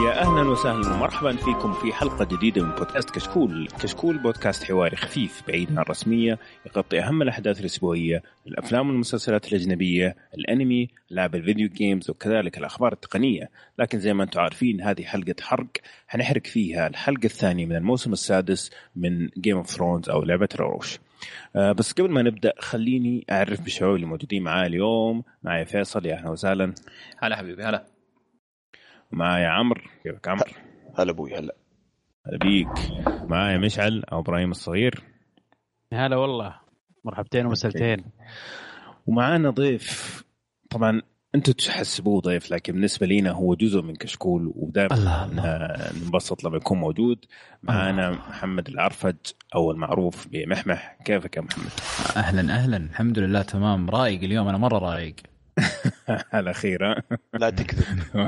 يا أهلا وسهلا ومرحبا فيكم في حلقة جديدة من بودكاست كشكول. كشكول بودكاست حواري خفيف بعيد عن الرسمية، يغطي أهم الأحداث الأسبوعية، الأفلام والمسلسلات الأجنبية، الأنمي، لعب الفيديو جيمز، وكذلك الأخبار التقنية. لكن زي ما أنتم عارفين هذه حلقة حرق، هنحرق فيها الحلقة الثانية من الموسم السادس من Game of Thrones أو لعبة العروش. بس قبل ما نبدأ خليني أعرف بالشباب اللي موجودين معايا اليوم. معايا فيصل، يا أهلا وسهلا. هلا حبيبي. هلا. معايا عمرو. كيفك عمرو؟ هلا ابوي. هلا بيك. معايا مشعل او ابراهيم الصغير. هلا والله، مرحبتين ومسلتين. ومعانا ضيف، طبعا انتوا تحسبوه ضيف لكن بالنسبه لينا هو جزء من كشكول، ودائما ننبسط لما يكون موجود معانا. محمد العرفج او المعروف بمحمح. كيفك يا محمد؟ اهلا الحمد لله تمام. رايق اليوم، انا مره رايق. على خير. لا تكذب.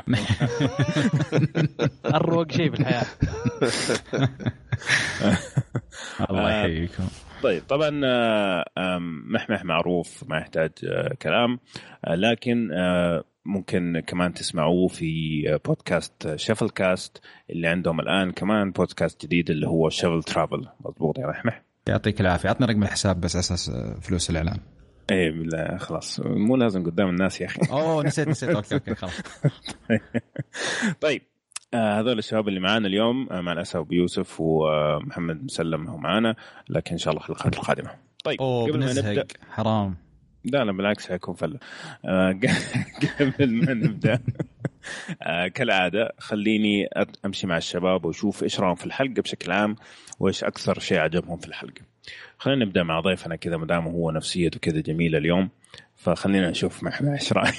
أروق شيء في الحياة. الله يحييكم. طيب طبعا محمح معروف ما يحتاج كلام، لكن ممكن كمان تسمعوه في بودكاست شفل كاست اللي عندهم الآن، كمان بودكاست جديد اللي هو شفل ترافل. مضبوط يا محمح؟ يعطيك العافية. عطني رقم الحساب بس أساس فلوس الإعلان. ايه بالله خلاص، مو لازم قدام الناس يا اخي. نسيت. اوكي خلاص. طيب هذول الشباب اللي معانا اليوم، معنا أسا وبيوسف ومحمد مسلم هم معانا، لكن ان شاء الله الحلقات القادمه. طيب قبل ما نبدا، حرام. لا بالعكس حيكون فله. قبل ما نبدا كالعاده خليني امشي مع الشباب واشوف ايش راهم في الحلقه بشكل عام، وايش اكثر شيء عجبهم في الحلقه. خلينا نبدأ مع ضيفنا كذا مدام هو نفسيته كذا جميلة اليوم، فخلينا نشوف محمد ايش رأيه.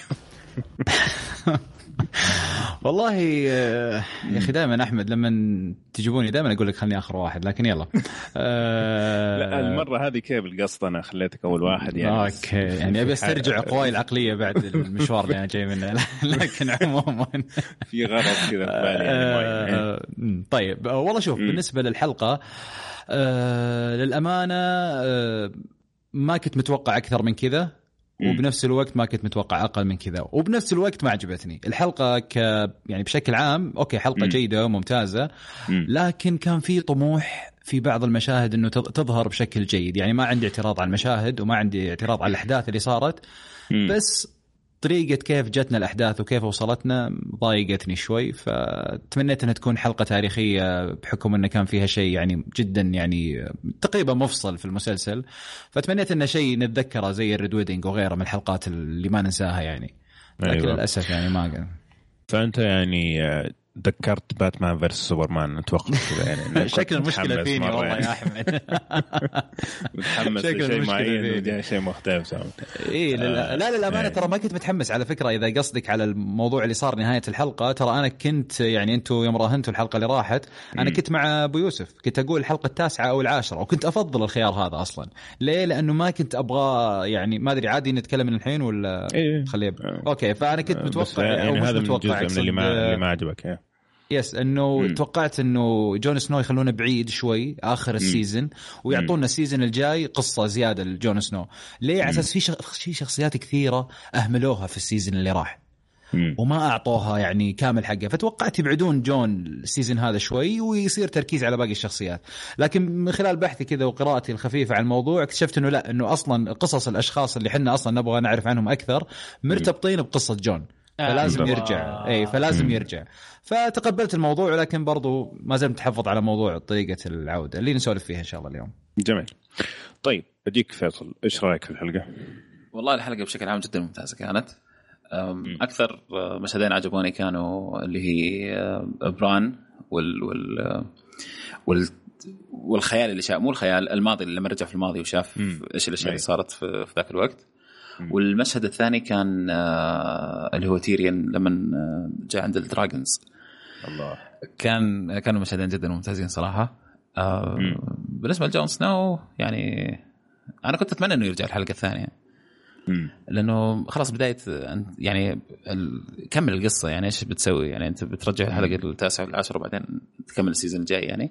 والله يا أخي دائما أحمد لما تجيبوني دائما أقول لك خلني آخر واحد، لكن يلا. لا المرة هذه كيف القصد، أنا خليتك أول واحد يعني. أوكي يعني أبي أسترجع قواي العقلية بعد المشوار اللي أنا جاي منه. لكن عموما في غرض كذا في بالي يعني. طيب والله شوف، بالنسبة للحلقة للأمانة ما كنت متوقع أكثر من كذا، وبنفس الوقت ما كنت متوقع أقل من كذا، وبنفس الوقت ما عجبتني الحلقة يعني بشكل عام. أوكي حلقة جيدة وممتازة، لكن كان في طموح في بعض المشاهد إنه تظهر بشكل جيد. يعني ما عندي اعتراض على المشاهد وما عندي اعتراض على الأحداث اللي صارت، بس طريقة كيف جتنا الأحداث وكيف وصلتنا ضايقتني شوي. فتمنيت أنها تكون حلقة تاريخية بحكم أنه كان فيها شيء يعني جدا يعني تقريبا مفصل في المسلسل، فتمنيت أنه شيء نتذكره زي الريد ويدنج وغيره من الحلقات اللي ما ننساها يعني. لكن للأسف يعني ما قال. فأنت يعني ذكرت باتمان فيرس سوبرمان أتوقع كذا يعني. شكل المشكلة فيني والله يعني. يا أحمد. متحمس لشيء معين وجاء شيء مختلف. إيه لا للأمانة ترى ما كنت متحمس على فكرة. إذا قصدك على الموضوع اللي صار نهاية الحلقة، ترى أنا كنت يعني أنتوا يوم راهنتوا الحلقة اللي راحت أنا كنت مع أبو يوسف، كنت أقول الحلقة 9 أو 10، وكنت أفضل الخيار هذا أصلا. ليه؟ لأنه ما كنت أبغى يعني ما أدري عادي نتكلم من الحين ولا خليه. أوكي فأنا كنت متوقع يعني هذا متوقع من اللي ما عجبك. يس انه توقعت انه جون سنو يخلونه بعيد شوي اخر السيزن، ويعطونا السيزن الجاي قصة زيادة لجون سنو. ليه؟ على اساس في شخصيات كثيرة اهملوها في السيزن اللي راح وما اعطوها يعني كامل حقها، فتوقعت يبعدون جون السيزن هذا شوي ويصير تركيز على باقي الشخصيات. لكن من خلال بحثي كذا وقراءتي الخفيفة عن الموضوع اكتشفت انه لا، انه اصلا قصص الاشخاص اللي حنا اصلا نبغى نعرف عنهم اكثر مرتبطين بقصة جون، فلازم يرجع. فلازم يرجع. فتقبلت الموضوع، ولكن برضو ما زلت متحفظ على موضوع طريقة العودة اللي نسولف فيها إن شاء الله اليوم. جميل. طيب أديك فيصل، إيش رأيك في الحلقة؟ والله الحلقة بشكل عام جدا ممتازة كانت. أكثر مشهدين عجبوني كانوا اللي هي بران والخيال اللي شاف، مو الخيال الماضي اللي لما رجع في الماضي وشاف إيش الأشياء اللي صارت في ذاك الوقت. والمشهد الثاني كان اللي هو تيريان لما جاء عند الدراجونز. الله، كانوا مشهدين جدا ممتازين صراحة. بالنسبة لجون سنو يعني أنا كنت أتمنى إنه يرجع الحلقة الثانية، لأنه خلاص بداية يعني كمل القصة. يعني إيش بتسوي؟ يعني أنت بترجع الحلقة 9 و10 وبعدين تكمل السيزون الجاي يعني.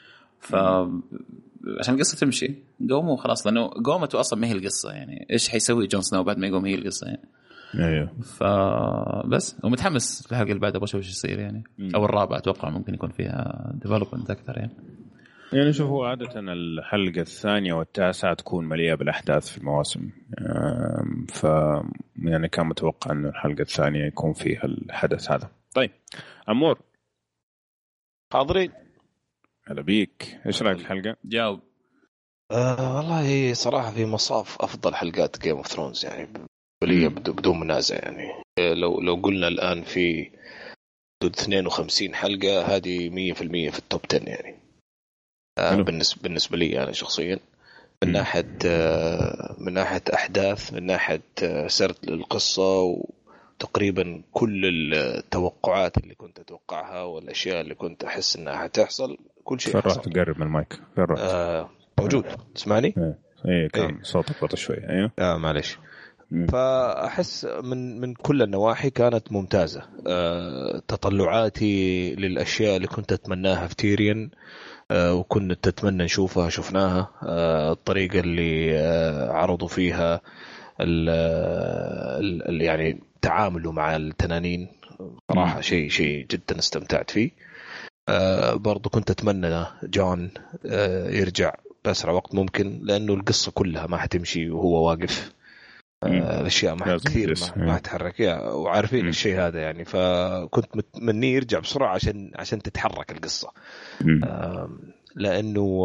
عشان القصة تمشي قوموا خلاص، لأنه قومته أصلا ما هي القصة. يعني إيش حيسوي جون سنو بعد ما يقوم هي القصة يعني. ايوه فبس ومتحمس الحلقه اللي بعدها بشوف ايش يصير يعني او الرابعه اتوقع ممكن يكون فيها ديفلوبمنت اكثر يعني شوف هو عادة الحلقة الثانية والتاسعة تكون مليئة بالأحداث في المواسم ف يعني كان متوقع أن الحلقة الثانية يكون فيها الحدث هذا. طيب عمور حاضرين. هلا بيك، إيش رأيك الحلقة؟ جاوب. والله صراحة في مصاف أفضل حلقات جيم اوف ثرونز يعني بدون منازع يعني. لو قلنا الآن في 52 حلقة هذه 100% في التوب 10 يعني. بالنسبة لي أنا شخصيا من ناحية أحداث، من ناحية سرد القصة، وتقريبا كل التوقعات اللي كنت أتوقعها والأشياء اللي كنت أحس أنها حتحصل كل شيء حصل. تقرب من المايك. موجود تسمعني؟ ايه كان صوتك بطيء شوي. ايوه معلش. فأحس من كل النواحي كانت ممتازة. تطلعاتي للأشياء اللي كنت أتمناها في تيريان وكنت تتمنى نشوفها شفناها. الطريقة اللي عرضوا فيها يعني تعاملوا مع التنانين صراحة شيء جدا استمتعت فيه. برضو كنت أتمنى جون يرجع بأسرع وقت ممكن، لأنه القصة كلها ما حتمشي وهو واقف. الأشياء ما كثير ما تتحرك وعارفين الشيء هذا يعني. فكنت متمنى يرجع بسرعة عشان تتحرك القصة. لأنه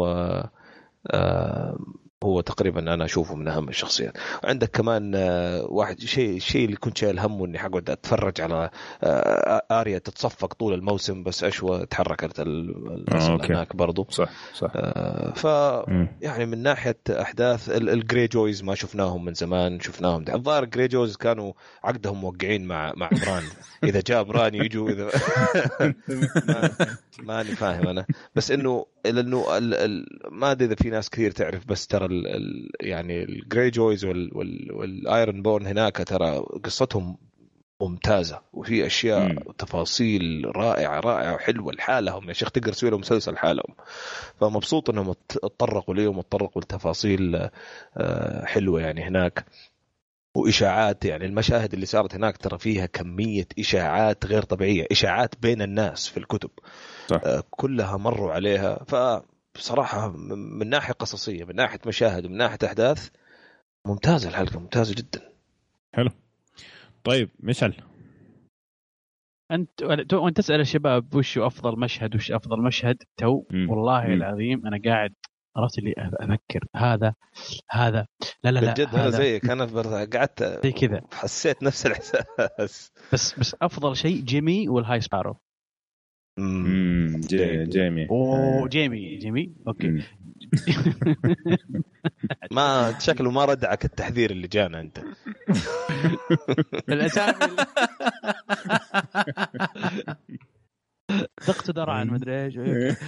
هو تقريبا أنا أشوفه من أهم الشخصيات. عندك كمان واحد الشيء اللي كنت شايل همه إني حقعد أتفرج على آريا تتصفق طول الموسم، بس أشوى تحركت هناك برضو. صح. يعني من ناحية أحداث الجري جويز ما شفناهم من زمان، شفناهم الظاهر الجري جويز كانوا عقدهم موقعين مع بران. إذا جاء بران يجوا إذا ماني فاهم أنا، بس إنه ما أدري إذا في ناس كثير تعرف، بس ترى يعني الجري جويز والايرون بورن هناك ترى قصتهم ممتازة، وفي أشياء تفاصيل رائعة وحلوة لحالهم يا شيخ، تقدر تسوي لهم مسلسل حالهم. فمبسوط إنهم اتطرقوا ليهم واتطرقوا لتفاصيل حلوة يعني هناك. وإشاعات يعني المشاهد اللي صارت هناك ترى فيها كمية إشاعات غير طبيعية، إشاعات بين الناس في الكتب. كلها مروا عليها. فبصراحة من ناحية قصصية، من ناحية مشاهد، من ناحية أحداث، ممتازة الحلقة، ممتازة جدا. حلو. طيب مشعل، وانت تسأل الشباب وش أفضل مشهد وش أفضل مشهد والله العظيم أنا قاعد عرفت اللي أفكر هذا لا بجد أنا زيك، أنا قعدت زي كذا حسيت نفس الإحساس. بس أفضل شيء جيمي والهاي سبارو. جيمي جيمي اوكي. ما شكله ما ردعك التحذير اللي جانا انت. الاسامي ضغط درعا ما ادري ايش.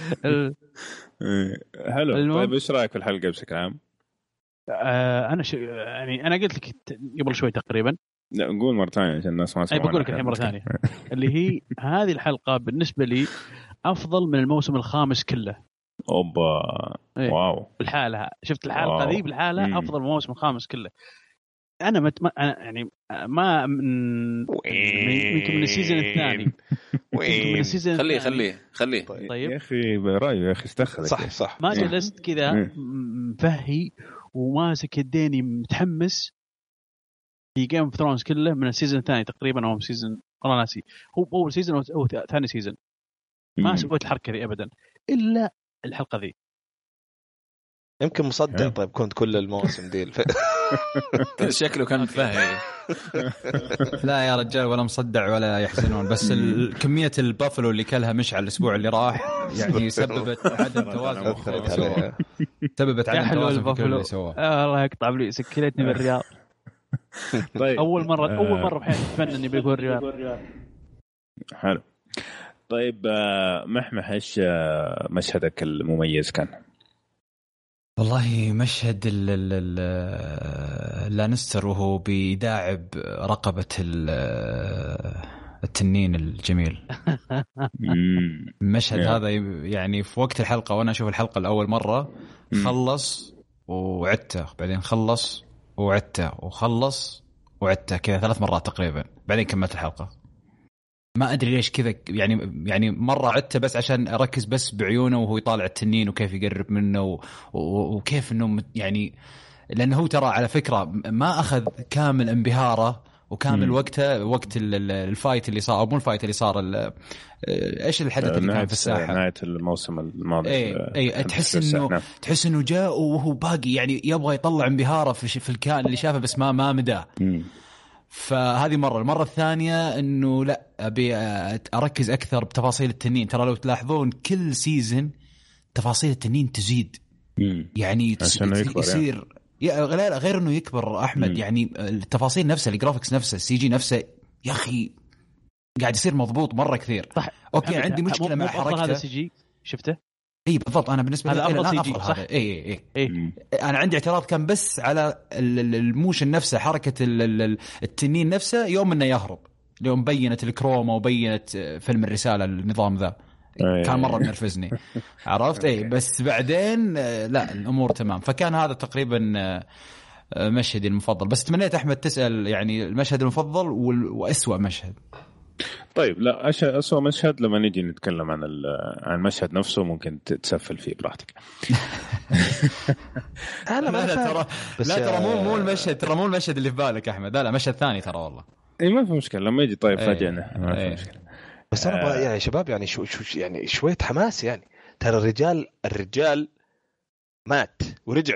حلو. طيب ايش رايك في الحلقه بشكل عام؟ انا يعني انا قلت لك قبل شوي تقريبا. لا نقول مرة ثانية عشان الناس ما سمعوا. بقول لك الحين مرة ثانية اللي هي هذه الحلقة بالنسبة لي أفضل من الموسم الخامس كله. أوبا واو بالحالة شفت الحلقة ذي بالحالة أفضل من الموسم الخامس كله. أنا يعني ما منكم من السيزون الثاني. من السيزون خليه طيب يا أخي برأيه يا أخي استخدم صح ما جلست كذا مفهي وماسك يديني متحمس في جيم اوف ثرونز كله من السيزون الثاني تقريبا او سيزون والله ناسي هو اول سيزون او ثاني سيزون. ما سويت الحركه دي ابدا الا الحلقه ذي. يمكن مصدع. طيب كنت كل المواسم دي شكله كان متفاهم. لا يا رجال ولا مصدع ولا يحزنون، بس كميه البافلو اللي كلها مشعل الاسبوع اللي راح يعني سببت عدم توازن. سببت عدم توازن في كل اللي سواه. الله يقطع لي سكلتني بالرياض. طيب اول مره بحياتي اتمنى اني بيكون الرياض. حلو. طيب محمح ايش مشهدك المميز كان؟ والله مشهد لانستر وهو بيداعب رقبة التنين الجميل. المشهد هذا يعني في وقت الحلقة وانا اشوف الحلقة الاول مرة خلص وعدته، بعدين خلص وعدته وخلص وعدته كذا 3 مرات تقريبا، بعدين كملت الحلقة. ما أدري ليش كذا، يعني مرة عدته بس عشان أركز بس بعيونه وهو يطالع التنين وكيف يقرب منه وكيف إنه يعني، لأنه هو ترى على فكرة ما أخذ كامل انبهاره وكامل وقته وقت الفايت اللي صار، أو مو الفايت اللي صار، إيش الحدث اللي كان في الساحة نهاية الموسم الماضي. أي تحس إنه جاء وهو باقي يعني يبغى يطلع انبهاره في الكائن اللي شافه، بس ما مداه. فهذه المرة الثانية إنه لا أبي أركز أكثر بتفاصيل التنين. ترى لو تلاحظون كل سيزن تفاصيل التنين تزيد، يعني يصير غير إنه يكبر أحمد. يعني التفاصيل نفسها، الجرافيكس نفسه، السي جي نفسه، يا أخي قاعد يصير مضبوط مرة كثير. أوكي عندي مشكلة مع حركته. هذا السي جي شفته؟ اي بالضبط، انا بالنسبه لي هذا افضل صح. اي انا عندي اعتراض كان بس على الموشن نفسه، حركه التنين نفسه يوم انه يهرب، اليوم بينت الكروما وبينت فيلم الرساله النظام ذا كان مره منرفزني. عرفت؟ بس بعدين لا الامور تمام. فكان هذا تقريبا مشهدي المفضل. بس تمنيت احمد تسال يعني المشهد المفضل واسوأ مشهد. طيب لا أسوأ مشهد لما نيجي نتكلم عن المشهد نفسه ممكن تتسفل فيه براحتك. أنا ما ترى لا ترى مو المشهد، ترى مو المشهد اللي في بالك أحمد، لا مشهد ثاني ترى والله. ما في مشكلة لما يجي. طيب فاجئنا ما في مشكلة. بس أنا يا شباب يعني شو يعني شوية حماس يعني. ترى الرجال مات ورجع.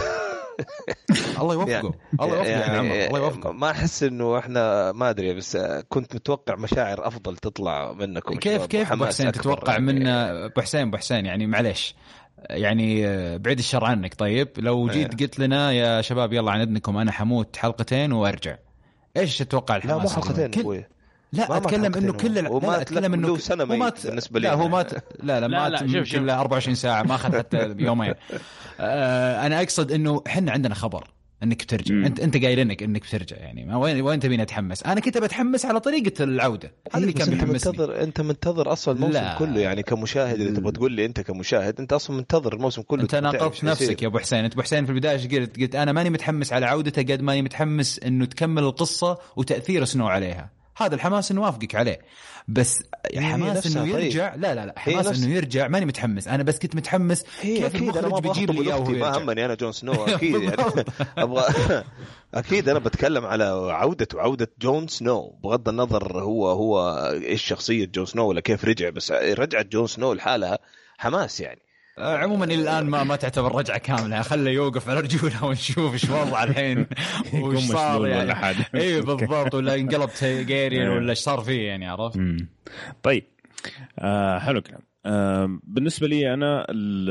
الله يوفقه يعني الله يوفقه يعني الله يوفقه. ما أحس إنه إحنا ما أدري، بس كنت متوقع مشاعر أفضل تطلع منكم. كيف أبو حسين تتوقع يعني من أبو حسين يعني معليش يعني بعيد الشر عنك. طيب لو جيت قلت لنا يا شباب يلا عن إذنكم أنا حموت حلقتين وأرجع، إيش تتوقع الحماس؟ لا مو حلقتين أخوي. لا أتكلم إنه كل لا أتكلم إنه سنة ميت بالنسبة لي. لا هو مات لا مات كل 24 ساعة، ما أخذ حتى يومين. أنا أقصد إنه حنا عندنا خبر انك ترجع. انت قايل انك بترجع، يعني وين تبين اتحمس؟ انا كنت بتحمس على طريقه العوده، هذا اللي كان بيحمسني. انت منتظر اصلا الموسم كله يعني كمشاهد. اللي تبغى تقول لي انت كمشاهد انت اصلا منتظر الموسم كله. انت ناقضت نفسك يا ابو حسين. انت ابو حسين في البدايه قلت انا ماني متحمس على عودته قد ماني متحمس انه تكمل القصه وتاثير سنو عليها. هذا الحماس نوافقك عليه، بس حماس انه يرجع لا حماس انه يرجع ماني متحمس. انا بس كنت متحمس كيف المخرج بيجيب لي اياه. ما همني انا جون سنو اكيد يعني ابغى اكيد انا بتكلم على عودة جون سنو بغض النظر هو ايش شخصية جون سنو ولا كيف رجع، بس رجعت جون سنو لحالها حماس يعني. عموما الان ما تعتبر رجعه كامله، خليه يوقف على رجوله ونشوف ايش وضع الحين وش صار يعني. اي بالضبط، ولا انقلب تيجيريان ولا ايش صار فيه يعني. عرفت؟ طيب حلو كلام. بالنسبه لي انا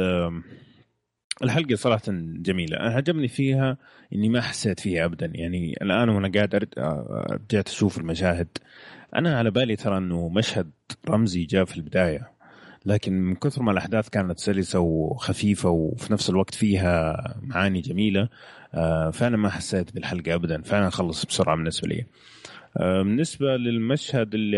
الحلقه صراحه جميله. انا عجبني فيها اني ما حسيت فيها ابدا. يعني الان وانا قاعد رجعت اشوف المشاهد، انا على بالي ترى انه مشهد رمزي جاء في البدايه، لكن من كثر ما الأحداث كانت سلسة وخفيفة وفي نفس الوقت فيها معاني جميلة، فأنا ما حسيت بالحلقة أبدا. فأنا أخلص بسرعة بالنسبة لي. بالنسبة للمشهد اللي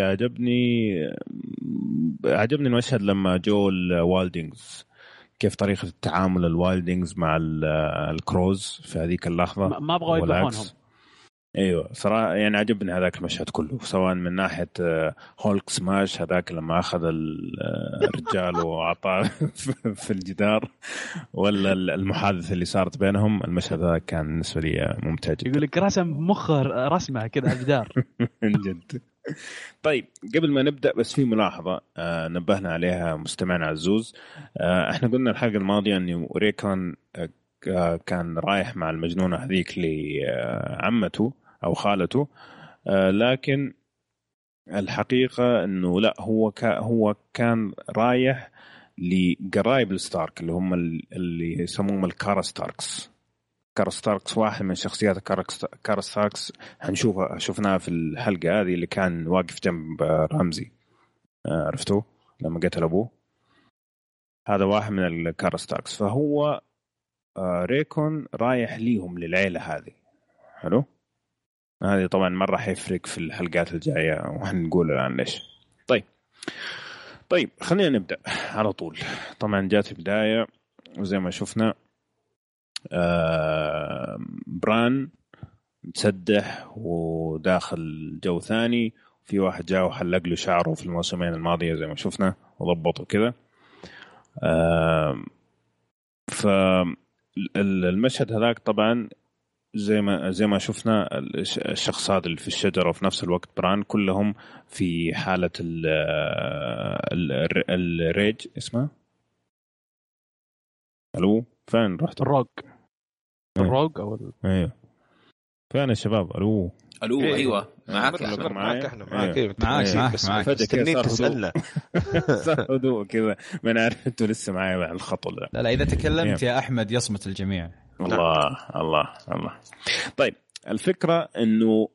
عجبني المشهد لما جو الوالدينغز، كيف طريقة التعامل الوالدينغز مع الكروز في هذيك اللحظة. ما أبغى يذبحونهم. ايوه صراحه يعني عجبني هذاك المشهد كله، سواء من ناحيه هولك سماش هذاك لما اخذ الرجال وعطاه في الجدار، ولا المحادثه اللي صارت بينهم. المشهد هذا كان بالنسبه لي ممتع جدا. يقول لك رسم مخه رسمه كذا على الجدار. جد. طيب قبل ما نبدا بس في ملاحظه نبهنا عليها مستمعنا عزوز. احنا قلنا الحلقه الماضيه انه ريكون كان رايح مع المجنونه هذيك لعمته او خالته، لكن الحقيقه انه لا، هو كان رايح لقرايب الستارك اللي هم اللي يسموهم الكارستاركس. كارستاركس واحد من شخصيات كارستاركس شفناها في الحلقه هذه اللي كان واقف جنب رمزي، عرفتوه لما قتل ابوه. هذا واحد من الكارستاركس، فهو ريكون رايح ليهم للعيله هذه. حلو. هذه طبعا مرة حيفرق في الحلقات الجاية وهنقول الآن ليش. طيب خلينا نبدأ على طول. طبعا جات البداية وزي ما شفنا بران متسدح وداخل جو ثاني، في واحد جاء وحلق له شعره في الموسمين الماضية زي ما شفنا وضبطه كذا. فالمشهد هذاك طبعا زي ما شفنا الشخص هذا اللي في الشجرة وفي نفس الوقت بران كلهم في حالة الريج اسمه الو فين رحت؟ الروج او ايوه فين الشباب؟ الو ايوه معاك احنا معاك مستنيين تسالنا. هدوء كذا ما نعرف انتوا لسه معايا مع الخط ولا لا اذا تكلمت يا احمد يصمت الجميع. الله. طيب الفكرة انه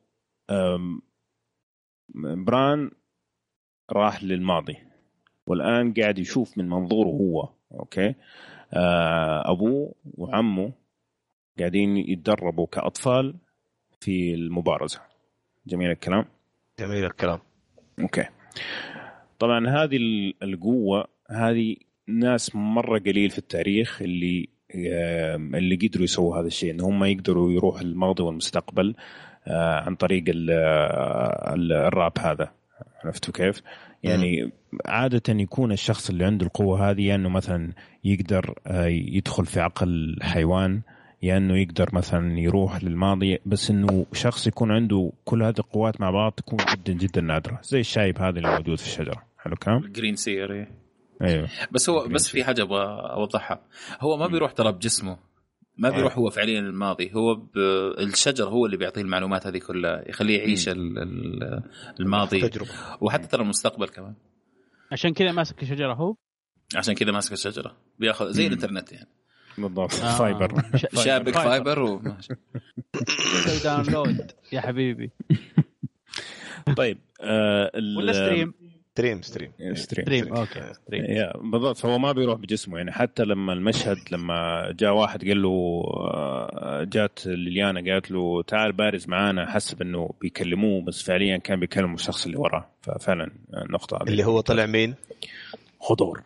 بران راح للماضي والآن قاعد يشوف من منظوره هو. أوكي أبوه وعمه قاعدين يتدربوا كأطفال في المبارزة. جميل الكلام. أوكي طبعا هذه القوة هذه ناس مرة قليل في التاريخ اللي قدروا يسووا هذا الشيء، إن هم يقدروا يروحوا الماضي والمستقبل عن طريق الراب هذا. عرفتوا كيف؟ يعني عادة يكون الشخص اللي عنده القوة هذه يعني مثلا يقدر يدخل في عقل حيوان، يعني يقدر مثلا يروح للماضي، بس إنه شخص يكون عنده كل هذه القوات مع بعض تكون جدا جدا نادرة، زي الشايب هذا اللي موجود في الشجرة. حلو كلام. الجرين سير. ايوه بس في حاجة ابغى اوضحها. هو ما بيروح ترى بجسمه، ما بيروح هو فعليا الماضي، هو الشجر هو اللي بيعطيه المعلومات هذه كلها، يخليه يعيش الماضي وحتى ترى المستقبل كمان. عشان كذا ماسك الشجرة هو، عشان كذا ماسك الشجرة بياخذ زي الانترنت يعني. بالضبط. فايبر شابك فايبر وماشي. داونلود يا حبيبي. طيب ولا ستريم اوكي ستريم بالضبط. فهو ما بيروح بجسمه يعني. حتى لما المشهد لما جاء واحد قال له جات ليليانا قالت له تعال بارز معانا، حسب انه بيكلموه بس فعليا كان بيكلموا الشخص اللي وراه. ففعلا النقطة اللي هو طلع مين؟ خضور.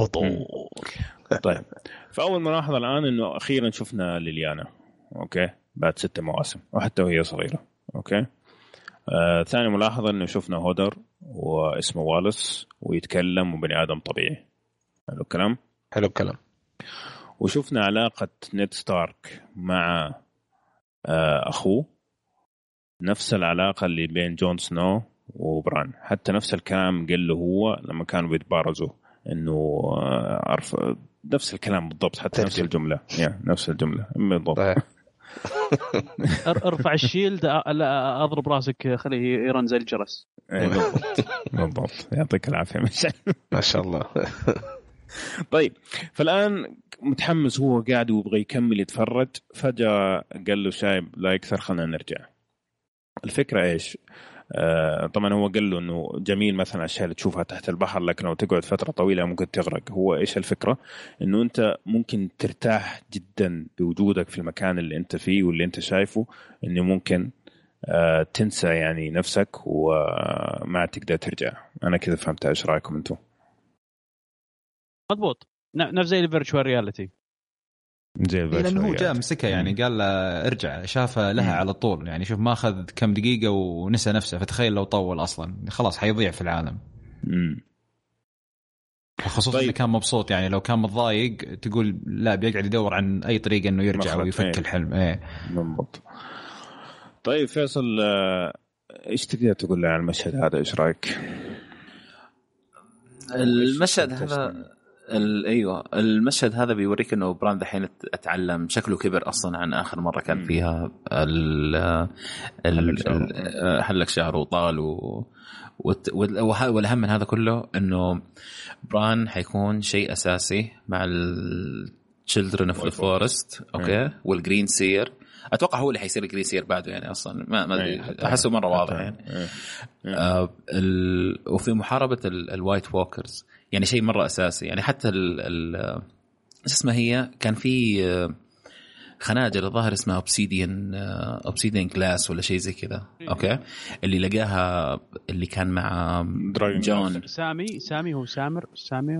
طيب فأول ملاحظة الآن إنه أخيرا شفنا ليليانا. أوكي بعد 6 مواسم وحتى وهي صغيرة. أوكي ثاني ملاحظة إنه شفنا هودر واسمه والس ويتكلم وبني آدم طبيعي. حلو الكلام. وشفنا علاقة نيد ستارك مع أخوه، نفس العلاقة اللي بين جون سنو وبران. حتى نفس الكلام قال له هو لما كانوا بيتبارزوا إنه نفس الكلام بالضبط، حتى نفس الجملة نفس الجملة بالضبط. ارفع الشيلد اضرب راسك خليه يرن زي الجرس. بالضبط. يعطيك العافيه ما شاء الله. طيب فالان متحمس هو قاعد ويبغى يكمل يتفرج، فجأة قال له شايب لا يكثر خلنا نرجع. الفكره ايش؟ طبعا هو قال له انه جميل مثلا الاشياء اللي تشوفها تحت البحر، لكن لو تقعد فتره طويله ممكن تغرق. هو ايش الفكره؟ انه انت ممكن ترتاح جدا بوجودك في المكان اللي انت فيه واللي انت شايفه، انه ممكن تنسى يعني نفسك وما تقدر ترجع. انا كذا فهمت. ايش رايكم انتم؟ مضبوط. نفس زي الفيرتشوال رياليتي، لأنه هو جاء مسكها يعني قال له ارجع، شافها لها على طول يعني. شوف ما أخذ كم دقيقة ونسى نفسه، فتخيل لو طول أصلا خلاص حيضيع في العالم. خصوصا إنه كان مبسوط يعني. لو كان متضايق تقول لا بيقعد يدور عن أي طريقة إنه يرجع ويفك الحلم. بالضبط. طيب فيصل إيش تقدر تقول عن المشهد هذا؟ إيش رأيك؟ المشهد هذا ايوه المشهد هذا بيوريك انه بران دحين اتعلم، شكله كبر اصلا عن اخر مره كان فيها. حلق شعره وطال والاهم من هذا كله انه بران حيكون شيء اساسي مع الchildren of the forest. اوكي والجرين سير اتوقع هو اللي حيصير الجرين سير بعده يعني. اصلا ما احسه مره واضح يعني. وفي محاربه الوايت ووكرز يعني شيء مرة أساسي يعني. حتى اسمها هي كان في خناجر الظاهر اسمها أوبسيديان جلاس ولا شيء زي كذا. أوكي اللي لقاها اللي كان مع جون سامي هو سامويل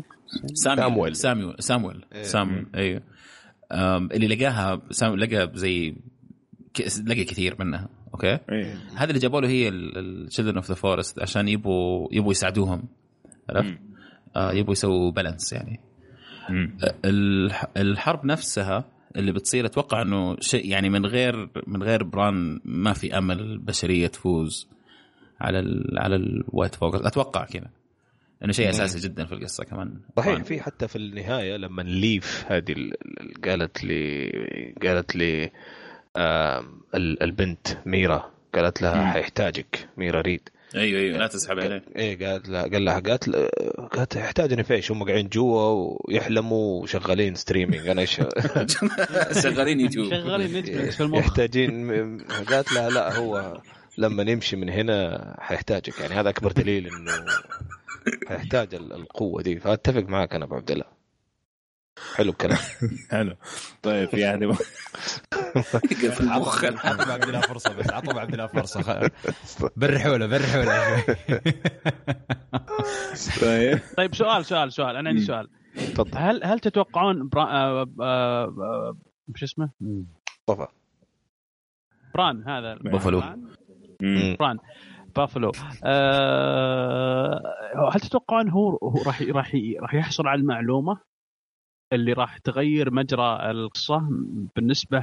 أيوه اللي لقاها لقى زي لقى كثير منها. اوكي هذا اللي جابوا له هي الchildren of the forest عشان يبوا يساعدوهم، عرفت؟ يبوا يسووا بالانس يعني. الحرب نفسها اللي بتصير اتوقع انه شيء يعني من غير بران ما في امل البشريه تفوز على الوايت فوكس، اتوقع كذا انه شيء اساسي جدا في القصه كمان. صحيح في حتى في النهايه لما ليف هذه قالت لي البنت ميرا قالت لها حيحتاجك ميرا ريد. ايوه لا تسحب عليه. قالت يحتاجني فيش، هم قاعدين جوا ويحلموا وشغالين ستريمينج، انا ايش شغالين يوتيوب شغالين نتفلكس في المخ. يحتاجين. قالت لها لا هو لما نمشي من هنا حيحتاجك، يعني هذا اكبر دليل انه حيحتاج القوه دي. فاتفق معك انا ابو عبد الله. حلو الكلام. حلو. طيب يعني عطوا عبد الله فرصه، بس عطوا عبد الله فرصه. برحوله طيب سؤال انا عندي سؤال. تفضل. هل تتوقعون مش اسمه بران هذا بافلو بران بافلو هل تتوقعون هو راح يحصل على المعلومة اللي راح تغير مجرى القصة بالنسبة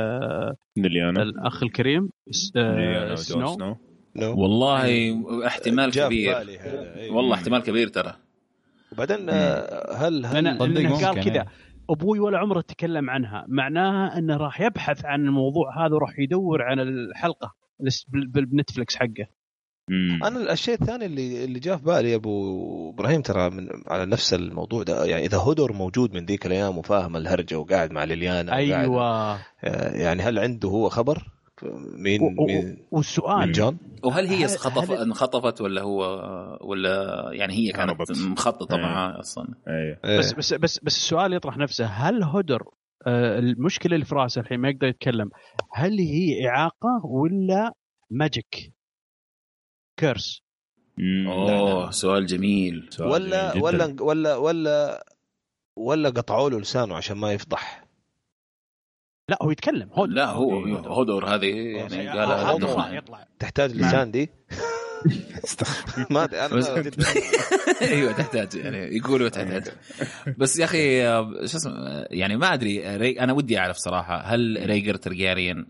للأخ الكريم سنو؟ والله احتمال كبير. والله احتمال كبير ترى. وبعدين هل قال كذا أبوي ولا عمره تكلم عنها، معناها أنه راح يبحث عن الموضوع هذا وراح يدور عن الحلقة بالنتفليكس حقه. أنا الشيء الثاني اللي جاء في بالي أبو إبراهيم ترى على نفس الموضوع ده، يعني إذا هودور موجود من ذيك الأيام وفاهم الهرجة وقاعد مع ليليانا أيوة، يعني هل عنده هو خبر مين والسؤال جون؟ وهل هي انخطفت ولا يعني هي كانت مخططة معاه أصلا؟ أيوة. بس السؤال يطرح نفسه، هل هودور المشكلة اللي في راسه الحين ما يقدر يتكلم، هل هي إعاقة ولا ماجيك كيرس؟ سؤال جميل. ولا قطعوا له لسانه عشان ما يفضح؟ لا هو يتكلم. هودور هذه يعني قال يطلع تحتاج لسان دي. ما انا ايوه تحتاج، يعني يقولوا تحتاج. بس يا اخي شو اسمه يعني ما ادري. انا ودي اعرف صراحه، هل ريجر ترجاريان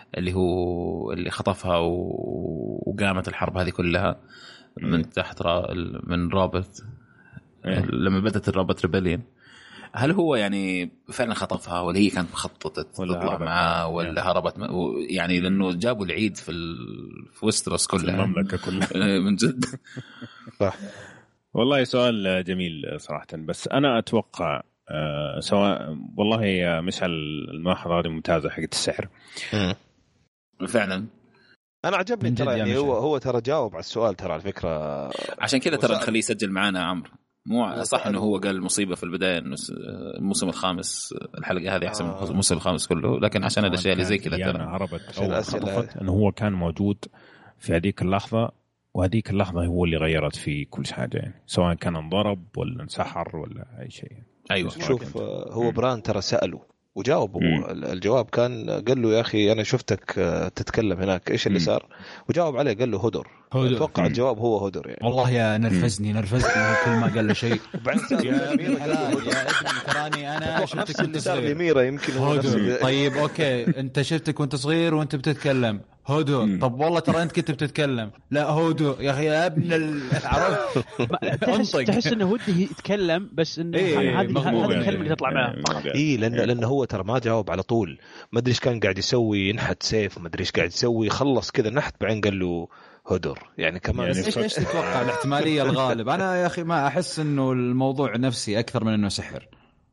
اللي خطفها وقامت الحرب هذه كلها من تحت من رابط لما بدت الرابط ريبليون، هل هو يعني فعلا خطفها ولا هي كانت مخططة تطلع معاه ولا هربت يعني لأنه جابوا العيد في وستروس كلها، المملكة كلها من جد. صح. والله سؤال جميل صراحة. بس أنا أتوقع سواء والله مشعل الملاحظة هذه ممتازة حقة السحر فعلا. أنا عجبني ترى، يعني هو ترى جاوب على السؤال ترى على فكرة. عشان كذا ترى نخليه يسجل معنا عمرو. مو صح انه هو قال مصيبه في البدايه انه الموسم الخامس الحلقه هذه احسن من الموسم الخامس كله، لكن عشان الاشياء اللي زي كذا ترى هربت انه هو كان موجود في هذيك اللحظه، وهذيك اللحظه هو اللي غيرت في كل حاجه، يعني سواء كان انضرب ولا انسحر ولا اي شيء. ايوه شوف هو بران ترى سأله وجاوب. الجواب كان قال له يا أخي أنا شفتك تتكلم هناك، إيش اللي صار؟ وجاوب عليه قال له هودور. أتوقع الجواب هو هودور يعني. والله يا نرفزني كل ما قال له شيء. يا ابني تراني أنا شفتك وانت صغير. ميرا يمكن هودور. طيب أوكي أنت شفتك وانت صغير وانت بتتكلم هودور. طب والله ترى أنت كنت بتتكلم. لا هودور يا أخي يا ابن العرب. تحس إنه ودي يتكلم بس إنه هذه الكلمة اللي تطلع معه. إيه لأنه هو ترى ما جاوب على طول. ما أدري إيش كان قاعد يسوي، ينحت سيف ما أدري إيش قاعد يسوي، خلص كذا نحت بعدين قال له هودور. يعني كمان يعني إيش تتوقع الاحتمالية الغالب؟ أنا يا أخي ما أحس إنه الموضوع نفسي أكثر من إنه سحر.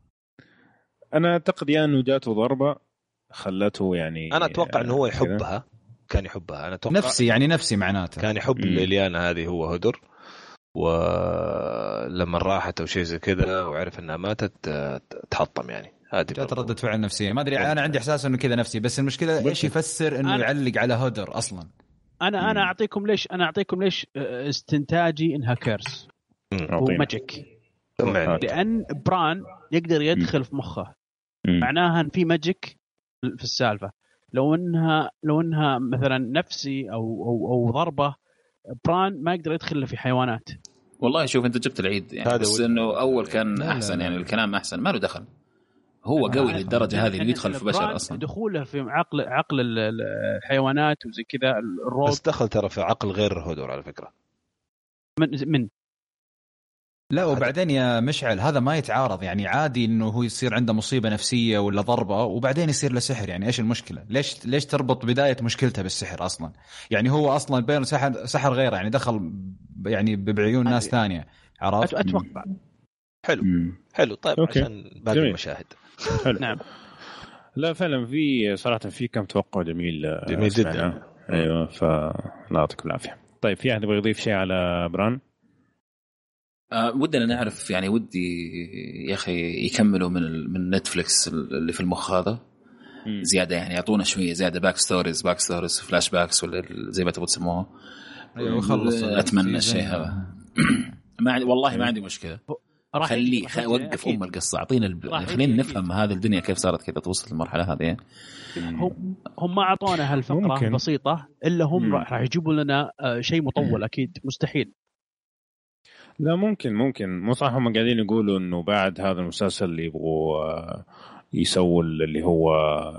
أنا أعتقد أنه جاته ضربة خلته يعني. أنا أتوقع إنه هو يحبها، كان يحبها. أنا أتوقع نفسي معناته كان يحب ليليانا هذه هو هودور، ولما راحت أو شيء زي كذا وعرف أنها ماتت تحطم. يعني هذه جات ردة فعل نفسية. ما أدري أنا عندي إحساس إنه كذا نفسي، بس المشكلة إيش يفسر إنه يعلق على هودر أصلا. أنا أعطيكم ليش استنتاجي إنها كيرس وماجيك. لأن بران يقدر يدخل في مخه، معناها إن في ماجيك في السالفة. لو انها مثلا نفسي او ضربه، بران ما يقدر يدخل في حيوانات. والله شوف انت جبت العيد يعني، بس انه اول كان احسن. لا. يعني الكلام احسن، ما له دخل. هو قوي للدرجه هذه اللي يدخل في بشر اصلا. دخوله في عقل الحيوانات وزي كذا الروب، بس دخل ترى في عقل غير هودور على فكره. من لا وبعدين يا مشعل هذا ما يتعارض، يعني عادي انه هو يصير عنده مصيبه نفسيه ولا ضربه وبعدين يصير له سحر. يعني ايش المشكله؟ ليش تربط بدايه مشكلته بالسحر اصلا؟ يعني هو اصلا بين سحر غيره، يعني دخل يعني بعيون ناس ثانيه، عرفت؟ اتوقع. حلو طيب أوكي. عشان باقي المشاهد. حلو. نعم. لا فعلا في صراحه في كم توقع جميل جدا. ايوه فلا يعطيك العافيه. طيب في احد يبغى يضيف شيء على بران؟ ودنا نعرف يعني، ودي يا أخي يكملوا من نتفليكس اللي في المخ هذا زيادة، يعني يعطونا شوية زيادة باك ستوريز فلاش باكس ولا زي ما تبغوا تسموها. أيوة خلص. أتمنى الشيء هذا. والله ما عندي مشكلة. خلي وقف القصة، أعطينا خلينا نفهم هذه الدنيا كيف صارت كذا توصل للمرحلة هذه. هم ما أعطونا هالفقرة بسيطة إلا هم راح يجيبوا لنا شيء مطول أكيد مستحيل. لا ممكن مو صح. هم قاعدين يقولوا انه بعد هذا المسلسل اللي يبغوا يسووا اللي هو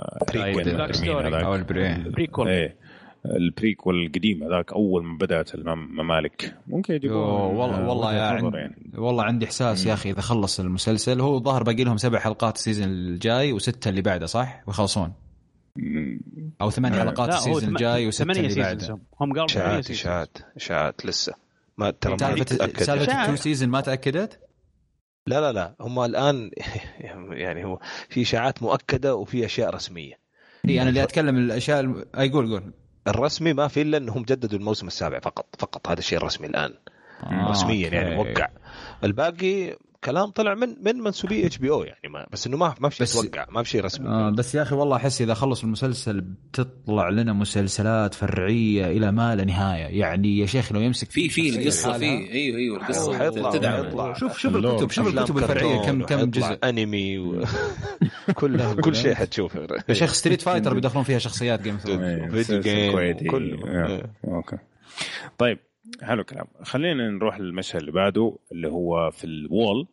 البريكول ايه البريكول القديم هذاك اول ما بدات الممالك، ممكن يجيبوه. والله يعني والله عندي احساس يا اخي اذا خلص المسلسل، هو ظهر باقي لهم 7 حلقات السيزون الجاي و6 اللي بعده صح ويخلصون، او 8 حلقات السيزون الجاي و6 اللي بعده. هم قالوا اشاعات لسه ما ترى سالفة 2 سيزن ما تأكدت. لا هم الآن يعني هو في إشاعات مؤكدة وفي أشياء رسمية. أنا اللي أتكلم الأشياء قول الرسمي ما في إلا أنهم جددوا الموسم السابع فقط هذا الشيء الرسمي الآن رسميا يعني موقع. الباقي كلام طلع من منسوبي HBO يعني بس انه ما في شيء توقع، ما في شيء رسمي. بس يا اخي والله احس اذا خلص المسلسل بتطلع لنا مسلسلات فرعيه الى ما لا نهايه. يعني يا شيخ لو يمسك في القصه ايوه القصه حيطلع. شوف الكتب الفرعيه كم جزء انمي كلها كل شيء حتشوفه يا شيخ. ستريت فايتر بيدخلون فيها شخصيات جيم فيديو جيم كله. اوكي طيب حلو كلام. خلينا نروح للمشهد اللي بعده اللي هو في الوول.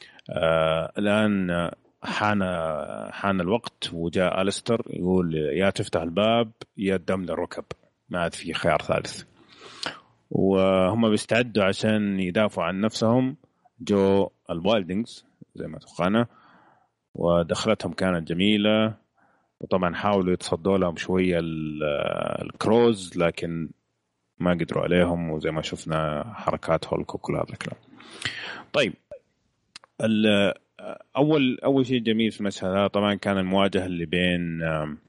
الآن حان الوقت وجاء أليستر يقول يا تفتح الباب يا الدم للركب، ما عاد في خيار ثالث. وهم بيستعدوا عشان يدافعوا عن نفسهم. جو الوايلدينجز زي ما توقعنا ودخلتهم كانت جميلة، وطبعا حاولوا يتصدوا لهم شوية الكروز لكن ما قدروا عليهم، وزي ما شفنا حركات هولك وكل هذا الكلام. طيب أول شيء جميل في المشهد هذا طبعا كان المواجهة اللي بين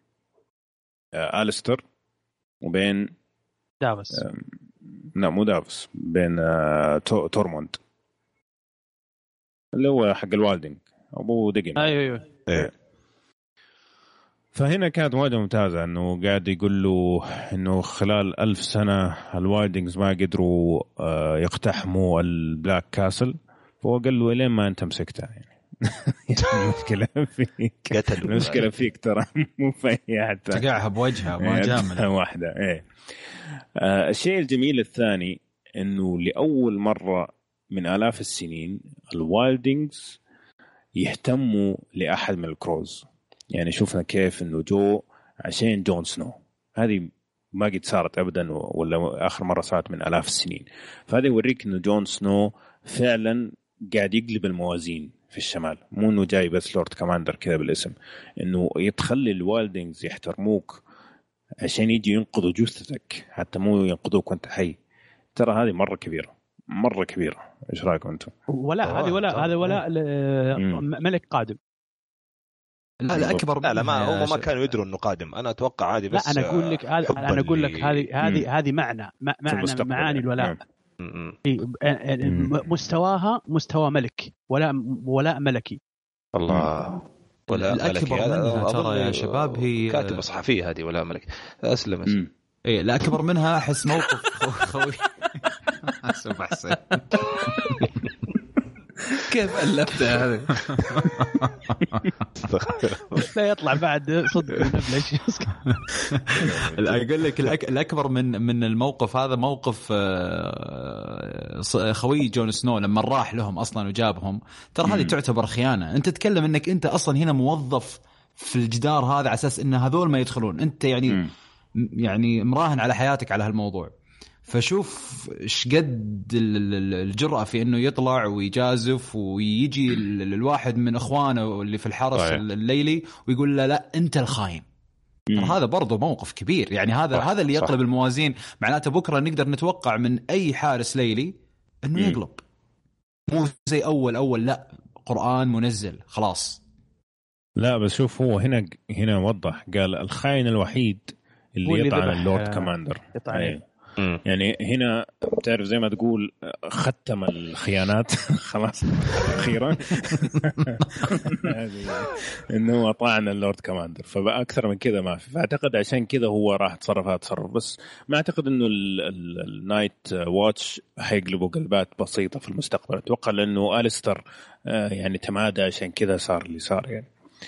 أليستر وبين دافس. لا مو دافس، بين تورموند اللي هو حق الوالدنج أبو دقن. أيوه. فهنا كانت مواجهة ممتازة، إنه قاعد يقول له إنه خلال 1000 سنة الوايلدينجز ما قدروا يقتحموا البلاك كاسل، فهو قال له لين ما أنت مسكتها يعني. المشكلة فيك، المشكلة فيك ترى مو في حتى تقعها بوجهها ما جامل واحدة. الشيء الجميل الثاني إنه لأول مرة من آلاف السنين الوايلدينجز يهتموا لأحد من الكروز. يعني شوفنا كيف إنه جو عشان جون سنو، هذه ما قد صارت أبدا ولا آخر مرة صارت من آلاف السنين. فهذا يوريك إنه جون سنو فعلا قاعد يقلب الموازين في الشمال، مو إنه جاي بس لورد كماندر كذا بالاسم، إنه يتخلي الوالدينجز يحترموك عشان يجي ينقذوا جثتك، حتى مو ينقذوك وانت حي. ترى هذه مرة كبيرة، مرة كبيرة. إيش رأيكم أنتم؟ هذا ولا ملك قادم. لا أكبر. لا ما هم ما كانوا يدروا إنه قادم. أنا أتوقع عادي. بس لا أنا أقول لك هذه معاني الولاء. مستواها مستوى ملك ولا ملكي. الله. ولا الأكبر منها ترى يا شباب هي كاتبة صحفية هذه ولا ملك. أسلم. إيه لا أكبر منها أحس موقف خوي. كيف ألفتها هذه؟ لا يطلع بعد صدق نبلش. اقول لك الاكبر من الموقف هذا موقف خوي جون سنو لما راح لهم اصلا وجابهم. ترى هذه تعتبر خيانه. انت تتكلم انك انت اصلا هنا موظف في الجدار هذا على اساس ان هذول ما يدخلون، انت يعني مراهن على حياتك على هالموضوع. فشوف ايش قد الجرأة في انه يطلع ويجازف ويجي الواحد من اخوانه اللي في الحرس الليلي ويقول له لا انت الخاين. هذا برضو موقف كبير يعني. هذا اللي يقلب الموازين. معناته بكره نقدر نتوقع من اي حارس ليلي انه يقلب، مو زي اول لا قرآن منزل خلاص. لا بس شوف هو هنا وضح قال الخاين الوحيد اللي يطعن اللورد كوماندر. يعني هنا تعرف زي ما تقول ختم الخيانات خلاص أخيرا إنه طعن اللورد كوماندر. فبقى أكثر من كذا ما في. فأعتقد عشان كذا هو راح تصرف بس ما أعتقد إنه النايت واتش هيقلبوا قلبات بسيطة في المستقبل. أتوقع لأنه أليستر يعني تمادى عشان كذا صار اللي صار يعني.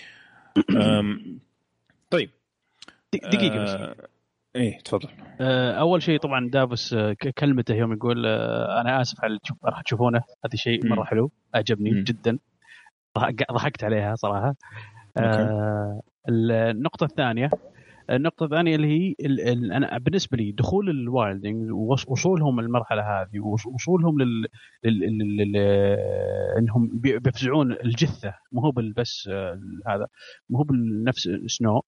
طيب دقيقة بس. ايه تفضل. اول شيء طبعا دافوس كلمته يوم يقول انا اسف على اللي راح تشوفونه، هذا شيء مره حلو اعجبني جدا، ضحكت عليها صراحه. النقطه الثانيه اللي هي انا بالنسبه لي دخول الوايلدنج ووصولهم المرحله هذه ووصولهم انهم بيفزعون الجثه، مو هو بس هذا مو هو بنفس سنو.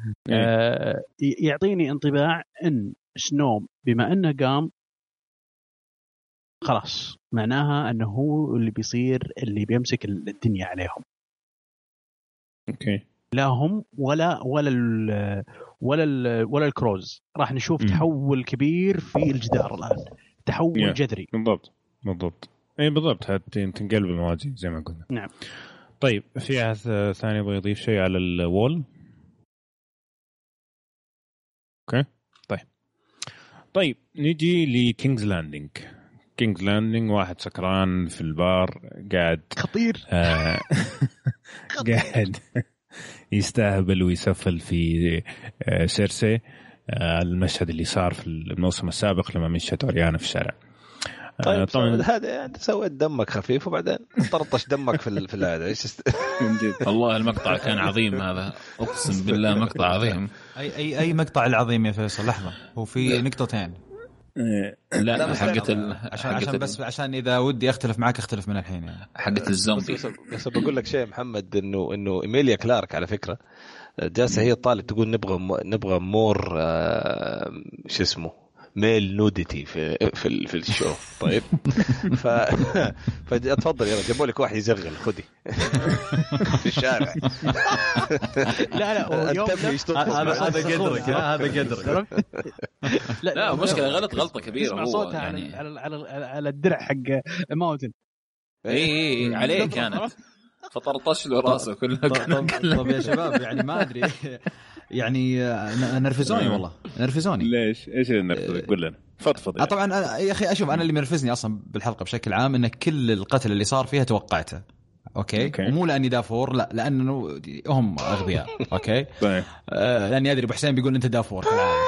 يعطيني انطباع ان سنو بما انه قام خلاص معناها انه هو اللي بيصير اللي بيمسك الدنيا عليهم. اوكي. لا هم ولا الكروز. راح نشوف تحول كبير في الجدار الان، تحول جذري. بالضبط اي بالضبط. تنقلب الموازين زي ما قلنا. نعم. طيب في أحد ثاني يبغى يضيف شيء على الوول؟ اوكي طيب نيجي لكينجز لاندينج. كينجز لاندينج واحد سكران في البار قاعد خطير قاعد يستهبل ويسفل في سيرسي. المشهد اللي صار في الموسم السابق لما مشت أوريانا في الشارع. طيب طبعا هذا انت سويت دمك خفيف وبعدين طرطش دمك في هذا ايش والله المقطع كان عظيم هذا، اقسم بالله مقطع عظيم. اي مقطع العظيم يا فيصل. لحظه، هو في نقطتين. لا عشان اذا ودي اختلف معك اختلف من الحين يعني. حقه الزومبي. بس بقول لك شيء محمد، انه إيميليا كلارك على فكره جالسه هي طالب تقول نبغى مور شو اسمه ميل نوديتي في الشو. طيب فتفضل يلا جابوا لك واحد يزغل خدي في الشارع. لا هذا قدرك. لا مشكلة غلطة كبيرة هو يعني على الدرع حق ماونتن. اي عليه كانت فطرطش له راسه كله. طب يا شباب يعني ما ادري يعني نرفزوني والله نرفزوني. ليش ايش نرفزك؟ قول لنا فضفض. طبعا يا اخي اشوف انا اللي منرفزني اصلا بالحلقه بشكل عام ان كل القتل اللي صار فيها توقعته. اوكي. ومو لاني دافور، لا لانه هم اغبياء. اوكي. لاني ادري ابو حسين بيقول انت دافور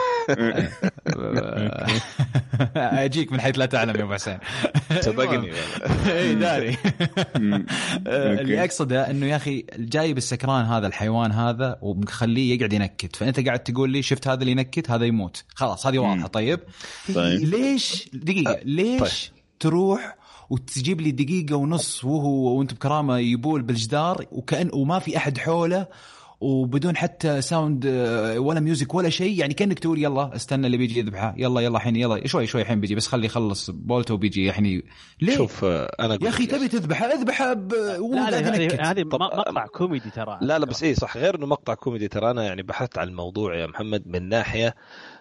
اجيك من حيث لا تعلم يا ابو حسين. صدقني اي داري. اللي اقصده انه يا اخي جايب السكران هذا الحيوان هذا ومخليه يقعد ينكت، فانت قاعد تقول لي شفت هذا اللي ينكت هذا يموت خلاص هذه واضحه. طيب ليش دقيقه ليش تروح وتجيب لي دقيقه ونص وانت بكرامه يبول بالجدار وما في احد حوله وبدون حتى ساوند ولا ميوزك ولا شيء، يعني كأنك تقول يلا استنى اللي بيجي يذبحه يلا حين يلا شوي الحين بيجي بس خلي يخلص بولته وبيجي يعني. ليه شوف انا يا اخي تبي تذبحه هذه مقطع كوميدي ترى. لا بس ايه صح، غير انه مقطع كوميدي ترى انا يعني بحثت عن الموضوع يا محمد من ناحيه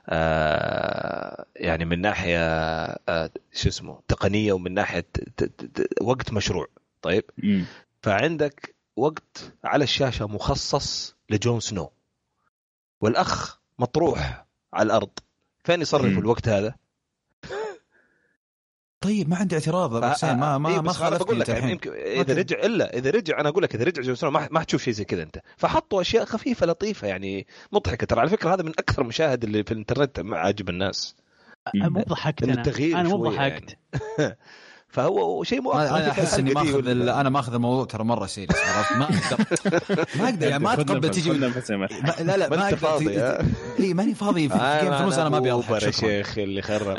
يعني من ناحيه شو اسمه تقنيه ومن ناحيه وقت مشروع. طيب فعندك وقت على الشاشة مخصص لجون سنو والأخ مطروح على الأرض، فين يصرف الوقت هذا؟ طيب ما عندي اعتراض حسين ما خالفتني لك يعني يمكن اذا رجع انا اقول لك اذا رجع جون سنو ما حتشوف شيء زي كذا انت. فحطوا اشياء خفيفه لطيفه يعني مضحكه. ترى على فكره هذا من اكثر المشاهد اللي في الانترنت عاجب الناس. مو ضحكت انا مو ضحكت يعني. فهو شيء مؤقت. انا احس اني انا ماخذ الموضوع ترى مره سيريس. عرفت ما اقدر يعني ما اتقبل تجي لا ما انت فاضي. اي ماني فاضي في جيم فلوس. انا ما ابي اضحك يا شيخ اللي خرب.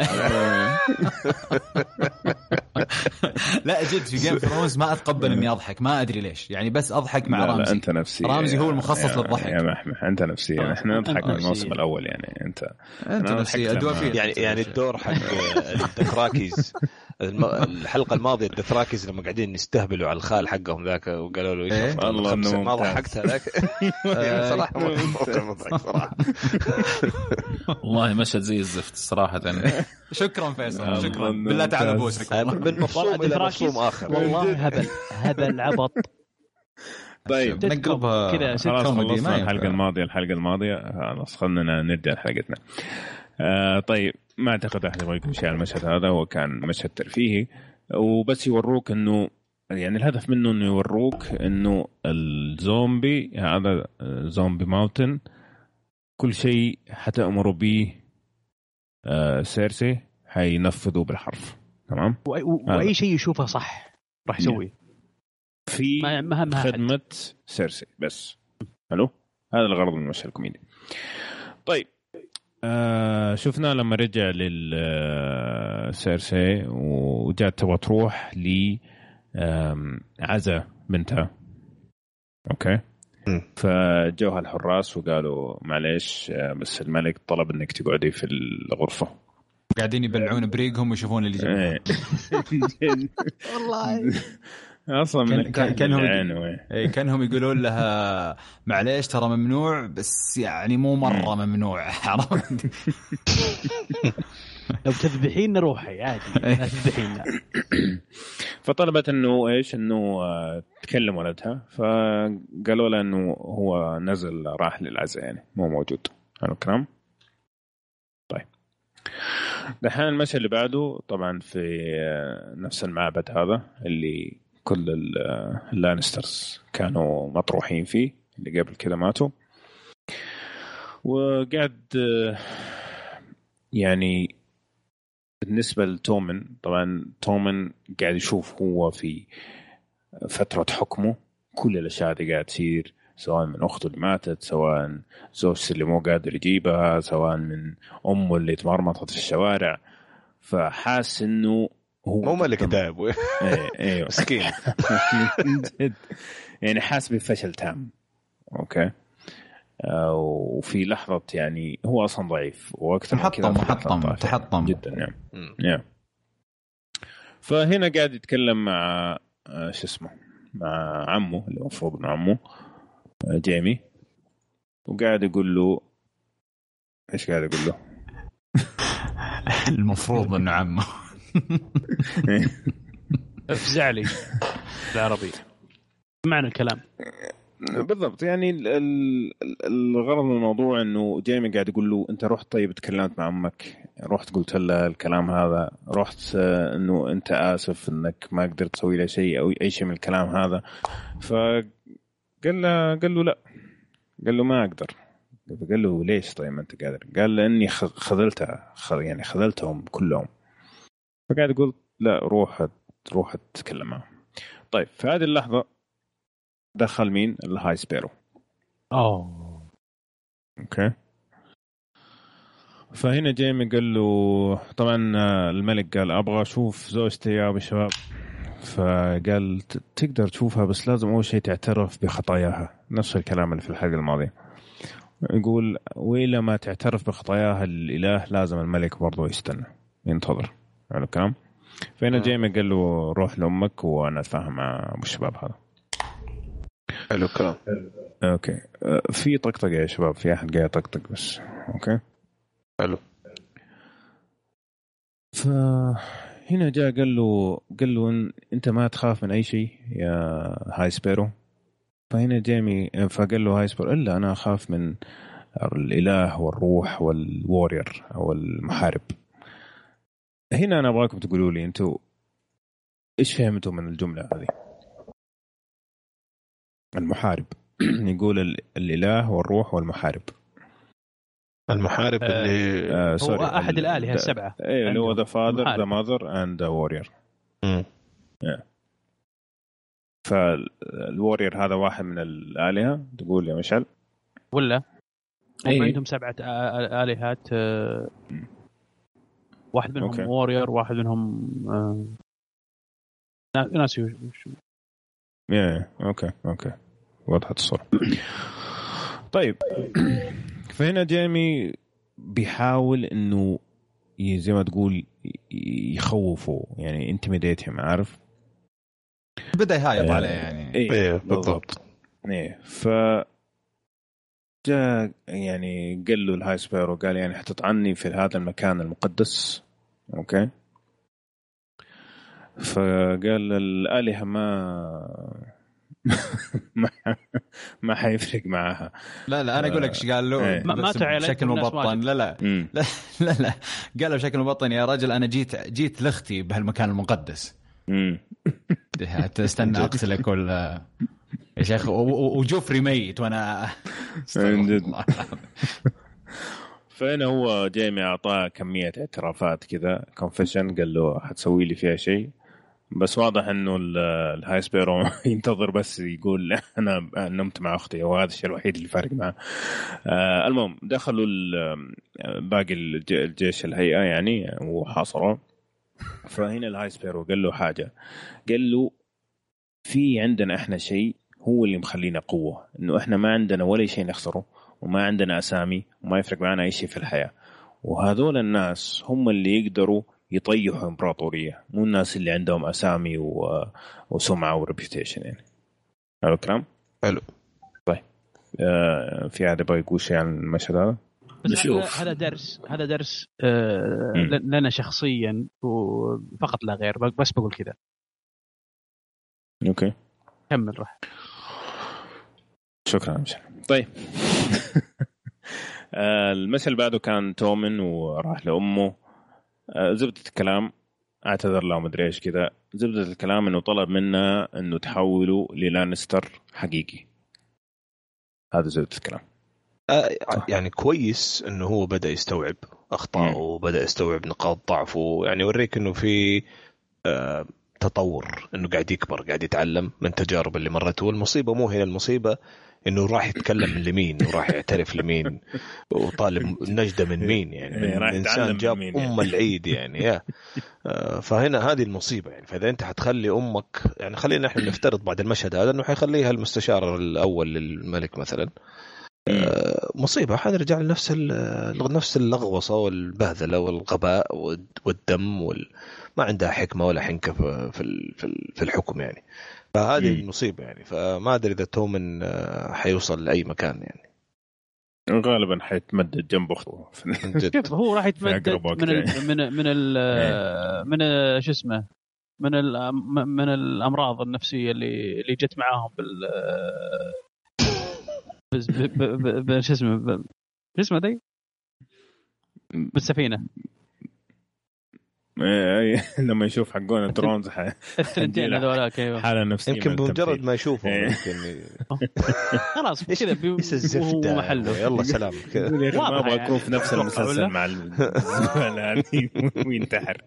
لا جد في جيم فلوس ما اتقبل اني اضحك ما ادري ليش يعني بس اضحك مع رامزي. انت نفسي رامزي هو المخصص للضحك يا محمد. انت نفسي احنا نضحك من الموسم الاول يعني انت نفسي يعني الدور حق الدثراكيز الحلقه الماضيه الدثراكيز لما قاعدين نستهبلوا على الخال حقهم ذاك وقالوا له ايش والله ما ضحكت هذاك صراحه مضحك صراحه. والله مشهد زي الزفت الصراحه يعني. شكرا فيصل شكرا بالله تعالى بوسك من مفصوم الى مفصوم اخر والله هبل عبط. طيب نقلبها كذا خلصنا الحلقه الماضيه خلاص خلنا نرجع لحلقتنا. طيب ما اعتقد احد يبغى يقول شيء على المشهد هذا. هو كان مشهد ترفيهي وبس يوروك انه يعني الهدف منه انه يوروك انه الزومبي هذا زومبي ماونتن كل شيء حتأمروا به سيرسي حينفذوا بالحرف. تمام واي شيء يشوفه صح راح يسويه في خدمة سيرسي بس. حلو هذا الغرض من المشهد الكوميدي. طيب شفنا لما رجع للسيرسي وجات تبغى تروح لعزة بنتها. اوكي فجوها الحراس وقالوا معليش بس الملك طلب انك تقعدي في الغرفة. قاعدين يبلعون بريقهم ويشوفون اللي جنبهم. والله اصلا كانهم يقولون لها معليش ترى ممنوع بس يعني مو مره ممنوع. لو تذبحين نروحي عادي تذبحين. فطلبت انه ايش انه تكلم ولدها فقالوا له انه هو نزل راح للعزاء يعني مو موجود. هذا الكلام. طيب دحين المشهد اللي بعده طبعا في نفس المعبد هذا اللي كل اللانسترز كانوا مطروحين فيه اللي قبل كده ماتوا. وقاعد يعني بالنسبة لتومن طبعا تومن قاعد يشوف هو في فترة حكمه كل الأشياء دي قاعد تصير سواء من أخته اللي ماتت سواء زوجته اللي مو قادر يجيبها سواء من أمه اللي تمرمطت في الشوارع. فحاس إنه هو مو ملك دايب. ايوه مسكين. يعني حاس بفشل تام. اوكي وفي لحظه يعني هو اصلا ضعيف واكثر تحطم جدا يعني. فهنا قاعد يتكلم مع شو اسمه مع عمه اللي المفروض انه عمه جيمي وقاعد يقول له ايش قاعد يقول له المفروض انه عمه افزعلي بالعربي معنى الكلام بالضبط. يعني الغرض من الموضوع انه جيمي قاعد يقول له انت رحت طيب تكلمت مع امك رحت قلت لها الكلام هذا رحت انه انت اسف انك ما قدرت تسوي له شيء او اي شيء من الكلام هذا. فقال له لا قال له ما اقدر. قال له ليش طيب ما انت قادر؟ قال لاني يعني خذلتهم كلهم. فقاعد يقول لا روح تتكلم معه. طيب في هذه اللحظة دخل مين؟ الهاي سبيرو. اوكي فهنا جيمي قال له طبعا الملك قال ابغى اشوف زوجتي يا ابو شباب. فقال تقدر تشوفها بس لازم اول شيء تعترف بخطاياها. نفس الكلام اللي في الحلقة الماضية. يقول وإلا ما تعترف بخطاياها الإله لازم الملك برضو يستنى ينتظر. على الكلام. فهنا جيمي قال له روح لأمك وأنا أتفاهم مع أبو الشباب هذا. حلو الكلام. أوكي في طقطقة يا شباب في أحد قاعد يطقطق بس. أوكي حلو. فهنا جاء قال له أنت ما تخاف من أي شيء يا هاي سبيرو. فهنا جيمي فقال له هاي سبيرو إلا أنا أخاف من الإله والروح والوارير أو المحارب. هنا انا ابغاكم تقولوا لي انتم ايش فهمتوا من الجمله هذه. المحارب يقول الاله والروح والمحارب. المحارب اللي هو احد الالهه السبعه. ايه اللي هو ذا فاذر ذا ماذر اند ذا وورير. فالوورير هذا واحد من الالهه تقول يا مشعل ولا هم عندهم 7 الهات. واحد منهم وورير، واحد منهم ناس اوكي وضحت الصورة. طيب فهنا جيمي بيحاول انه زي ما تقول يخوفه، يعني انتميديتهم، عارف، بدأ يهايط عليه يعني. ايه بالضبط. ايه ف جاء يعني قال له الهاي سبيرو، قال يعني حتطعني في هذا المكان المقدس. اوكي فقال الآلهة ما حيفرق معها. لا انا اقول لك ايش قال له ما بشكل مبطن. لا قال له بشكل مبطن يا رجل انا جيت لاختي بهالمكان المقدس. تستنى اقتلك ولا يا شيخ وجوفري ميت وانا فين هو جيمي اعطاه كميه اعترافات كذا كونفيشن، قال له حتسوي لي فيها شيء، بس واضح انه الهاي سبيرو ينتظر بس يقول انا نمت مع اختي، وهذا الشيء الوحيد اللي فارق معه. المهم دخلوا باقي الجيش الهيئه يعني وحاصروا. فهنا الهاي سبيرو قال له حاجه، قال له في عندنا احنا شيء هو اللي مخلينا قوه، انه احنا ما عندنا ولا شيء نخسره وما عندنا اسامي وما يفرق معنا اي شيء في الحياه، وهذول الناس هم اللي يقدروا يطيحوا امبراطوريه، مو الناس اللي عندهم اسامي وسمعه وريبيوتيشن. يعني هذا الكلام حلو. طيب في هذا بقى يقول شيء عن المشهد هذا. نشوف. هذا درس لنا شخصيا وفقط لا غير، بس بقول كذا. اوكي كمل راح. شكرا مشعل. طيب المشهد اللي بعده كان تومن وراح لأمه. زبدة الكلام اعتذر له مدري ايش كذا. زبدة الكلام انه طلب منا انه تحوله للانستر حقيقي. هذا زبدة الكلام. يعني كويس انه هو بدأ يستوعب اخطائه وبدأ يستوعب نقاط ضعفه، يعني يوريك انه في تطور، انه قاعد يكبر، قاعد يتعلم من تجارب اللي مرته. والمصيبة مو هنا المصيبة انه راح يتكلم لمين وراح يعترف لمين وطالب نجدة من مين، يعني من انسان جاب ام العيد يعني فهنا هذه المصيبة يعني. فاذا انت حتخلي امك، يعني خلينا احنا نفترض بعد المشهد هذا انه حيخليها المستشار الاول للملك مثلا، مصيبة. حنرجع لنفس اللغوصة والبهذلة والغباء والدم ما عندها حكمة ولا حنكة في الحكم يعني. فهذه المصيبة يعني. فما أدري إذا تومن حيوصل لأي مكان يعني. غالبا حيتمدد جنب أخوه. كيف هو راح يتمدد من شو اسمه من الأمراض النفسية اللي جت معاهم شو اسمه دي بالسفينة. لما يشوف حقون الدرونز الثنتين هذول حالة نفسية، يمكن بمجرد ما يشوفه يمكن خلاص كذا وهو محله يلا سلام كذا. ما ابغى اكون في نفس المسلسل مع الفلاني وينتحر.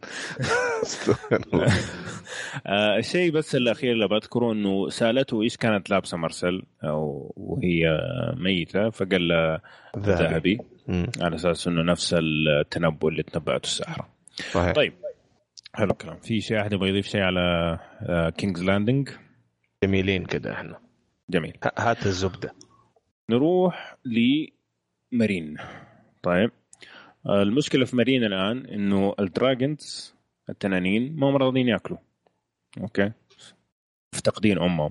الشيء بس الأخير اللي بذكره إنه سألته إيش كانت لابسة مارسيل وهي ميتة، فقال له ذهبي، على أساس إنه نفس التنبؤ اللي تنبأته الساحرة. صحيح. طيب حلو الكلام. في شيء أحد يبغى يضيف شيء على كينجز لاندنج؟ جميلين كده إحنا. جميل. هات الزبدة. نروح لمارين. طيب المشكلة في مارين الآن إنه الدراجونز التنانين ما راضين يأكلوا. أوكي افتقدين أمهم.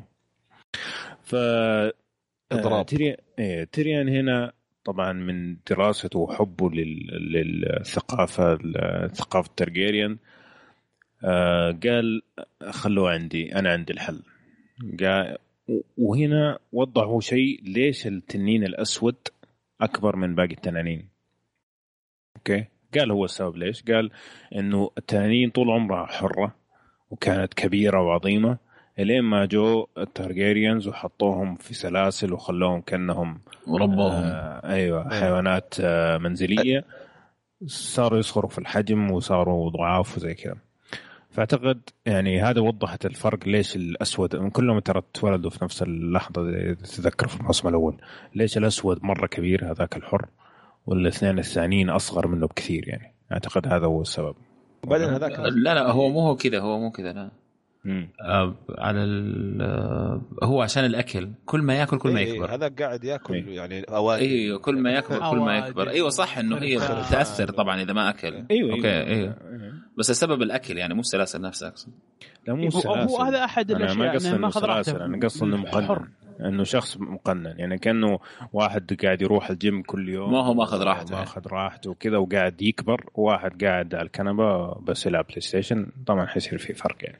تيريان هنا طبعا من دراسته وحبه للثقافة الترجيريان قال خلوه عندي، أنا عندي الحل. قال وهنا وضحوا شيء، ليش التنين الأسود أكبر من باقي التنانين. أوكي قال هو السبب ليش، قال إنه التنانين طول عمرها حرة وكانت كبيرة وعظيمة إلين ما جو التارجيريانز وحطوهم في سلاسل وخلوهم كأنهم وربوهم. أيوة حيوانات منزلية، صاروا يصغروا في الحجم وصاروا ضعاف وزي كذا. فأعتقد يعني هذا وضحت الفرق ليش الأسود من كلهم ترى تولدوا في نفس اللحظة، تذكر في الموسم الأول ليش الأسود مرة كبير هذاك الحر والاثنين الثانيين أصغر منه بكثير. يعني أعتقد هذا هو السبب. وبعدين هذاك لا هو مو كذا، هو مو كذا لا. على هو عشان الأكل، كل ما يأكل كل ما يكبر. هذا قاعد يأكل يعني أوائل. أيوة كل ما يكبر كل ما يكبر. أيوة صح إنه هي تأثر طبعا إذا ما أكل. أيوة أوكي أيوة. بس السبب الأكل يعني مو السلاسل نفسها أقصد. لا مو السلاسل. هو هذا أحد الأشياء. أنا ما قصد إنه سلاسل، أنا قصد إنه مقنن، إنه شخص مقنن. يعني كأنه واحد قاعد يروح الجيم كل يوم، ما هو ماخذ راحته، ماخذ راحته وكذا وقاعد يكبر، وواحد قاعد على الكنبة بس يلعب بلاي ستيشن، طبعا حيصير في فرق يعني.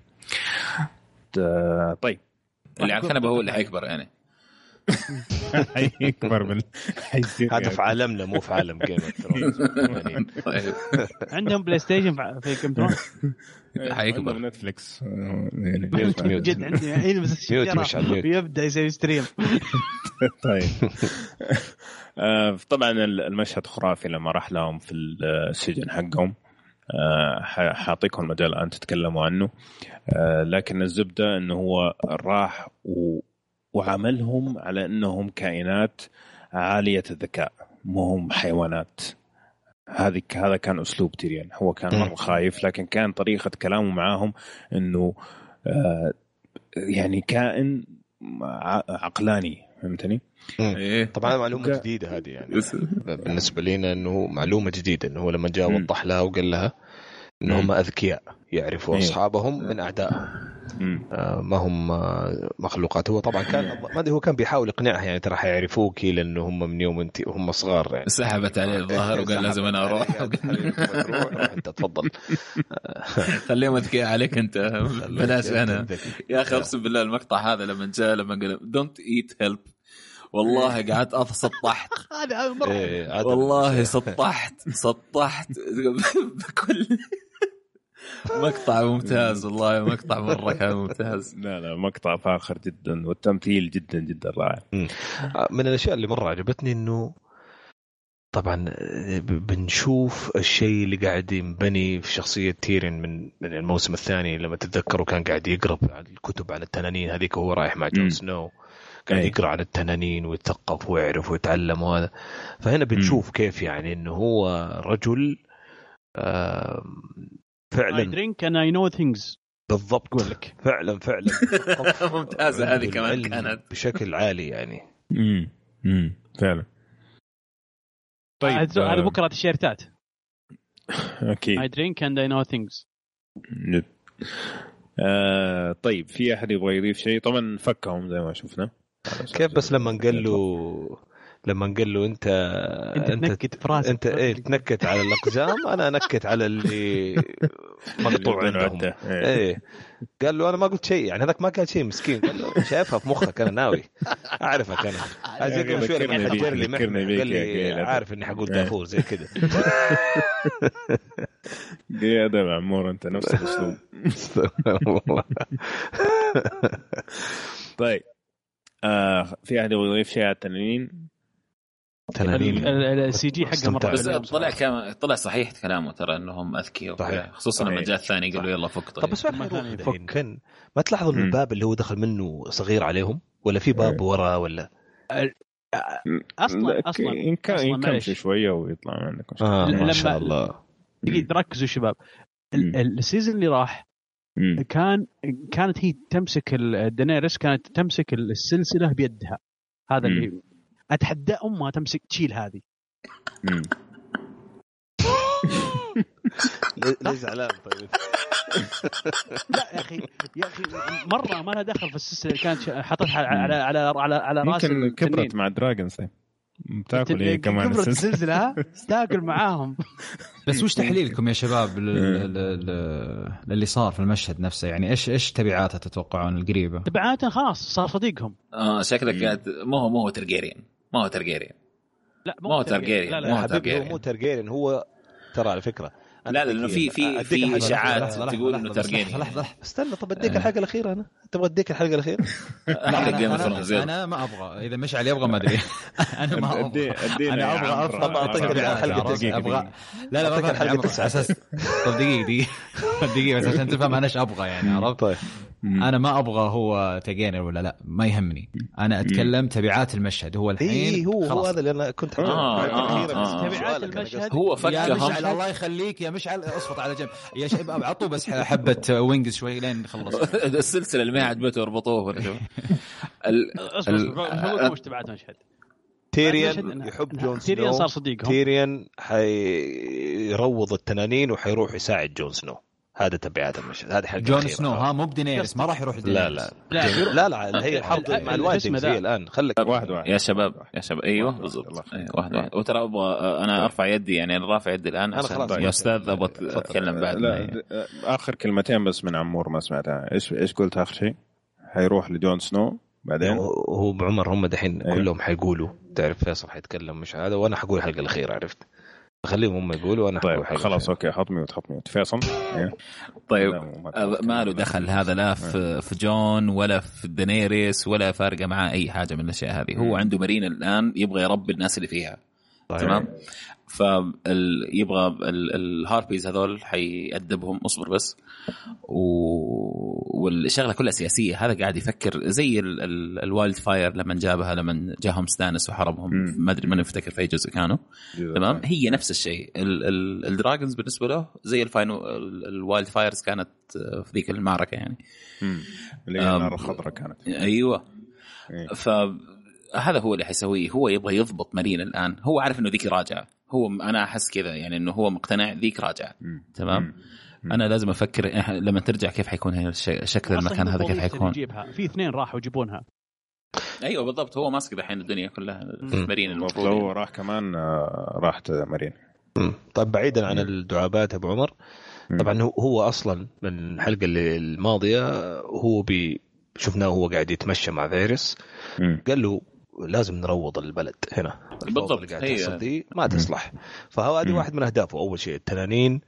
طيب اللي على الكنبة هو اللي حيكبر يعني. حيكبر من حيصير هذا في عالمنا مو في عالم جيم اوف ثرونز. عندهم بلاي ستيشن في جيم اوف ثرونز حيكبر. نتفليكس ميوت جد عندي الحين بس يبدا يسوي ستريم. طيب طبعا المشهد خرافي لما راح لهم في السجن حقهم. حاعطيكم المجال أن تتكلموا عنه، لكن الزبدة أنه هو راح وعملهم على أنهم كائنات عالية الذكاء، مهم حيوانات. هذا كان أسلوب تيريان. هو كان مرة خايف، لكن كان طريقة كلامه معاهم أنه يعني كائن عقلاني، فهمتني؟ طبعا معلومة جديدة هذه يعني بالنسبة لنا، أنه معلومة جديدة أنه لما جاء وضح لها وقال لها أنهم أذكياء يعرفوا أصحابهم من أعدائهم، ما هم مخلوقات. هو طبعا كان ما أدري، هو كان بيحاول يقنعها يعني ترى حيعرفوك لأنه هم من يوم أنت هم صغار يعني. سحبت عليه الظاهر وقال لازم أنا أروح. أنت تفضل خليهم أذكياء عليك أنت بلاش أنا. يا أخي أقسم بالله المقطع هذا لما جاء لما قال don't eat help، والله قعدت سطحت. هذا مرة والله سطحت بكل مقطع ممتاز. والله مقطع مرة كان ممتاز. لا مقطع فاخر جدا، والتمثيل جدا جدا رائع. من الأشياء اللي مرة عجبتني إنه طبعا بنشوف الشيء اللي قاعد ينبني في شخصية تيرين من الموسم الثاني. لما تتذكروا كان قاعد يقرأ الكتب عن التنانين هذيك وهو رايح مع جون سنو، قاعد يقرأ عن التنانين ويتثقف ويعرف ويتعلم وهذا. فهنا بنشوف كيف يعني إنه هو رجل فعلا I drink and I know things. بالضبط، أقول لك فعلا ممتازة هذه كمان كانت بشكل عالي يعني. فعلا. طيب هذا بكرة التيشيرتات. أكيد. I drink and I know things. طيب في أحد يبغى يضيف شيء؟ طبعا فكهم زي ما شفنا كيف، بس لما قال له انت تنكت فراسك، انت ايه تنكت على الاقزام، انا نكت على اللي مقطوع عندهم. ايه قال له انا ما قلت شيء يعني، هذاك ما قال شيء مسكين. قال له شايفها في مخك، انا ناوي اعرفك انا عايز اقول شويه لما حجر لي قال لي عارف اني حقول دافور زي كذا. يا ده معمور انت نفس الاسلوب. طيب في احد يضيف شيء على التنانين؟ السي جي حقه مرة طلع صحيح كلامه، ترى انهم اذكياء، خصوصا لما جاء الثاني قال له يلا فك. طب بس وين ما تلاحظوا ان الباب اللي هو دخل منه صغير عليهم، ولا في باب ورا، ولا اصلا كان شويه ويطلع منك ما شاء الله. ركزوا شباب، السيزون اللي راح كانت هي تمسك الدنيرس، كانت تمسك السلسله بيدها. هذا اللي اتحدى امها تمسك تشيل هذه. ليش زعلان؟ طيب لا يا اخي مره ما لها دخل في السلسله، كانت حطتها على راس. يمكن كبرت مع دراجون ساي تاكل هي كمان السلسله تاكل معاهم. بس وش تحليلكم يا شباب اللي صار في المشهد نفسه؟ يعني ايش تبعاته تتوقعون القريبه؟ تبعاته خلاص صار صديقهم. شكلك قاعد ما هو ترجيريان. لا مو ترجيريان. لا مو ترجيريان، هو ترى على فكره. لا لانه في اشاعات تقول انه ترجيني. لحظه استنى، طب اديك الحلقه الاخيره. انا تبغى اديك الحلقه الاخيره؟ انا ما ابغى، اذا مشعل يبغى ما ادري. انا ما ابغى، انا ابغى طب اعطيك الحلقه ابغى. لا ما الحلقه اساس. طب دقيقه بس عشان تفهم انا ايش ابغى يعني، عرفت؟ طيب انا ما ابغى هو تجينر ولا لا، ما يهمني. انا اتكلم تبعات المشهد. هو الحين هو هذا اللي انا كنت تبعات المشهد. هو فكهم. الله يخليك يا مشعل، اصفط على جنب يا شباب، عطوا بس حبه وينجز شوي لين نخلص. السلسله اللي ما عجبته اربطوه ولا شو. مش تبعات مشهد. تيريان يحب جون سنو. تيريان صار صديقهم. تيريان حيروض التنانين وحيروح يساعد جون سنو. هذا تبعات المشهد. هذه حلقه جون سنو ها، مو بدينيرس، ما راح يروح دينيرس. لا هي الحرب مع الوايتنجز هي الان. خليك واحد يا شباب ايوه بالضبط. واحد وترى انا ارفع يدي، يعني انا رافع يدي الان. انا خلاص يا استاذ ابغى اتكلم بعد. اخر كلمتين بس من عمور ما سمعتها. ايش قلت اخر شيء؟ حيروح لجون سنو بعدين. هو بعمر هم دحين كلهم حيقولوا، تعرف فيصل حيتكلم مش هذا، وانا حقول الحلقه الاخيره، عرفت؟ خليهم هم يقولوا وانا طيب خلاص اوكي. حط ميوت فيصل. طيب ما له دخل هذا لا في جون ولا في دينيريس ولا فارقه معاه اي حاجه من الاشياء هذه. هو عنده مارينا الان يبغى يربي الناس اللي فيها. تمام. فيبغى الهاربيز هذول حيأدبهم. اصبر بس. والشغله كلها سياسيه. هذا قاعد يفكر زي الوايلد فاير لما جابها، لما جاهم ستانس وحرمهم. ما ادري، ما نفتكر في اي جزء كانوا. تمام. هي نفس الشيء. الدراجونز بالنسبه له زي الوايلد فايرز كانت في ذيك المعركه يعني. اللي النار الخضراء كانت. ايوه. فهذا هو اللي حيسويه. هو يبغى يضبط مارينا الان. هو عارف انه ذيك راجعه. هو انا احس كذا يعني، انه هو مقتنع ذيك راجعه. تمام. انا لازم افكر لما ترجع كيف حيكون شكل المكان هذا، كيف حيكون. في اثنين راحوا يجيبونها. ايوه بالضبط. هو ماسك الحين الدنيا كلها مارين. المفروض لو راح كمان راحت مارين. طيب بعيدا عن الدعابات ابو عمر، طبعا هو اصلا من الحلقه الماضيه هو شفناه هو قاعد يتمشى مع فيروس. قال له لازم نروض البلد هنا. بالضبط. هي دي ما تصلح. فهذه واحد من اهدافه. اول شيء التنانين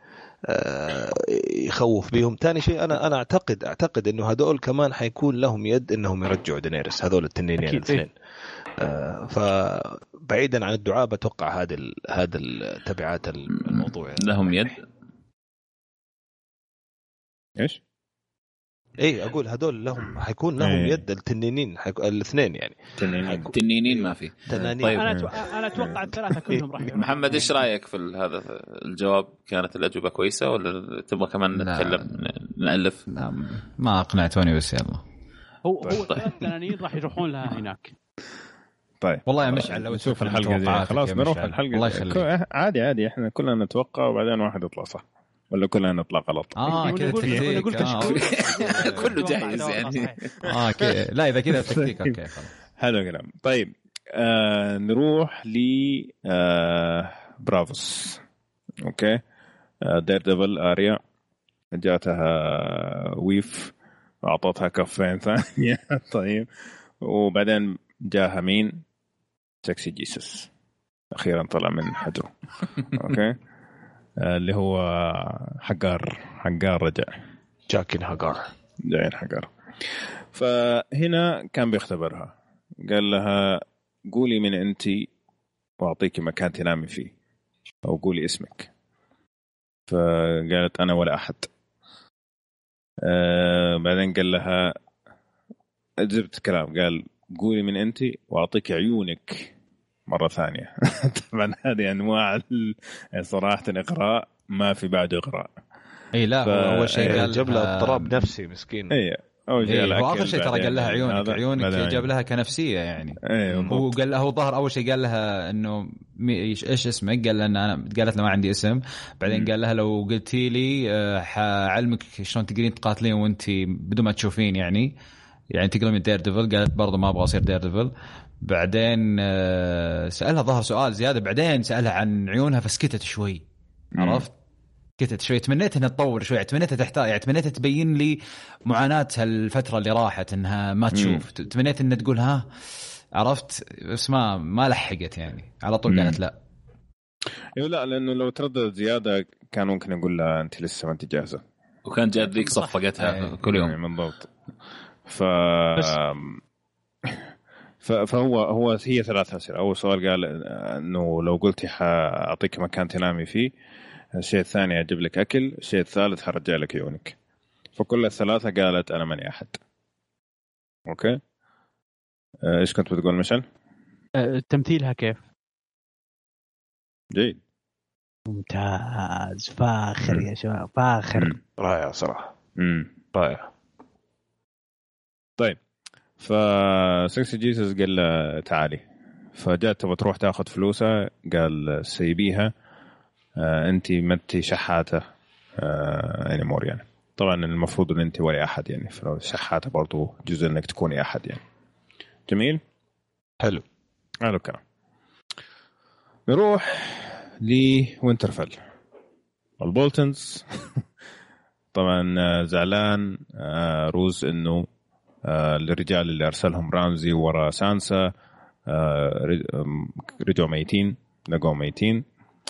يخوف بيهم. ثاني شيء انا اعتقد انه هذول كمان حيكون لهم يد انهم يرجعوا دينيرس، هذول التنين يعني الاثنين. فبعيدا عن الدعابه اتوقع هذا التبعات الموضوع يعني. لهم يد. ايش؟ اي اقول هذول لهم حيكون لهم يد. التنينين الاثنين يعني. تنينين ما في. طيب. انا اتوقع الثلاثه كلهم راح. محمد ايش رايك في هذا الجواب؟ كانت الاجوبه كويسه ولا تبغى كمان نتكلم نالف؟ ما اقنعتوني بس يلا. هو التنانين راح يروحون لها هناك. طيب والله يا مشعل لو تشوف الحلقه خلاص نروح الحلقه. عادي احنا كلنا نتوقع وبعدين واحد يطلع صح ولا كلنا نطلع غلط. كذا تكتيك. كله جاهز يعني. لا اذا كذا تكتيك اوكي خلاص. حلو كلام. طيب نروح ل برافوس. اوكي. دير ديفل اريا جاتها ويف واعطتها كفين ثانيه. طيب وبعدين جاها مين؟ سكسي جيسس اخيرا طلع من حجره. اوكي. اللي هو حقار رجع. جاكين حقار. فهنا كان بيختبرها. قال لها قولي من أنتي وأعطيك مكان تنامي فيه أو قولي اسمك. فقالت أنا ولا أحد. بعدين قال لها أجبت كلام. قال قولي من أنتي وأعطيك عيونك مرة ثانية. طبعا هذه أنواع صراحة إقراء ما في بعد إقراء. اي لا اول شيء قال جاب لها اضطراب نفسي مسكين. اول شيء هو اخر شيء ترى قال لها عيونك جاب لها كنفسيه يعني. هو قال لها، هو ظهر اول شيء قال لها انه ايش اسمك؟ قال لها قالت له ما عندي اسم. بعدين قال لها لو قلتي لي حعلمك شلون تقدرين تقاتلين وانت بدون ما تشوفين يعني تقدرين من دير ديفل. قالت برضه ما ابغى اصير دير ديفل. بعدين سالها ظهر سؤال زياده. بعدين سالها عن عيونها فسكتت شوي. عرفت؟ كنت شوي تمنيت انها تطور شوي. تمنيتها تحتاج يعني تمنيتها تبين لي معاناتها الفتره اللي راحت انها ما تشوف. تمنيت انها تقول ها عرفت بس ما لحقت يعني على طول قالت لا. لا لانه لو تردد زياده كان ممكن اقول لها انت لسه ما انت جاهزه، وكان جات ذيك صفقتها كل يوم بالضبط. فهو هي 3 أسئلة. أول سؤال قال إنه لو قلتي حأعطيك مكان تنامي فيه، الشيء الثاني أجيب لك أكل، الشيء الثالث حرجع لك عيونك. فكل الثلاثة قالت أنا ماني أحد. أوكي، إيش كنت بتقول مشعل؟ تمثيلها كيف؟ جيد، ممتاز، فاخر يا شباب، فاخر. رائع صراحة، رائع. طيب، فسكسي جيسس قال له تعالي، فجاءت تبغى تروح تاخذ فلوسها، قال سيبيها، انت ما انت شحاته يعني مور يعني. طبعا المفروض ان انت ولا احد يعني، فلو شحاته برضو جزء انك تكوني احد يعني. جميل، حلو الكلام. نروح لوينترفيل. البولتنز طبعا زعلان روز انه الرجال اللي أرسلهم رامزي ورا سانسا رجعوا ميتين، لقوا ميتين.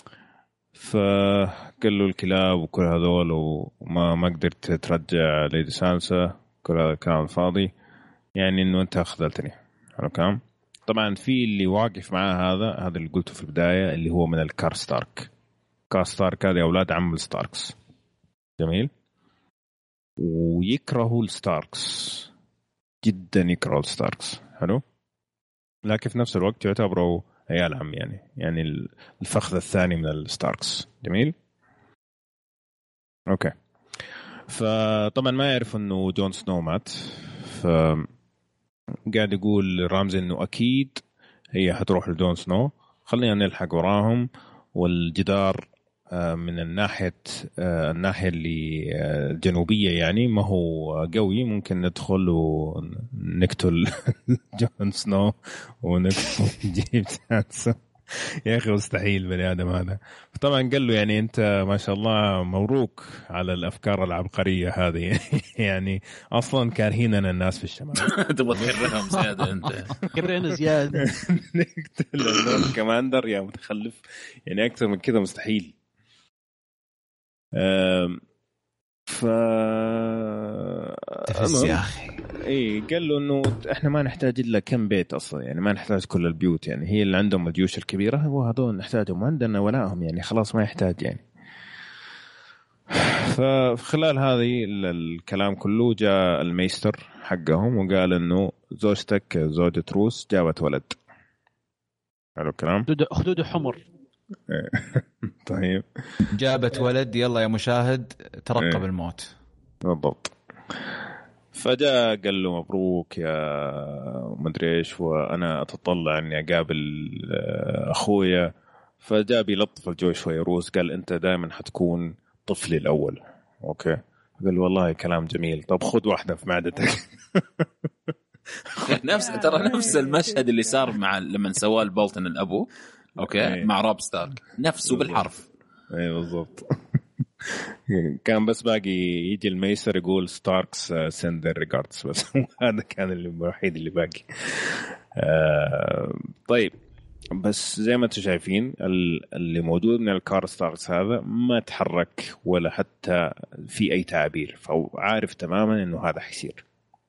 فقال له الكلاب وكل هذول وما قدرت ترجع ليدي سانسا، كل هذا الكلام فاضي يعني، إنه أنت خذلتني. كلام. طبعا في اللي واقف معاه هذا اللي قلته في البداية، اللي هو من الكارستارك. كارستارك هذه أولاد عم الستاركس. جميل. ويكرهوا الستاركس جدا، يكرهوا الستاركس. حلو. لكن في نفس الوقت يعتبروا عيال عم يعني الفخذ الثاني من الستاركس. جميل. اوكي. فطبعا ما يعرف انه جون سنو مات، فقاعد يقول رامزي انه اكيد هي حتروح لجون سنو، خلينا نلحق وراهم. والجدار من الناحية اللي الجنوبية يعني ما هو قوي، ممكن ندخل ونقتل جون سنو ونجيب سانسا. يا أخي مستحيل بني آدم هذا. طبعا قال له يعني أنت ما شاء الله مبروك على الأفكار العبقرية هذه. يعني أصلا كارهيننا الناس في الشمال. تبغى تكرههم زيادة أنت. كرهنا زيادة. نقتل اللورد كماندر يا متخلف، يعني أكثر من كذا مستحيل. تفز يا أخي. ايه قال له انه احنا ما نحتاج الا كم بيت اصلا يعني، ما نحتاج كل البيوت يعني، هي اللي عندهم الجيوش الكبيره وهذول نحتاجهم، عندنا ولاهم يعني، خلاص ما يحتاج يعني. فخلال هذه الكلام كله جاء الميستر حقهم وقال انه زوجتك زوجة روس جابت ولد. حلو الكلام. خدود حمر. طيب جابت ولد، يلا يا مشاهد ترقب الموت. بالضبط. فجاء قال له مبروك يا مدري ايش، وانا اتطلع اني اقابل اخويا. فجاء بيلطف الجو شوي روس، قال انت دائما حتكون طفلي الاول. اوكي، قال والله كلام جميل، طب خذ واحده في معدتك. نفس المشهد اللي صار مع لما سواه البولتن الابو. اوكي مع روب ستارك نفسه بالحرف. اي بالضبط. كان بس باقي يجي الميسر يقول ستاركس سند ريجاردز بس. هذا كان الوحيد اللي باقي. طيب بس زي ما انتم شايفين اللي موجود من الكار ستاركس هذا ما تحرك ولا حتى في اي تعابير، فهو عارف تماما انه هذا حيصير.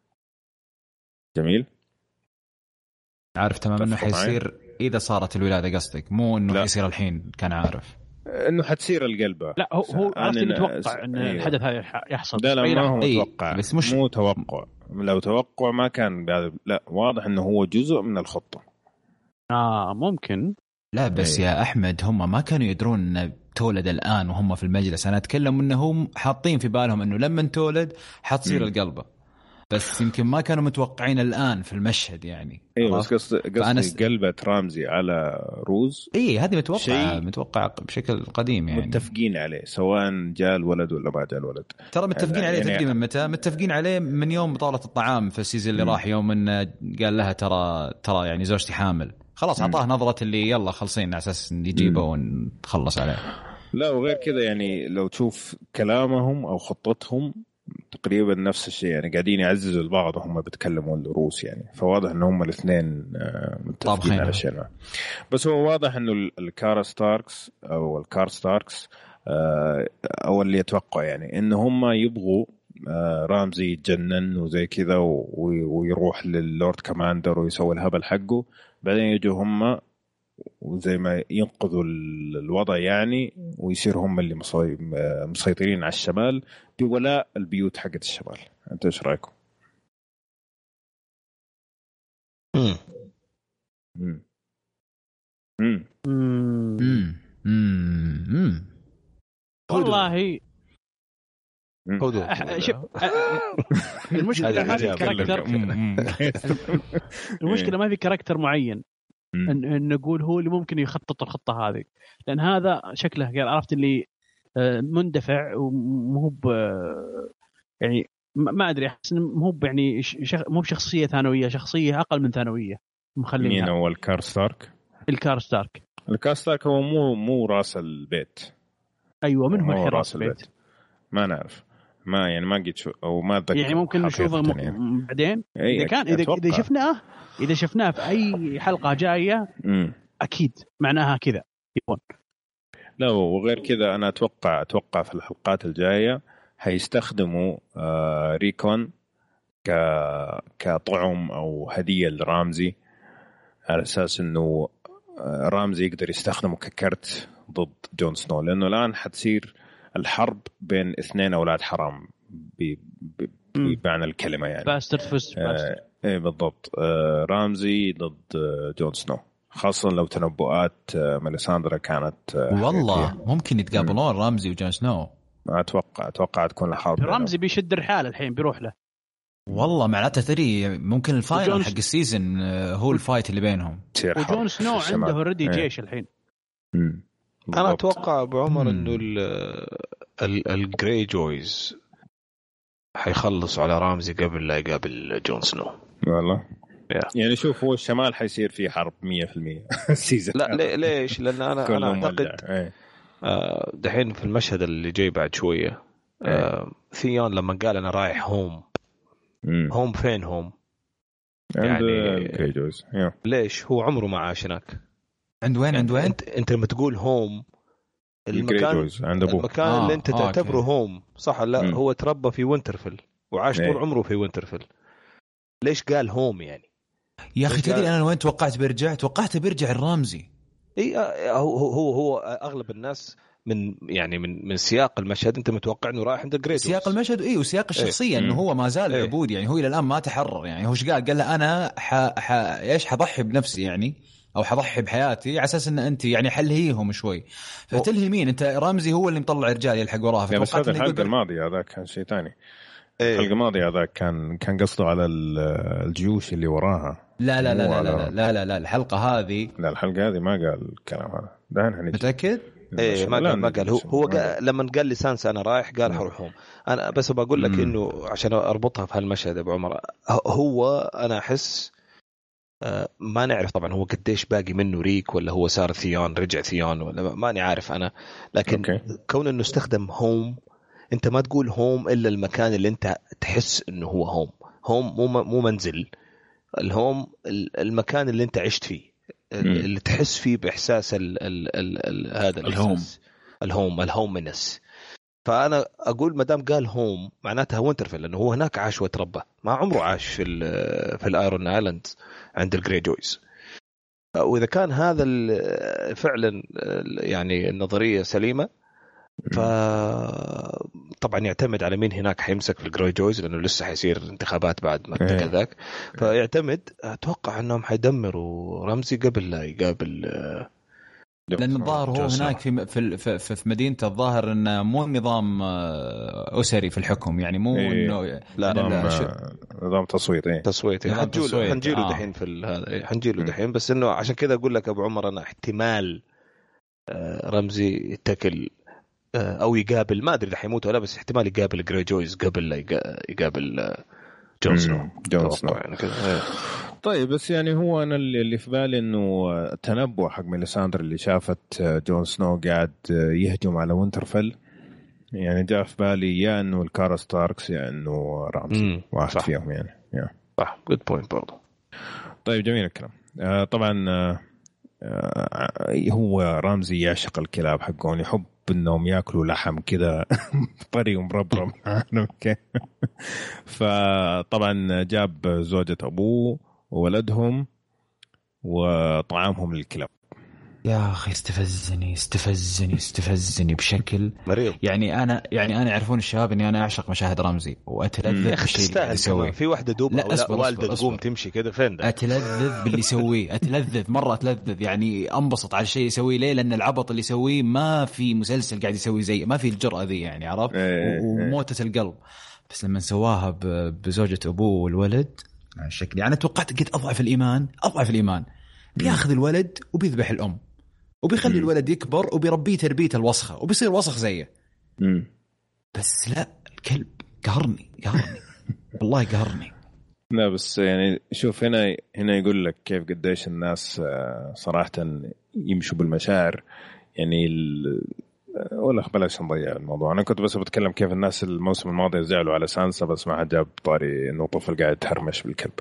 جميل. عارف تماما انه حيصير اذا صارت الولاده قصدك، مو انه حيصير الحين، كان عارف انه حتصير القلبه. لا هو عارف متوقع ان الحدث هذا يحصل. لا ما هو متوقع، بس مش مو توقع. لو توقع ما كان لا، واضح انه هو جزء من الخطه. ممكن. لا بس يا احمد هم ما كانوا يدرون ان تولد الان وهم في المجلس. انا اتكلم انهم حاطين في بالهم انه لما تولد حتصير القلبه، بس يمكن ما كانوا متوقعين الآن في المشهد يعني. ايوه بس قصدي قلبة رامزي على روز. ايه هذه متوقع بشكل قديم يعني، متفقين عليه سواء جاء الولد ولا ما جاء الولد. ترى متفقين عليه يعني تقريبا متى متفقين عليه؟ من يوم طاولة الطعام في السيزون اللي راح، يوم ان قال لها ترى يعني زوجتي حامل، خلاص عطاه نظرة اللي يلا خلصين على اساس نجيبه ونخلص عليه. لا وغير كذا يعني لو تشوف كلامهم او خطتهم تقريبا نفس الشيء يعني، قاعدين يعززوا البعض وهم بيتكلموا الروس يعني، فواضح ان هم الاثنين متفقين على شيء. بس هو واضح انه الكار ستاركس او الكار ستاركس او اللي يتوقع يعني ان هم يبغوا رامزي يتجنن وزي كذا ويروح لللورد كماندر ويسوي الهبل حقه، بعدين يجوا هم وزي ما ينقذوا الوضع يعني، ويصير هم اللي مسيطرين على الشمال بولاء البيوت حقت الشمال. انت ايش رايكم؟ والله المشكلة ما في كاركتر المشكلة ما في كاركتر معين ان نقول هو اللي ممكن يخطط الخطة هذه، لان هذا شكله عرفت اللي مندفع ومو يعني ما ادري، احس مو يعني مو بشخصية ثانوية، شخصية اقل من ثانوية مخلينها. مين هو الكار ستارك؟ الكار ستارك هو مو راس البيت. ايوه من هو راس البيت ما نعرف، ما قد شو او ما اتذكر يعني، ممكن نشوفه بعدين اذا كان اذا شفناه في اي حلقه جايه اكيد معناها كذا يكون. لا وغير كذا انا اتوقع في الحلقات الجايه هيستخدموا ريكون كطعم او هديه لرامزي، على اساس انه رامزي يقدر يستخدمه ككرت ضد جون سنو، لانه الان حتصير الحرب بين اثنين اولاد حرام بمعنى الكلمه يعني، باسترد فست باسترد. ايه بالضبط. رامزي ضد جون سنو، خاصه لو تنبؤات ميليساندرا كانت والله ممكن يتقابلون رامزي وجون سنو. اتوقع تكون الحرب. رامزي بيشد الرحال الحين بيروح له. والله معناته تدري ممكن الفاينل حق السيزن هو الفايت اللي بينهم. وجون سنو عنده اوريدي جيش الحين. انا اتوقع ابو عمر انه الجراي جويز حيخلص على رامزي قبل لا يقابل جون سنو. والله يعني شوف، هو الشمال حيصير فيه حرب 100% السيزن. لا ليش؟ لان انا اعتقد دحين في المشهد اللي جاي بعد شويه ثيون لما قال انا رايح هوم فين هوم يعني كريجوز. ليش هو عمره ما عاش هناك؟ عند وين انت لما تقول هوم المكان اللي انت تعتبره هوم صح؟ لا هو تربى في وينترفيل وعاش طول عمره في وينترفيل. ليش قال هوم يعني؟ يا اخي تدري انا وين توقعت بيرجع الرامزي. اي هو اغلب الناس من سياق المشهد انت متوقع انه رايح عند جريدوس. سياق المشهد وسياق الشخصيه انه هو ما زال عبود يعني، هو الى الان ما تحرر يعني. هو ايش قال له انا حضحي بنفسي يعني، او حضحي بحياتي على اساس ان انت يعني حلهيهم شوي. فتلهي مين انت؟ رامزي هو اللي مطلع رجال يلحق وراها. بس هذا الحلقه الماضيه هذا كان شيء ثاني. الحلقه الماضيه هذا كان قصده على الجيوش اللي وراها. لا الحلقه هذه ما قال الكلام هذا. ده متاكد؟ ما قال هو لما قال لي سانس انا رايح قال حروحهم. انا بس بقول لك انه عشان اربطها في هالمشهد ابو عمر، هو انا احس ما نعرف طبعا هو قديش باقي منه ريك، ولا هو صار ثيون رجع ثيون، ولا ماني عارف انا. لكن كون انه استخدم هوم، انت ما تقول هوم الا المكان اللي انت تحس انه هو هوم مو منزل. الهوم المكان اللي انت عشت فيه، اللي تحس فيه باحساس هذا الهومنس. فانا اقول ما دام قال هوم معناتها وينترفيل، لانه هو هناك عاش وتربى، ما عمره عاش في الايرون ايلاند عند الجري جويز. واذا كان هذا فعلا يعني النظريه سليمه، فطبعا يعتمد على مين هناك حيمسك في الجري جويز، لانه لسه حيصير انتخابات بعد ما كذاك. فيعتمد اتوقع انهم حيدمروا رمزي قبل لا يقابل، لأن الظاهر هو هناك في مدينة الظاهر إنه مو نظام أسري في الحكم يعني، مو إنه نظام تصويت. حنجيله دحين في هذا، حنجيله دحين. بس إنه عشان كذا أقول لك أبو عمر أنا احتمال رمزي يتكل أو يقابل، ما أدري إذا حيموت ولا، بس احتمال يقابل جري جويز قبل لا يقابل جون سنو يعني كذا. طيب بس يعني هو أنا اللي في بالي إنه التنبؤ حق ميليساندر اللي شافت جون سنو قاعد يهجم على وينترفيل، يعني جاء في بالي يا انه الكارا ستاركس يا انه رامزي واحد صح. فيهم يعني صح جود بوينت برضه. طيب جميل الكلام. طبعا هو رامزي يعشق الكلاب حقهم، يحب انهم ياكلوا لحم كذا طري ومربرب. اوكي. فطبعا جاب زوجة ابوه وولدهم وطعامهم للكلاب. يا اخي استفزني بشكل مريض. يعني انا يعرفون الشباب اني انا اعشق مشاهد رمزي واتلذذ بالشيء اللي قاعد يسويه. في واحده دوب او والده تقوم تمشي كده فين ده، اتلذذ باللي يسويه، اتلذذ يعني انبسط على الشيء يسويه. ليه؟ لان العبط اللي يسويه ما في مسلسل قاعد يسوي زي، ما في الجرأة ذي يعني، عرفت؟ وموتة القلب. بس لما سواها بزوجة ابوه والولد الشكل، يعني توقعت قلت اضعف الايمان بياخذ الولد وبيذبح الام وبيخلي الولد يكبر وبيربيه تربية الوسخة وبيصير وسخ زيه. بس لا، الكلب قهرني والله قهرني. لا بس يعني شوف هنا يقول لك كيف قديش الناس صراحة يمشوا بالمشاعر يعني ولا بلاش نضيع الموضوع. أنا كنت بس بتكلم كيف الناس الموسم الماضي زعلوا على سانسا، بس ما حد جاب طاري إنه طفل قاعد تهرمش بالكلب.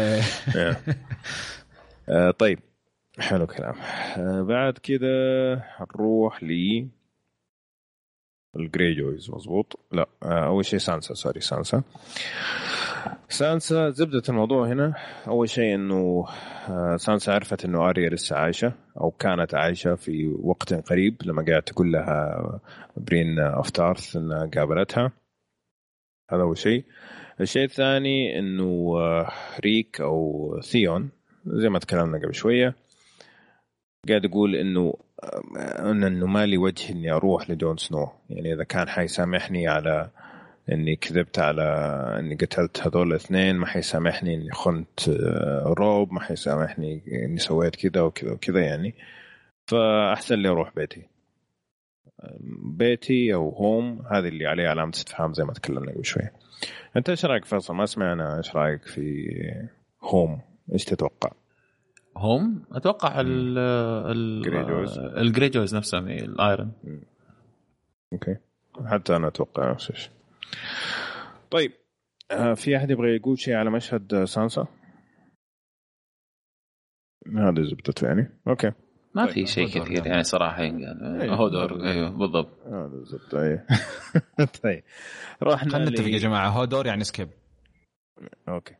طيب حلو كلام. بعد كده نروح لي الجري جويز. مظبوط. لا أول شيء سانسا زبدة الموضوع هنا. أول شيء إنه سانسا عرفت إنه آريا لسه عايشة أو كانت عايشة في وقت قريب لما قاعد تقول لها برين أوف تارث إنها قابلتها. هذا أول شيء. الشيء الثاني إنه ريك أو ثيون زي ما تكلمنا قبل شوية قاعد يقول إنه ما لي وجه إني أروح لجون سنو، يعني إذا كان حيسامحني على إني كذبت على إني قتلت هذول الاثنين، ما حيسامحني إني خنت روب، ما حيسامحني إني سويت كذا وكذا وكذا يعني. فأحسن لي أروح بيتي أو هوم، هذه اللي عليه علامة استفهام زي ما تكلمنا قبل شوية. أنت إيش رأيك فيصل؟ ما سمعنا إيش رأيك في هوم؟ إيش تتوقع؟ هم اتوقع الجريجوز نفسهم الايرون. اوكي حتى انا اتوقع نفس الشيء. طيب في احد يبغى يقول شيء على مشهد سانسا؟ هذا زبطت يعني. اوكي ما في شيء كثير يعني صراحه ينقال. هودور ايوه بالضبط هذا زبط. ايوه طيب رحنا نتفق يا جماعه، هودور يعني سكيب. اوكي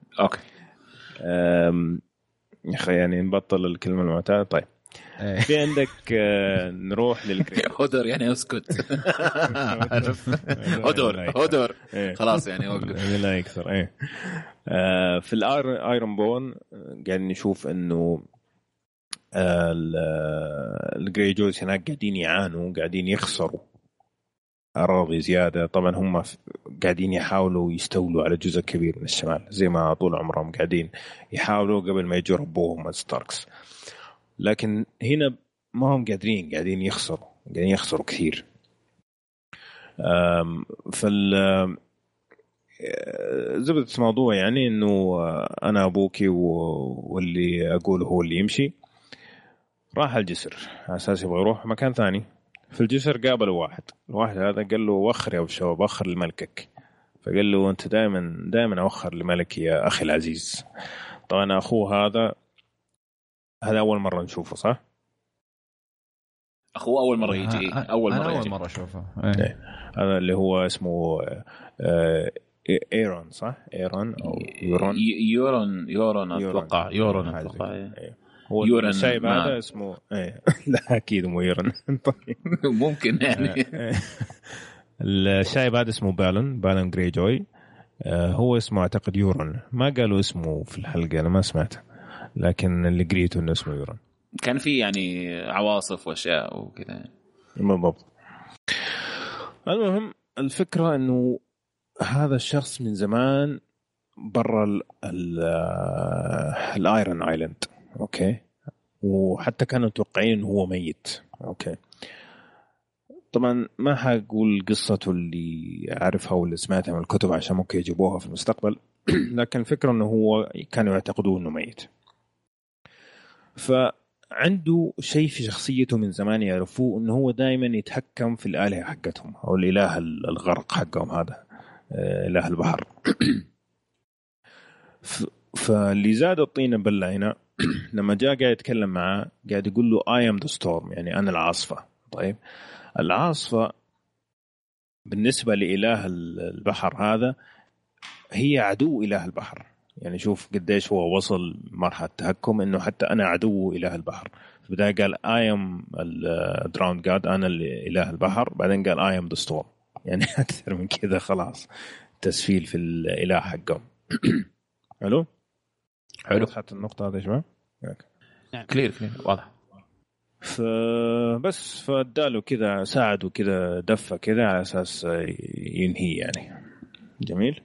يا أخي يعني نبطل الكلمة المعتادة. طيب في عندك نروح هودور يعني اسكت. هودور خلاص يعني وقف لا يكثر. في الايرون بون قاعد نشوف انه الجري جوز هناك قاعدين يعانوا، قاعدين يخسروا أراضي زيادة. طبعا هم قاعدين يحاولوا يستولوا على جزء كبير من الشمال زي ما طول عمرهم قاعدين يحاولوا قبل ما يجوا ربوهم الستاركس، لكن هنا ما هم قاعدين يخسروا كثير. زبدة الموضوع يعني إنه أنا أبوكي واللي أقوله هو اللي يمشي. راح الجسر على أساس يبغى يروح مكان ثاني. في الجسر قابلوا الواحد هذا قال له وخر يا شباب، وخر لملكك. فقال له أنت دائما أوخر لملكي يا أخي العزيز. طبعا أخوه هذا أول مرة نشوفه صح؟ أخوه أول مرة يجي أول مرة أشوفه. هذا اللي هو اسمه إيرون صح؟ إيرون أو يورون أتوقع. هو الشايب هذا اسمه لا أكيد مو يورون. ممكن يعني الشايب هذا اسمه بالون جري جوي. هو اسمه أعتقد يورون، ما قالوا اسمه في الحلقة أنا ما سمعت، لكن اللي قريته إنه اسمه يورون. كان في يعني عواصف وأشياء وكذا بالضبط. المهم الفكرة إنه هذا الشخص من زمان برا الآيرون آيلاند. أوكي، وحتى كانوا متوقعين إنه هو ميت. أوكي طبعا ما حقول قصته اللي عارفها واللي سمعتها من الكتب عشان ممكن يجيبوها في المستقبل، لكن الفكرة إنه هو كانوا يعتقدون إنه ميت. عنده شيء في شخصيته من زمان يعرفوه انه هو دائما يتحكم في الآلهة حقتهم او الاله الغرق حقهم هذا اله البحر. فاللي زاد الطينة بلة هنا لما جاء قاعد يتكلم معاه قاعد يقول له I am the storm يعني أنا العاصفة. طيب العاصفة بالنسبة لإله البحر هذا هي عدو إله البحر. يعني شوف قديش هو وصل مرحلة تحكم إنه حتى أنا عدو إله البحر. في البداية قال I am drowned God أنا إله البحر، بعدين قال I am the storm يعني أكثر من كذا خلاص تسفيل في الإله حقه. حلو حتى النقطة هذا يا شباب نعم كلير واضح. فبس فاداله كذا ساعده كذا دفة كذا على أساس ينهي يعني. جميل.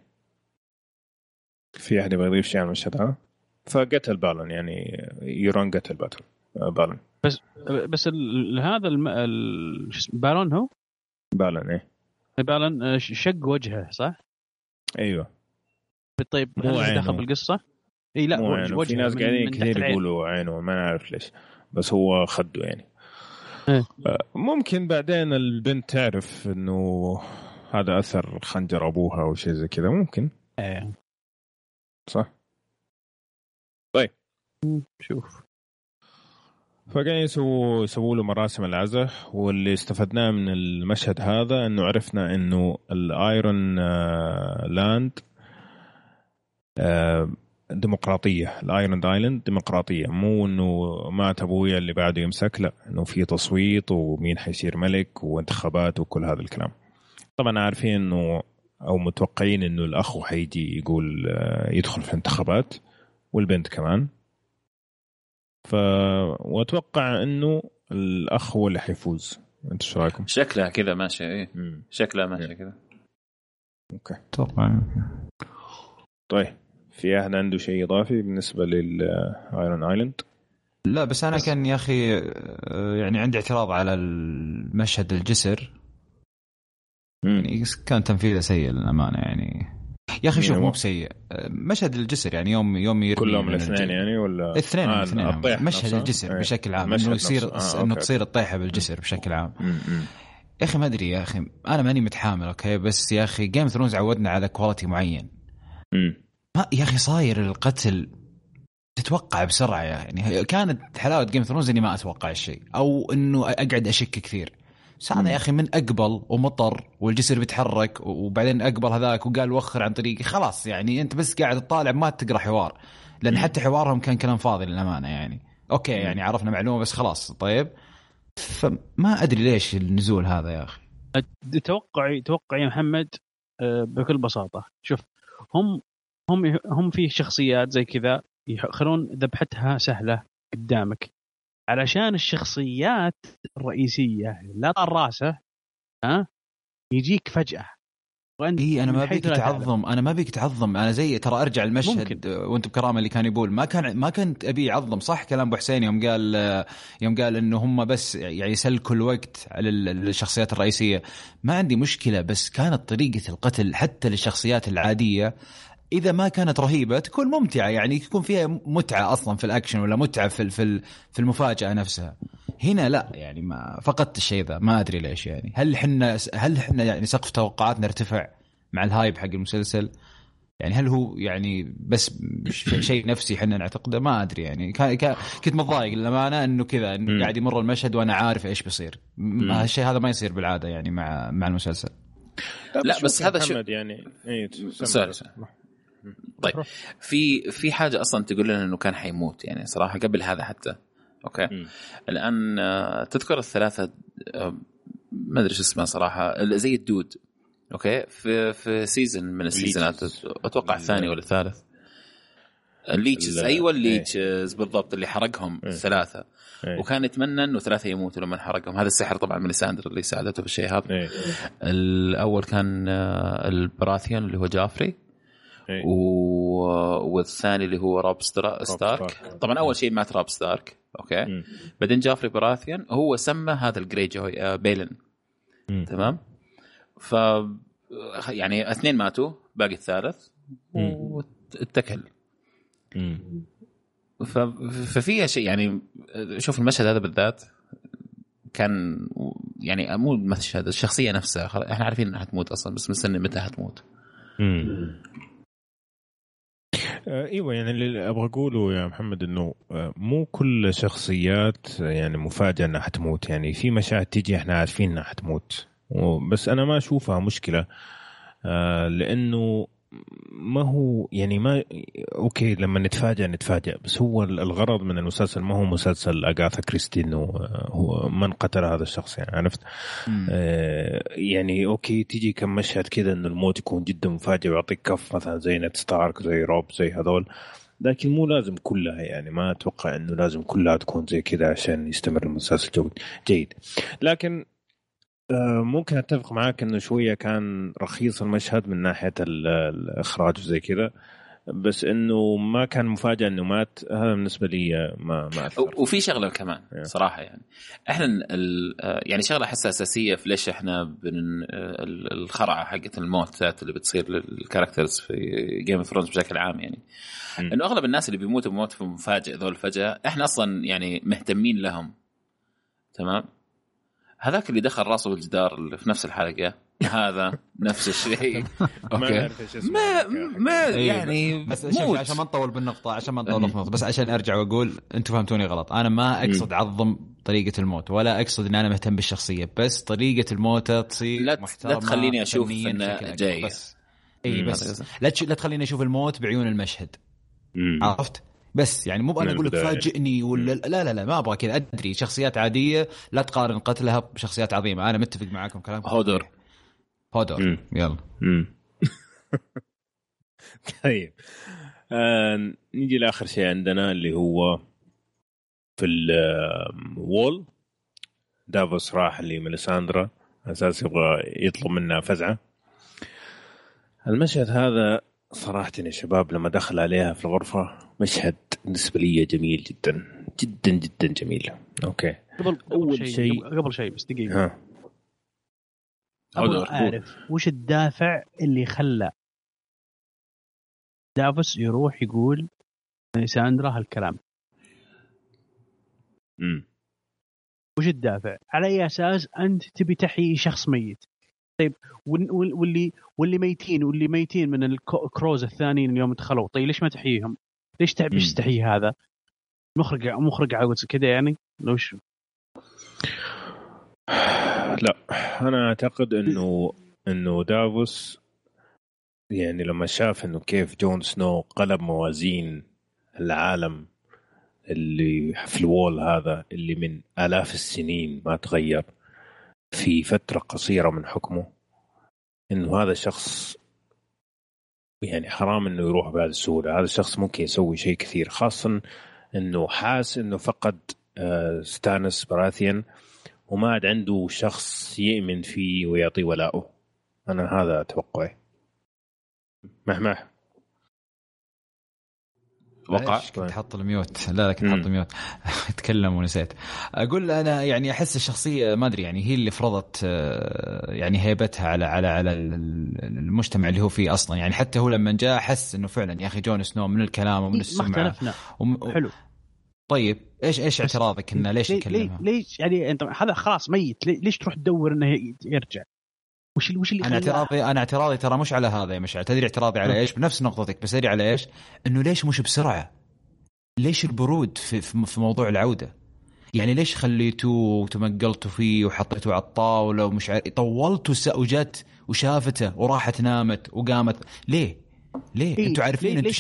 في أحد يبغى يضيف شيء على المشهد هذا؟ فقتل بالون يعني يوران قتل بالون بس هذا بالون هو بالون ايه بالون شق وجهه صح؟ ايوه. طيب هل دخل بالقصة؟ اي لا وجهه في ناس قاعدين كثير يقولوا عينه ما نعرف ليش بس هو خده يعني. ممكن بعدين البنت تعرف انه هذا اثر خنجر ابوها او شيء زي كذا ممكن. صح. طيب شوف فقاعدين يسووا له مراسم العزاء، واللي استفدناه من المشهد هذا انه عرفنا انه الايرون لاند ديمقراطية. الايرون ايلاند ديمقراطية، مو انه مات ابويا اللي بعده يمسك، لا انه في تصويت ومين حيصير ملك وانتخابات وكل هذا الكلام. طبعا عارفين انه او متوقعين انه الاخ حيجي يقول يدخل في الانتخابات والبنت كمان. واتوقع انه الاخ هو اللي حيفوز. انت شو رايكم؟ شكلها كذا ماشي. ايه شكلها ماشي كذا. اوكي اتوقع. طيب في احد عنده شيء اضافي بالنسبه للايرون ايلاند؟ لا بس انا كان يا اخي يعني عندي اعتراض على المشهد الجسر. يعني كان تنفيذه سيء للامانه يعني. يا اخي شوف مو بسيء مشهد الجسر يعني يوم يرمي كلهم الاثنين يعني ولا الاثنين مشهد الجسر بشكل عام انه يصير انه تصير الطيحه بالجسر بشكل عام. يا اخي ما ادري يا اخي انا ماني متحامل اوكي بس يا اخي جيم اوف ثرونز عودنا على كواليتي معين. ما يا اخي صاير القتل تتوقع بسرعه يعني. كانت حلاوه جيم اوف ثرونز اني ما اتوقع الشيء او انه اقعد اشك كثير. ساعنا يا أخي من أقبل ومطر والجسر بيتحرك وبعدين أقبل هذاك وقال وخر عن طريقي خلاص يعني أنت بس قاعد تطالع ما تقرأ حوار لأن حتى حوارهم كان كلام فاضي للأمانة يعني. أوكي يعني عرفنا معلومة بس خلاص. طيب فما أدري ليش النزول هذا يا أخي. توقع يا محمد بكل بساطة. شوف هم في شخصيات زي كذا يخلون ذبحتها سهلة قدامك علشان الشخصيات الرئيسية لا طار راسه يجيك فجأة. إيه أنا ما بيك تعظم أنا زي ترى أرجع المشهد وأنت بكرامة اللي كان يقول ما كنت أبي أعظم. صح كلام أبو حسين يوم قال إنه هم بس يعني يسلكوا الوقت على الشخصيات الرئيسية ما عندي مشكلة بس كانت طريقة القتل حتى للشخصيات العادية إذا ما كانت رهيبة تكون ممتعة يعني يكون فيها متعة أصلا في الأكشن ولا متعة في المفاجأة نفسها. هنا لا يعني ما فقدت الشيء ذا ما أدري ليش يعني. هل حنا يعني سقف توقعاتنا ارتفع مع الهايب حق المسلسل يعني هل هو يعني بس شيء نفسي حنا نعتقده ما أدري يعني. كنت متضايق للأمانة إنه كذا إنه قاعد يمر المشهد وأنا عارف إيش بيصير. هالشيء هذا ما يصير بالعادة يعني مع المسلسل. لا بس هذا شيء يعني طيب في حاجة أصلا تقول لنا إنه كان حيموت يعني صراحة قبل هذا حتى. أوكي الآن تذكر الثلاثة ما أدري شو اسمها صراحة زي الدود. أوكي في سيزن من السيزونات أتوقع الثاني ولا الثالث الليتشز. أيوة الليتشز بالضبط اللي حرقهم الثلاثة وكان يتمنى إنه ثلاثة يموتوا لما حرقهم. هذا السحر طبعا من ساندر اللي ساعدته في الشيء هذا. الأول كان البراثيون اللي هو جافري والثاني اللي هو روب ستارك. طبعا أول شيء مات روب ستارك. أوكي بعدين جافري براثيون هو سمى هذا الجري جوي بيلن. تمام ف يعني اثنين ماتوا باقي الثالث واتكل. ففيها شيء يعني. شوف المشهد هذا بالذات كان يعني مو المشهد، الشخصيه نفسها احنا عارفين انها حتموت اصلا، بس مستني متى حتموت. ايوه يعني اللي ابغى اقوله يا محمد انه مو كل شخصيات يعني مفاجاه انها حتموت. يعني في مشاهد تيجي احنا عارفين انها حتموت، بس انا ما اشوفها مشكله لانه ما هو يعني ما اوكي لما نتفاجأ، بس هو الغرض من المسلسل ما هو مسلسل أغاثا كريستي انه هو من قتل هذا الشخص، يعني عرفت. يعني اوكي تيجي كم مشهد كذا انه الموت يكون جدا مفاجئ ويعطيك كف مثلا زي نيد ستارك زي روب زي هذول، لكن مو لازم كلها. يعني ما اتوقع انه لازم كلها تكون زي كذا عشان يستمر المسلسل جيد. لكن ممكن اتفق معاك انه شويه كان رخيص المشهد من ناحيه الاخراج وزي كذا، بس انه ما كان مفاجاه انه مات. هذا بالنسبه لي ما اثر. وفي شغله كمان صراحه يعني احنا يعني شغله احسها اساسيه في ليش احنا الخرعه حقت الموت ذات اللي بتصير للكاركترز في جيم اوف ثرونز بشكل عام، يعني انه اغلب الناس اللي بيموتوا بموت مفاجئ ذول فجاه احنا اصلا يعني مهتمين لهم، تمام. هذاك اللي دخل راسه بالجدار في نفس الحلقة هذا نفس الشيء. اوكي ما يعني بس عشان ما نطول بالنقطة، عشان ما نطول بالنقطة، بس عشان ارجع واقول انتم فهمتوني غلط. انا ما اقصد عظم طريقة الموت، ولا اقصد ان انا مهتم بالشخصية، بس طريقة الموت تصير محترمة. لا تخليني اشوف انه جاي بس بس لا تخليني اشوف الموت بعيون المشهد. عرفت؟ بس يعني مو انا اقول لك فاجئني ولا لا ما ابغى كذا. ادري شخصيات عاديه لا تقارن قتلها بشخصيات عظيمه. انا متفق معاكم كلامكم. هودر يلا. طيب نيجي لاخر شيء عندنا اللي هو في الوول. دافوس راح لميليساندرا اساس يبغى يطلب منها فزعه. المشهد هذا صراحة يا شباب لما دخل عليها في الغرفة مشهد بالنسبة لي جميل جدا جدا جدا جميل. أوكي قبل شيء بس دقيقة أبغى أعرف وش الدافع اللي خلى دافوس يروح يقول لساندرا هالكلام. وش الدافع؟ على أي أساس أنت تبي تحيي شخص ميت؟ طيب واللي ميتين من الكروز الثانيين اليوم دخلوا، طيب ليش ما تحييهم؟ ليش تحيي هذا مخرج عاوز كده يعني؟ لوش؟ لا انا اعتقد انه دافوس يعني لما شاف انه كيف جون سنو قلب موازين العالم اللي في الوول هذا اللي من آلاف السنين ما تغير في فترة قصيرة من حكمه، انه هذا الشخص يعني حرام انه يروح بهذه السهولة. هذا الشخص ممكن يسوي شيء كثير، خاصة انه حاس انه فقد ستانس براثيان وما عاد عنده شخص يؤمن فيه ويعطيه ولاؤه. انا هذا توقعي. مهما وقع كنت حط الميوت. لا كنت حط الميوت اتكلم ونسيت اقول. انا يعني احس الشخصيه ما ادري يعني هي اللي فرضت يعني هيبتها على المجتمع اللي هو فيه اصلا. يعني حتى هو لما جاء حس انه فعلا يا اخي جون سنو من الكلام ومن السمعه حلو. طيب ايش اعتراضك انه ليش يكلمها؟ ليش يعني انت هذا خلاص ميت، ليش تروح تدور انه يرجع؟ وش اللي انا اعتراضي ترى مش على هذا يا مشعل. تدري اعتراضي على ايش؟ بنفس نقطتك، بس ادري على ايش؟ انه ليش مش بسرعه؟ ليش البرود في موضوع العوده؟ يعني ليش خليتوه وتمقلتوا فيه وحطيتوه على الطاوله ومش طولتوا وجت وشافته وراحت نامت وقامت؟ ليه انتوا عارفين؟ انتوا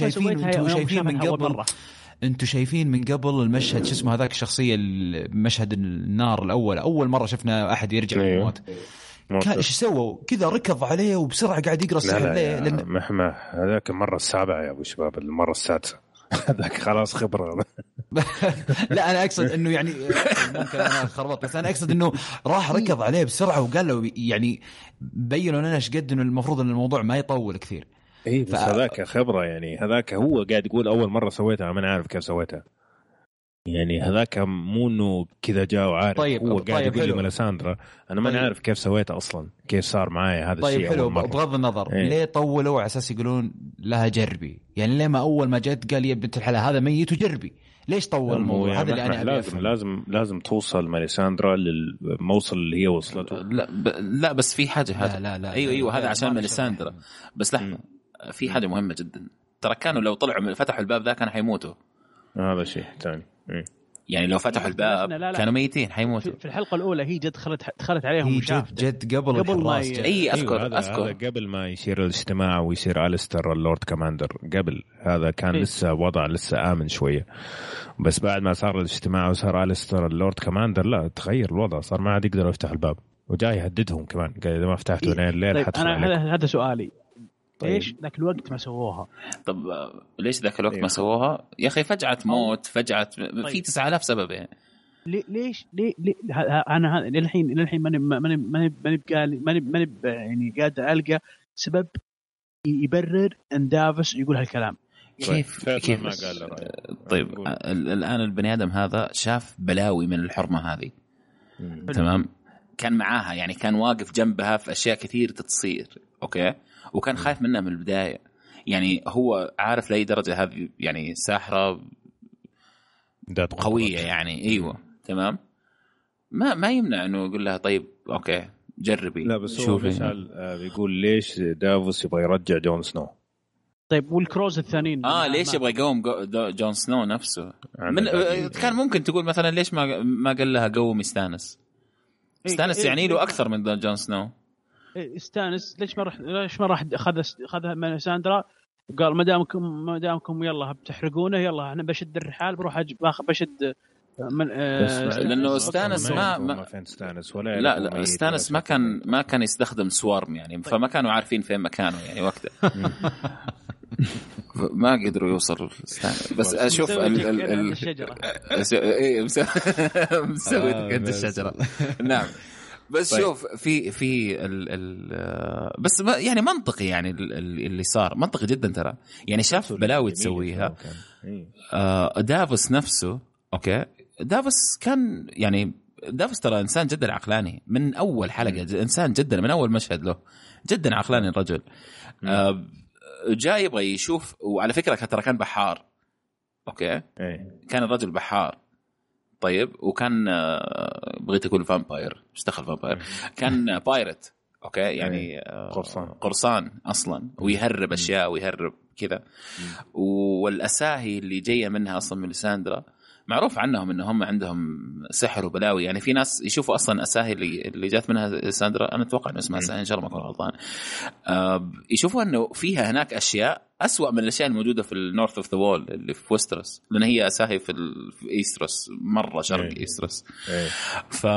شايفين من قبل المشهد شو اسمه هذاك الشخصيه مشهد النار الاول، اول مره شفنا احد يرجع من الموت. ايش سووا كذا؟ ركض عليه وبسرعه قاعد يقرا السحر ليه؟ مهما هذاك المره السابعه يا ابو شباب، المره السادسه هذاك خلاص خبره. لا انا اقصد انه يعني ممكن انا خربطت، بس انا اقصد انه راح ركض عليه بسرعه وقال له يعني بينوا لنا ايش قد انه المفروض ان الموضوع ما يطول كثير. اي بس هذاك خبره يعني. هذاك هو قاعد يقول اول مره سويتها ما انا عارف كيف سويتها. يعني هذاك مو انه كذا جاء وعارف. طيب هو قاعد يقول لي حلو. ميليساندرا انا ما نعرف كيف سويته اصلا، كيف صار معايا هذا طيب الشيء. حلو، بغض النظر ليه طولوا على اساس يقولون لها جربي؟ يعني ليه ما اول ما جت قال يا بنت الحلال هذا ميت وجربي؟ ليش طول الموضوع؟ يعني هذا اللي انا ابي افهم. لازم توصل ميليساندرا للموصل اللي هي وصلته. لا بس في حاجه هذا. لا ايوه هذا عشان ميليساندرا. بس لحظه، في حاجه مهمه جدا ترى، كانوا لو طلعوا فتحوا الباب ذا كانوا حيموتوا. هذا شيء ثاني. يعني لو فتحوا الباب كانوا ميتين حيموتوا. في الحلقه الاولى هي دخلت عليهم هي جت قبل الحراس. اي اذكر هذا قبل ما يصير الاجتماع ويصير أليستر اللورد كوماندر. قبل هذا كان لسه وضع لسه آمن شويه، بس بعد ما صار الاجتماع وصار أليستر اللورد كوماندر لا تغير الوضع، صار ما عاد يقدروا يفتح الباب، وجاي يهددهم كمان قال اذا ما فتحتوا الليل طيب حدخل عليكم. هذا سؤالي. طيب. ليش ذاك الوقت ما سووها؟ طب ليش ذاك الوقت ما سووها يا اخي؟ فجعة موت، فجعة في 9000 سبب يعني. ليش انا للحين ماني يعني قاعد القى سبب يبرر ان دافس يقول هالكلام. كيف ما قال له رأيه؟ طيب الان البني ادم هذا شاف بلاوي من الحرمه هذه. تمام، كان معاها يعني، كان واقف جنبها في اشياء كثير تصير اوكي، وكان خايف منها من البدايه. يعني هو عارف لاي درجه هذه يعني ساحره قويه يعني. ايوه تمام، ما يمنع انه يقول لها طيب اوكي جربي. لا بس هو بيقول ليش دافوس يبغى يرجع جون سنو. طيب والكروز الثانيين ليش يبغى يقوم جون سنو نفسه؟ كان ممكن تقول مثلا ليش ما قال لها قومي ستانس يعني له اكثر من جون سنو. استانس ليش ما راح اخذها ميليساندرا وقال ما دامكم يلا بتحرقونه يلا انا بشد الرحال بروح بشد من لانه استانس ما فين استانس ولا لا استانس ما كان يستخدم سوارم يعني. طيب. فما كانوا عارفين فين مكانه يعني وقتها. ما قدروا يوصلوا استانس. بس اشوف الشجره مسوي قد الشجره. نعم بس طيب. شوف في بس يعني منطقي يعني اللي صار منطقي جدا ترى. يعني شاف بلاوي تسويها. دافوس نفسه اوكي، دافوس كان يعني دافوس ترى انسان جدا عقلاني من اول حلقه. انسان جدا من اول مشهد له جدا عقلاني الرجل. جاي يبغى يشوف. وعلى فكره ترى كان بحار اوكي. كان الرجل بحار طيب، وكان بغيت اقول فامباير، ايش دخل فامباير؟ كان بايرت اوكي يعني قرصان اصلا، ويهرب اشياء ويهرب كذا. والاساهي اللي جايه منها اصلا من ليساندرا معروف عنهم انهم عندهم سحر وبلاوي. يعني في ناس يشوفوا اصلا اساهي اللي جات منها ليساندرا، انا اتوقع انه اسمها اساهي ان شاء الله ما اكون غلطان، يشوفوا انه فيها هناك اشياء أسوأ من الاشياء الموجوده في النورث اوف ذا وول اللي في ويستروس، لان هي اساهي في ايستروس مره شرق ايستروس. ف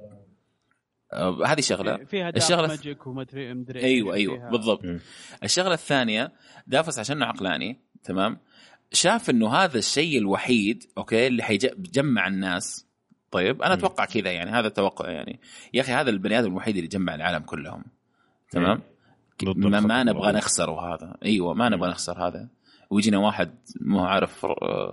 هذه شغله. الشغله ماجيك ومدري ايوه بالضبط. الشغله الثانيه دافس عشانه عقلاني تمام، شاف انه هذا الشيء الوحيد اوكي اللي حيجمع الناس. طيب انا اتوقع كذا يعني، هذا التوقع يعني. يا اخي هذا البني ادم الوحيد اللي يجمع العالم كلهم تمام. ما نبغى نخسره هذا. ايوه ما نبغى نخسر هذا. ويجينا واحد مو عارف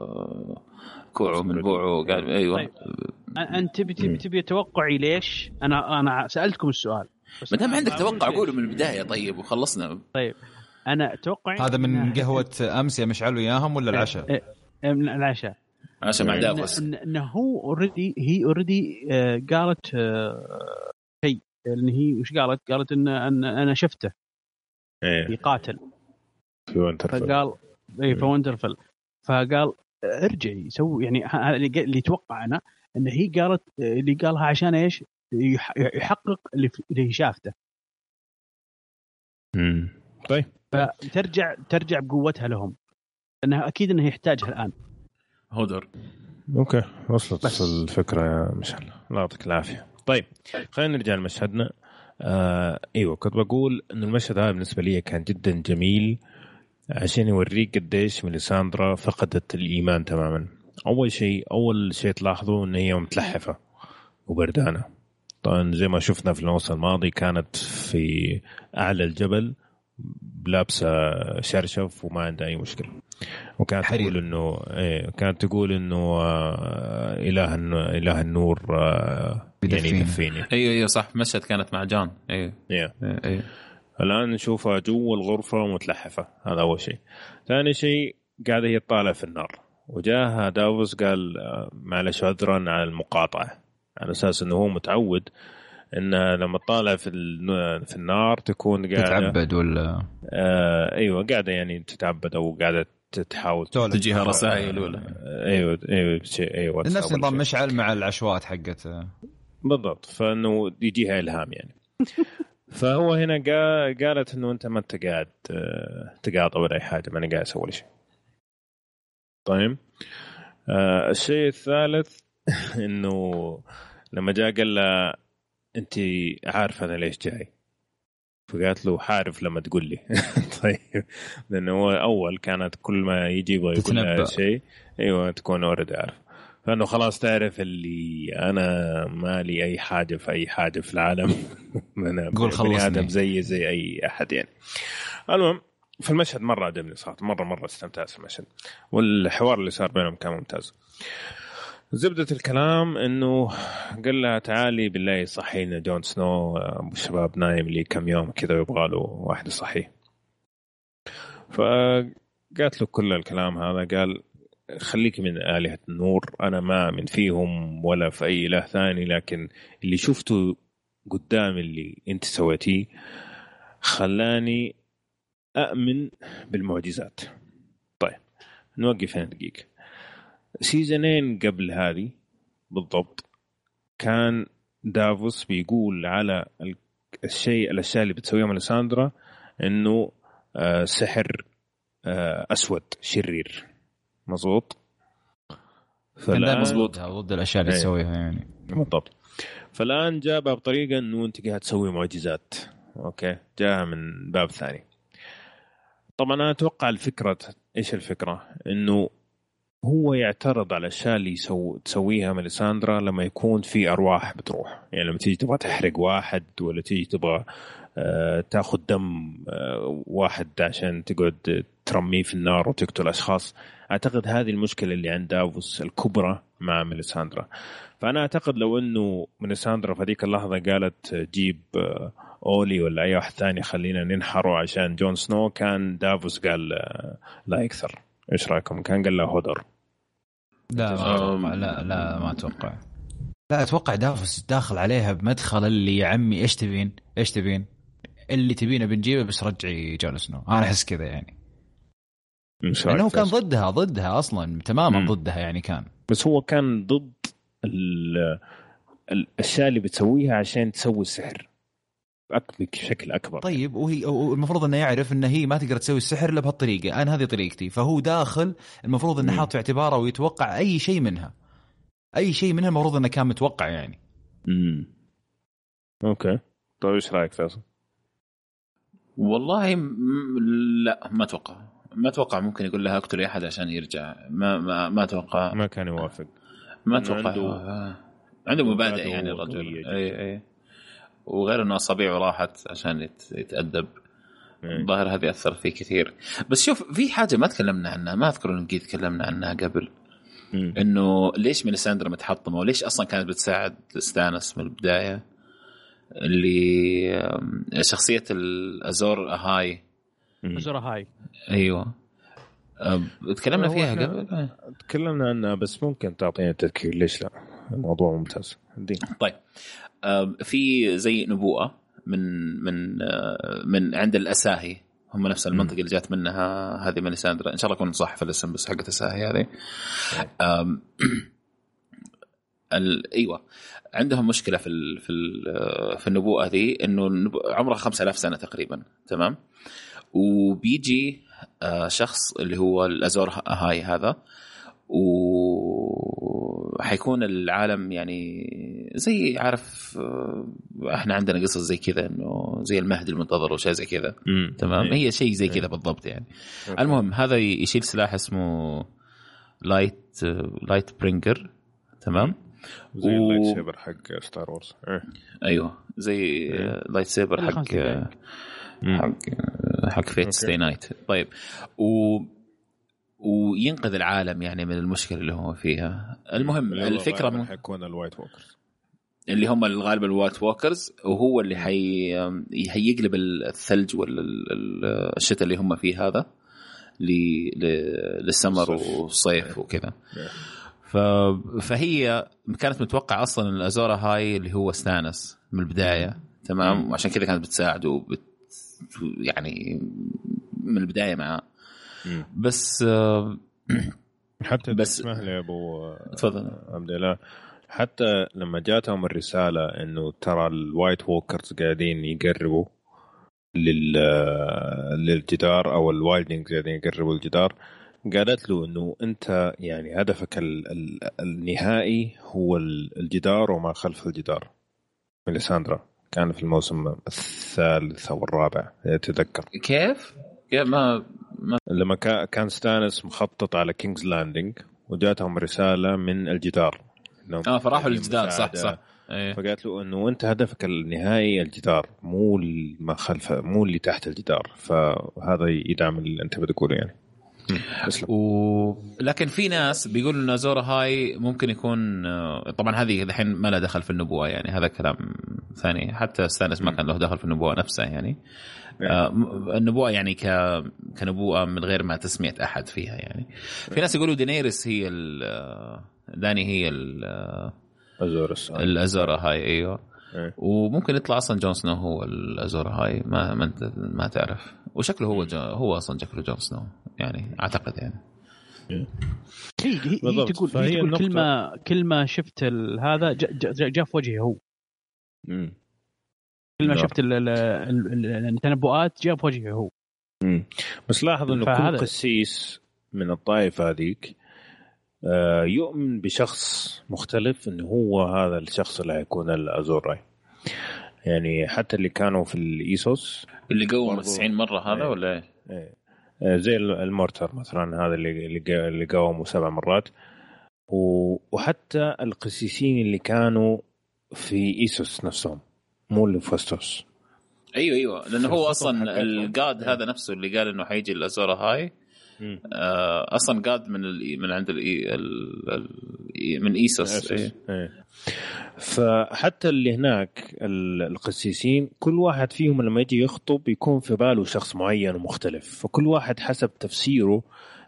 كوعه من بوعه قال ايوه. طيب. انت تبي توقعي ليش؟ انا سالتكم السؤال، ما دام عندك توقع قوله من البدايه طيب وخلصنا. طيب انا اتوقع هذا من قهوه امس يا مشعل وياهم ولا العشاء؟ من العشاء مع دافوس. انه هو اوريدي قالت شيء، لان هي وش قالت ان انا شفته يقاتل في وينترفيل. فقال في وينترفيل، فقال ارجعي سوي يعني اللي يتوقع انا ان هي قالت اللي قالها عشان ايش يحقق اللي شافته. طيب فترجع بقوتها لهم، انها اكيد انه يحتاجها الان. هدر اوكي وصلت الفكره يا مشعل، الله يعطيك العافيه. طيب خلينا نرجع لمشهدنا. ايوه كنت بقول انه المشهد هذا بالنسبه لي كان جدا جميل عشان يوريك قديش ميليساندرا فقدت الايمان تماما. اول شيء تلاحظوا ان هي متلحفه وبردانه. طبعا زي ما شفنا في النص الماضي كانت في اعلى الجبل لابسه شرشف وما عندها اي مشكله. وكانت تقول انه كانت تقول انه اله النور يعني يدفيني. ايوه صح، مشهد كانت مع جان. ايوه الان نشوفها جوا الغرفه متلحفه. هذا اول شيء. ثاني شيء قاعده هي طالعه في النار، وجاها دافوس قال معلش عذرا على المقاطعه، على اساس انه هو متعود ان لما تطالع في النار تكون قاعده تتعبد ولا ايوه قاعده يعني تتعبد او قاعده تحاول تجيها رسائل ولا ايوه شيء ايوه الناس نظام مشعل مع العشوات حقته بالضبط، فانه يجيها الهام يعني. فهو هنا قالت انه انت ما انت قاعد تقاطع ولا اي حاجه، ما انا قاعد اسوي شيء. طيب الشيء الثالث انه لما جاء قال له انت عارف انا ليش جاي، فقالت له عارف لما تقول لي. طيب لانه هو اول كانت كل ما يجي يبغى يقول لها شيء ايوه تكون اوريدي عارف، فانه خلاص تعرف اللي انا مالي اي حاجه في اي حاجه في العالم. انا بني ادم زي اي احد يعني. المهم في المشهد مره عجبني صراحه، مره استمتعت في المشهد، والحوار اللي صار بينهم كان ممتاز. زبدة الكلام انه قال لها تعالي بالله صحينا جون سنو، ابو الشباب نايم لي كم يوم كذا ويبغى له واحد صحي. فقالت له كل الكلام هذا، قال خليكي من آلهة النور، انا ما من فيهم ولا في اي اله ثاني، لكن اللي شفته قدام اللي انت سويتيه خلاني أؤمن بالمعجزات. طيب نوقف هنا دقيقة. سيزنين قبل هذه بالضبط كان دافوس بيقول على الأشياء اللي بتسويها ميليساندرا إنه سحر أسود شرير. مظبوط. فالآن مظبوط ضد الأشياء اللي تسويها يعني. بالضبط. فالآن جابها بطريقة إنه أنت قاعد تسوي معجزات. أوكي جاءها من باب ثاني. طبعا أنا أتوقع الفكرة إيش الفكرة، إنه هو يعترض على الأشياء اللي تسويها ميليساندرا لما يكون في أرواح بتروح، يعني لما تيجي تبغى تحرق واحد ولا تيجي تبغى تاخذ دم واحد عشان تقعد ترميه في النار وتقتل أشخاص. أعتقد هذه المشكلة اللي عند دافوس الكبرى مع ميليساندرا. فأنا أعتقد لو إنه ميليساندرا في هذيك اللحظة قالت جيب أولي ولا أي واحد ثاني خلينا ننحره عشان جون سنو، كان دافوس قال لا يكثر. إيش رأيكم؟ كان قال له هدر. لا ما أتوقع. لا أتوقع دافوس داخل عليها بمدخل اللي يا عمي إيش تبين اللي تبينه بنجيبه بس رجعي جون سنو. أنا أحس كذا يعني، لأنه كان ضدها أصلا تماما ضدها يعني كان، بس هو كان ضد الأشياء اللي بتسويها عشان تسوي السحر بشكل أكبر. طيب وهي المفروض أنه يعرف أنه هي ما تقدر تسوي السحر إلا بهالطريقة، أنا هذه طريقتي، فهو داخل المفروض أنه حاط في اعتباره ويتوقع أي شيء منها المفروض أنه كان متوقع يعني. أوكي طيب إيش رأيك فيصل؟ والله لا ما أتوقع ممكن يقول لها اقتلي أحد عشان يرجع. ما أتوقع. ما كان يوافق. ما أتوقع عنده مبادئ يعني الرجل. أي وغير انه اصابعه راحت عشان يتأدب. الظاهر هذه اثر فيه كثير. بس شوف في حاجه ما تكلمنا عنها، ما اذكر ان قد تكلمنا عنها قبل، انه ليش ميليساندرا متحطمه وليش اصلا كانت بتساعد ستانس من البدايه، اللي شخصيه الازور هاي. ايوه تكلمنا فيها قبل. تكلمنا عنها بس ممكن تعطينا تذكير ليش لا. الموضوع ممتاز. طيب في زي نبوءة من عند الأساهي، هم نفس المنطقة اللي جات منها هذه ميليساندرا. إن شاء الله أكون صح في الاسم بس حقت الأساهي هذه. أيوة عندهم مشكلة في النبوءة ذي، إنه عمرها 5000 سنة تقريبا. تمام. وبيجي شخص اللي هو الأزور هاي هذا، وحيكون العالم يعني زي عارف احنا عندنا قصص زي كذا انه زي المهد المنتظر وشيء زي كذا. تمام. هي شيء زي كذا بالضبط يعني. المهم هذا يشيل سلاح اسمه لايت برينجر. تمام. زي اللايت سيبر حق ستار وورز. ايوه زي لايت سيبر حق حق فيت ستي نايت. طيب وينقذ العالم يعني من المشكله اللي هو فيها. المهم الفكره حيكون الوايت ووكرز اللي هم الغالب الوايت ووكرز، وهو اللي هيقلب الثلج ولا الشتاء اللي هم فيه هذا للسمر والصيف وكذا. فهي كانت متوقع اصلا الازورا هاي اللي هو ستانس من البدايه، تمام، وعشان كذا كانت بتساعده يعني من البدايه معاه. بس حتى بس اسمح لي يا ابو تفضل عبد الله، حتى لما جاتهم الرساله انه ترى الوايت ووكرز قاعدين يقربوا للجدار او الوايلدنجز قاعدين يقربوا الجدار، قالت له انه انت يعني هدفك النهائي هو الجدار وما خلف الجدار. ميليساندرا كان في الموسم الثالث او الرابع تتذكر كيف ما لما كان ستانس مخطط على كينجز لاندنج وجاتهم رسالة من الجدار فراحوا للجدار صح أيه. فقالت له انه انت هدفك النهائي الجدار مو ما خلف مو اللي تحت الجدار. فهذا يدعم اللي انت بتقوله يعني. لكن في ناس بيقولوا ان أزورا هاي ممكن يكون طبعا هذه الحين ما لها دخل في النبوة يعني، هذا كلام ثاني. حتى ستانس ما كان له دخل في النبوة نفسها يعني. النبوة يعني كنبوة من غير ما تسمية أحد فيها يعني. في ناس يقولوا دينيريس هي داني هي الأزورا هاي أيوة. وممكن يطلع أصلا جون سنو هو الأزورا هاي، ما تعرف. وشكله هو أصلا شكله جون سنو يعني أعتقد يعني. هي تقول كل ما شفت هذا جاء في وجهي هو. كل ما شفت التنبؤات جاء في وجهي هو. بس لاحظ إنه كل قسيس من الطائفة هذيك يؤمن بشخص مختلف إنه هو هذا الشخص اللي هيكون الأزوراي يعني. حتى اللي كانوا في الإيسوس اللي قوم 90 مرة هذا ولا زي المورتر مثلا، هذا اللي قاوموا 7 مرات. وحتى القسيسين اللي كانوا في إيسوس نفسهم مو اللي في فاستوس. ايوه لانه هو اصلا الجاد هذا نفسه اللي قال انه حيجي الازورا هاي اصلا جاد من عند من إيسوس. فحتى اللي هناك القسيسين كل واحد فيهم لما يجي يخطب يكون في باله شخص معين ومختلف، فكل واحد حسب تفسيره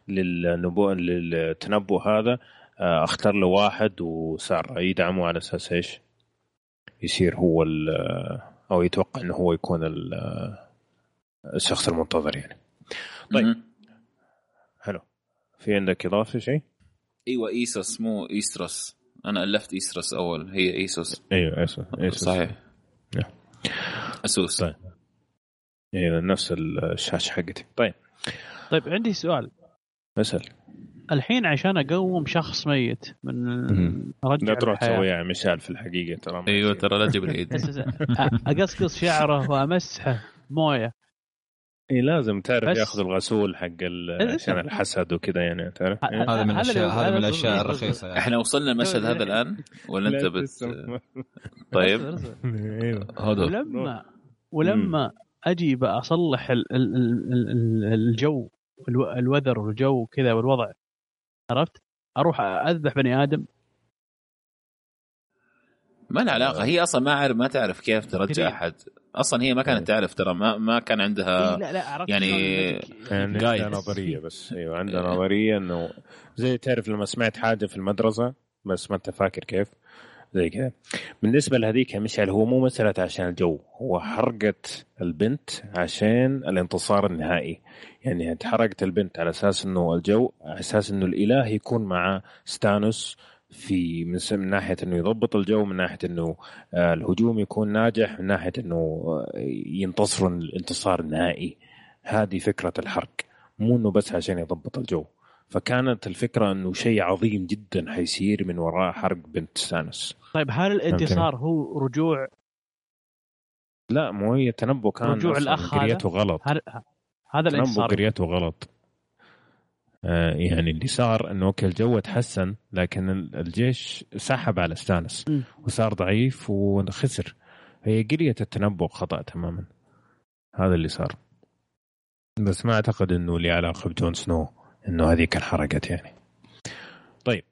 للتنبؤ هذا اختار له واحد وصار يدعمه على اساس ايش يصير هو او يتوقع انه هو يكون الشخص المنتظر يعني. طيب حلو، في عندك اضافه شيء؟ ايوه إيسوس مو إيستروس، انا الفت إيستروس اول، هي إيسوس. ايوه إيسوس صحيح أسوس. طيب ايوه نفس الشاشه حقتي. طيب عندي سؤال. اسال. الحين عشان اقوم شخص ميت من رجع لا تروح تسويها مشال في الحقيقه ترى. ايوه ترى لا تجيب العيد. اقصقص شعره وامسحه مويه. اي لازم تعرف ياخذ الغسول حق عشان الحسد وكذا يعني تعرف. هذا من الاشياء الرخيصه يعني. احنا وصلنا المشهد هذا الان ولا انت طيب ولما اجي بأصلح الجو الوذر والجو كذا والوضع، عرفت، اروح اذبح بني ادم. ما له علاقه، هي اصلا ما تعرف كيف ترجع احد اصلا. هي ما كانت تعرف ترى، ما كان عندها يعني عندها نظريه. بس ايوه عندها نظريه انه زي تعرف لما سمعت حاجه في المدرسه بس ما انت فاكر كيف زي كذا. بالنسبه لهذيك مشعل هو مو مساله عشان الجو، هو حرقت البنت عشان الانتصار النهائي يعني. حرقت البنت على اساس انه الجو، على اساس انه الاله يكون مع ستانوس في من ناحيه انه يضبط الجو، من ناحيه انه الهجوم يكون ناجح، من ناحيه انه ينتصروا الانتصار النهائي. هذه فكره الحرق، مو انه بس عشان يضبط الجو. فكانت الفكره انه شيء عظيم جدا حيصير من وراء حرق بنت ستانوس. طيب هل الانتصار هو رجوع؟ لا مو هي تنبؤ، كان رجوع الاخ قريته غلط. هذا الانتصار قريته غلط. يعني اللي صار انه الجو تحسن لكن الجيش سحب على ستانس وصار ضعيف وخسر. هي قرية التنبؤ خطأ تماما، هذا اللي صار. بس ما أعتقد إنه لي علاقة بجون سنو إنه هذه كان حركت يعني. طيب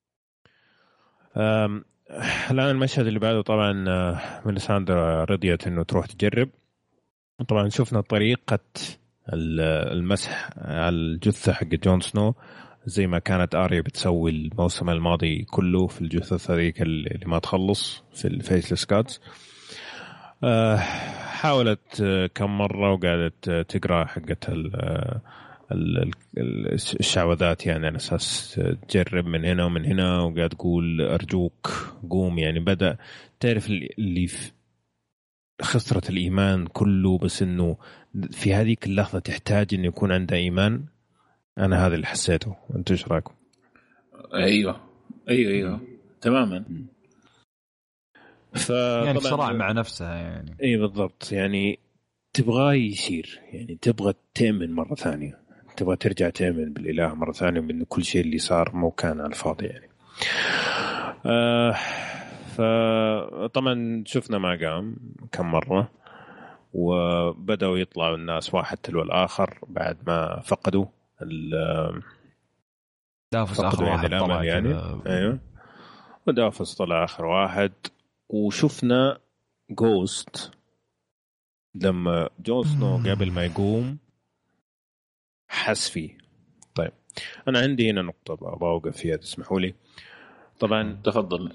الآن المشهد اللي بعده طبعا ميليساندرا رضيت إنه تروح تجرب. طبعا شفنا طريقة المسح على الجثة حق جون سنو زي ما كانت آريا بتسوي الموسم الماضي كله في الجثث هذيك اللي ما تخلص في الفيسلس كاتس. حاولت كم مرة وقالت تقرأ حقت الشعوذات يعني على أساس تجرب من هنا ومن هنا، وقاعد تقول أرجوك قوم. يعني بدأ تعرف اللي خسرت الإيمان كله، بس إنه في هذه اللحظة تحتاج إنه يكون عندها إيمان. أنا هذا اللي حسيته. أنت إيش رأيكم؟ أيوة تماما. يعني صراع مع نفسها يعني. اي بالضبط، يعني تبغاه يصير، يعني تبغى تؤمن مرة ثانية، تبغى ترجع تؤمن بالإله مرة ثانية، بأن كل شيء اللي صار مو كان على الفاضي يعني. فطبعا شفنا ما قام كم مرة، وبدأوا يطلعوا الناس واحد تلو الآخر بعد ما فقدوا دافس آخر واحد طلع يعني. أيوه، ودافس طلع آخر واحد. وشفنا جوست لما جون سنو قبل ما يقوم حس فيه. طيب أنا عندي هنا نقطة أبغى أوقف فيها، تسمحوا لي؟ طبعا تفضل.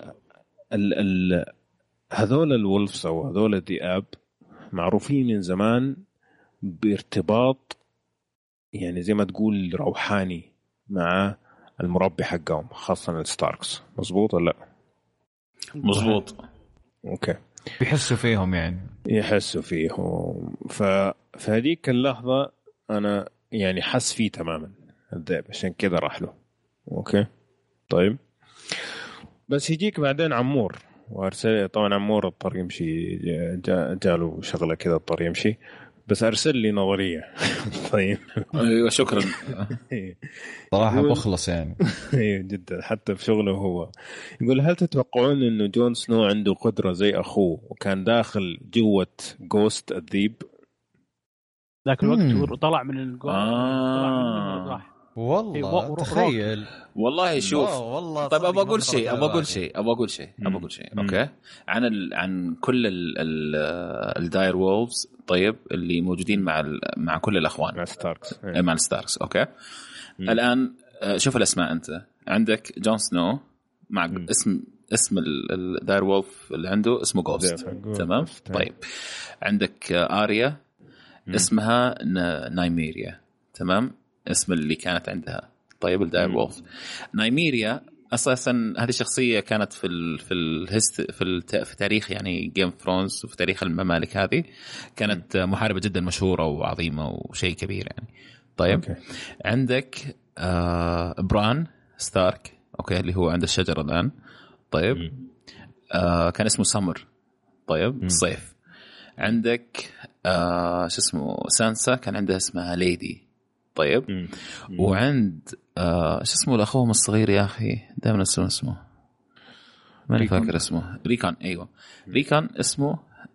هذول الولفز أو هذول الذئاب معروفين من زمان بارتباط يعني زي ما تقول روحاني مع المربي حقهم، خاصة الستاركس. مظبوط ولا لا؟ مظبوط. اوكي، بيحسوا فيهم يعني، يحسوا فيهم. فهذيك اللحظة أنا يعني حس فيه تماما الذئب، عشان كذا راح له. اوكي طيب، بس يجيك بعدين عمور وارسل. طبعا عمور اضطر يمشي، جاله شغلة كذا اضطر يمشي، بس أرسل لي نظرية. طيب أيوة شكرا. صراحة بخلص يعني. أيوة جدا، حتى في شغله هو يقول هل تتوقعون إنه جون سنو عنده قدرة زي أخوه وكان داخل جوة جوست الذيب ذاك الوقت طلع من الجوست راح. والله تخيل. والله شوف والله طيب ابغى اقول شيء اوكي عن كل الداير وولفز طيب اللي موجودين مع كل الاخوان مع الستاركس اوكي. الان شوف الاسماء، انت عندك جون سنو مع اسم الداير وولف اللي عنده اسمه جوست تمام. طيب عندك آريا اسمها نايميريا تمام، اسم اللي كانت عندها. طيب الداير وولف نايميريا اساسا هذه الشخصيه كانت في تاريخ يعني جيم اوف ثرونز وفي تاريخ الممالك هذه كانت محاربه جدا مشهوره وعظيمه وشيء كبير يعني. طيب عندك بران ستارك اوكي اللي هو عند الشجره الان. طيب كان اسمه سمر طيب الصيف. عندك شو اسمه سانسا كان عندها اسمها ليدي. طيب وعند شو اسمه الاخوهم الصغير يا اخي دائما اسمه ما فاكر اسمه. ريكون. ايوه ريكون اسمه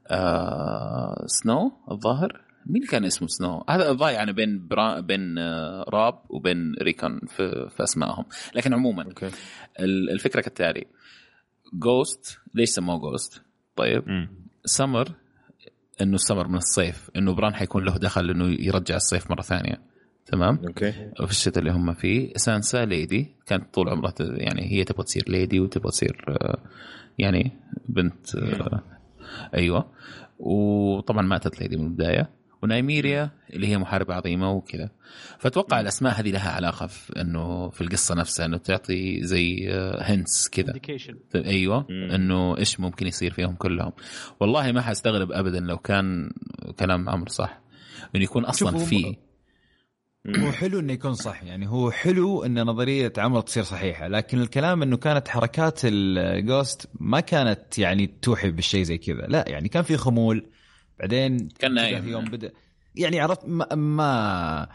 سنو الظاهر. مين كان اسمه سنو؟ هذا ضايع يعني بين راب وبين ريكون في اسمائهم. لكن عموما الفكره كالتالي، جوست ليش سموه جوست؟ طيب سمر انه السمر من الصيف، انه بران حيكون له دخل انه يرجع الصيف مره ثانيه تمام. في الشتاء اللي هم فيه. سانسا ليدي كانت طول عمرها يعني هي تبغى تصير ليدي وتبغى تصير يعني بنت ايوه، وطبعا ماتت ليدي من البدايه. ونايميريا اللي هي محاربه عظيمه وكذا. فاتوقع الاسماء هذه لها علاقه في انه في القصه نفسها انه تعطي زي هنتس كذا. ايوه انه ايش ممكن يصير فيهم كلهم. والله ما حستغرب ابدا لو كان كلام عمرو صح انه يكون اصلا فيه. هو حلو انه يكون صح يعني، هو حلو ان نظريه عمرو تصير صحيحه، لكن الكلام انه كانت حركات الجوست ما كانت يعني توحي بالشيء زي كذا. لا يعني كان في خمول، بعدين كان نايم يوم بدا يعني عرفت ما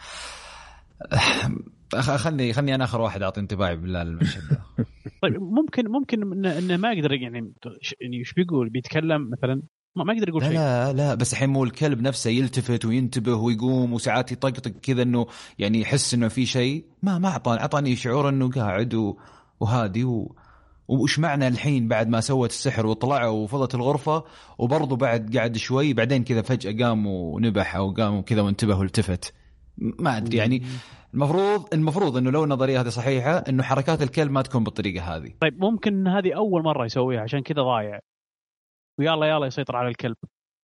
خلني انا اخر واحد اعطي انطباعي بالله المشهد ده. طيب ممكن انه ما يقدر يعني ايش بيقول، بيتكلم مثلا ما يقدر يقول شيء. لا بس الحين مو الكلب نفسه يلتفت وينتبه ويقوم وساعات يطقطق كذا انه يعني يحس انه في شيء. ما اعطاني شعور انه قاعد وهادي وش معنى الحين بعد ما سوت السحر وطلع وفضت الغرفة وبرضه بعد قاعد شوي بعدين كذا فجأة قام ونبح أو قام كذا وانتبه والتفت. ما أدري يعني المفروض إنه لو النظرية هذه صحيحة إنه حركات الكلب ما تكون بالطريقة هذه. طيب ممكن هذه أول مرة يسويها عشان كذا ضايع ويلا يسيطر على الكلب.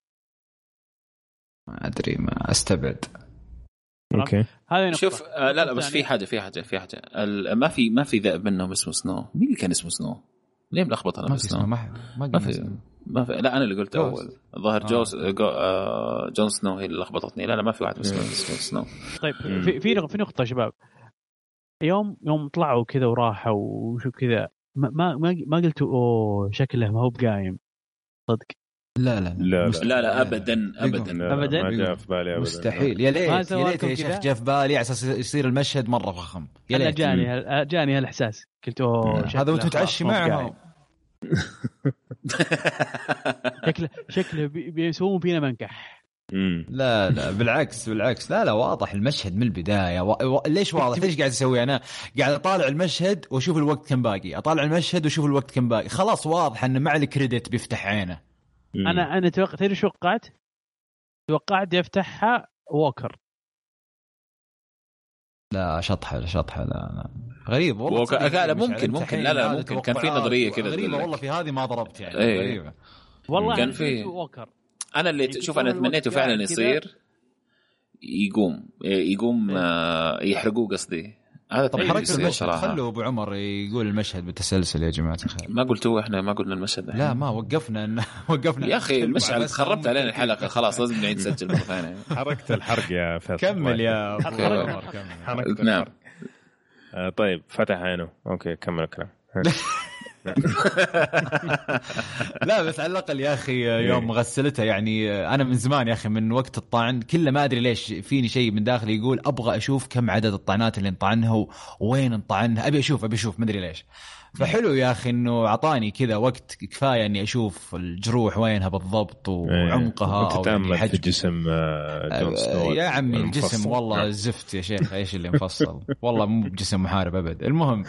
ما أدري ما أستبعد. اوكي هذه شوف لا بس في حاجه ما في ذئب منهم اسمه سنو. مين اللي كان اسمه سنو؟ ليه ملخبط انا بسنو؟ ما في لا انا اللي قلت اول ظاهر جون سنو هي اللي لخبطتني. لا ما في واحد اسمه سنو. طيب في نقطه شباب، يوم طلعوا كذا وراحوا وشو كذا ما قلتوا اوه شكله ما هو بقايم صدق؟ لا ابدا ما جاء في بالي ابدا. مستحيل. يا ليت يا شيخ جاء في بالي على اساس يصير المشهد مره فخم. يا ليت جاني هالاحساس قلت هذا وانت تعشي معهم شكله بيسوون فينا منكح. لا بالعكس لا واضح المشهد من البدايه. ليش واضح؟ ليش قاعد اسوي انا؟ قاعد اطالع المشهد واشوف الوقت كم باقي، اطالع المشهد واشوف الوقت كم باقي. خلاص واضح انه مع الكريدت بيفتح عينه. انا توقعت يفتحها ووكر. لا شطحه لا غريب والله. ممكن لا ممكن كان في نظريه كذا غريبه والله. في هذه ما ضربت يعني غريبه والله. كان في ووكر انا اللي شوف انا تمنيته فعلا يصير يقوم يحرقوه قصدي. هذا طب حركة المشهد خلوا ابو عمر يقول المشهد بالتسلسل يا جماعه الخير. ما قلتوا احنا ما قلنا المشهد لا ما وقفنا يا اخي المشهد خربت علينا الحلقه خلاص لازم نعيد نسجل مره ثانيه. حركت الحرق يا فيصل. كمل يا ابو عمر كمل. نعم طيب فتح عينه. اوكي كمل الكلام. لا بس على الأقل يا أخي يوم غسلتها يعني أنا من زمان يا أخي من وقت الطعن كله ما أدري ليش فيني شيء من داخلي يقول أبغى أشوف كم عدد الطعنات اللي انطعنها وين انطعنها. أبي أشوف ما أدري ليش. فحلو يا أخي إنه عطاني كذا وقت كفاية إني أشوف الجروح وينها بالضبط وعمقها أو تتأمل في جسم جون سنو يا عمي الجسم والله زفت يا شيخ. إيش اللي مفصل والله مو بجسم محارب أبد. المهم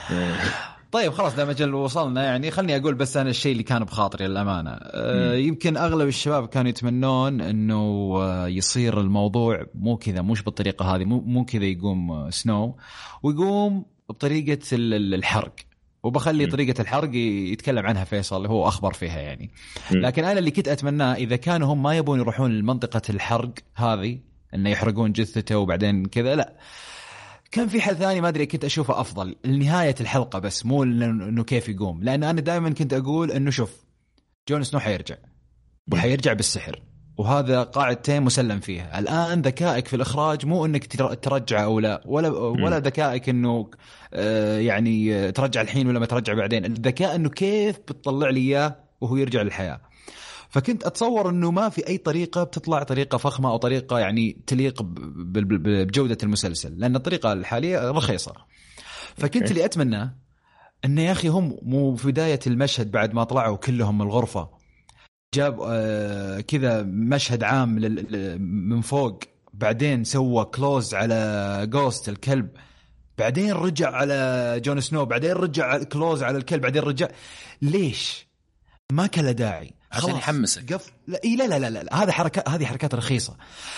طيب خلاص ده مجال وصلنا يعني. خلني أقول بس أنا الشيء اللي كان بخاطري الأمانة. يمكن أغلب الشباب كانوا يتمنون إنه يصير الموضوع مو كذا مش بالطريقة هذه مو كذا يقوم سنو ويقوم بطريقة الحرق. وبخلي طريقة الحرق يتكلم عنها فيصل هو أخبر فيها يعني. لكن أنا اللي كنت أتمناه إذا كانوا هم ما يبون يروحون لمنطقة الحرق هذه إنه يحرقون جثته وبعدين كذا لا كان في حل ثاني ما أدري كنت أشوفه أفضل لنهاية الحلقة بس مو إنه كيف يقوم. لأن أنا دائما كنت أقول إنه شوف جون سنو حيرجع وحيرجع بالسحر وهذا قاعدتين مسلم فيها. الآن ذكائك في الإخراج مو إنك ترجع أو لا ولا ذكائك إنه يعني ترجع الحين ولا ما ترجع بعدين. الذكاء إنه كيف بتطلع لي إياه وهو يرجع للحياة. فكنت أتصور أنه ما في أي طريقة بتطلع طريقة فخمة أو طريقة يعني تليق بجودة المسلسل لأن الطريقة الحالية رخيصة. فكنت اللي أتمنى أنه يا أخي هم مو في بداية المشهد بعد ما طلعوا كلهم من الغرفة جاب كذا مشهد عام من فوق بعدين سوى كلوز على جوست الكلب بعدين رجع على جون سنو بعدين رجع كلوز على الكلب بعدين رجع. ليش ما كان داعي عشان يحمسك. لا هذه حركات رخيصة.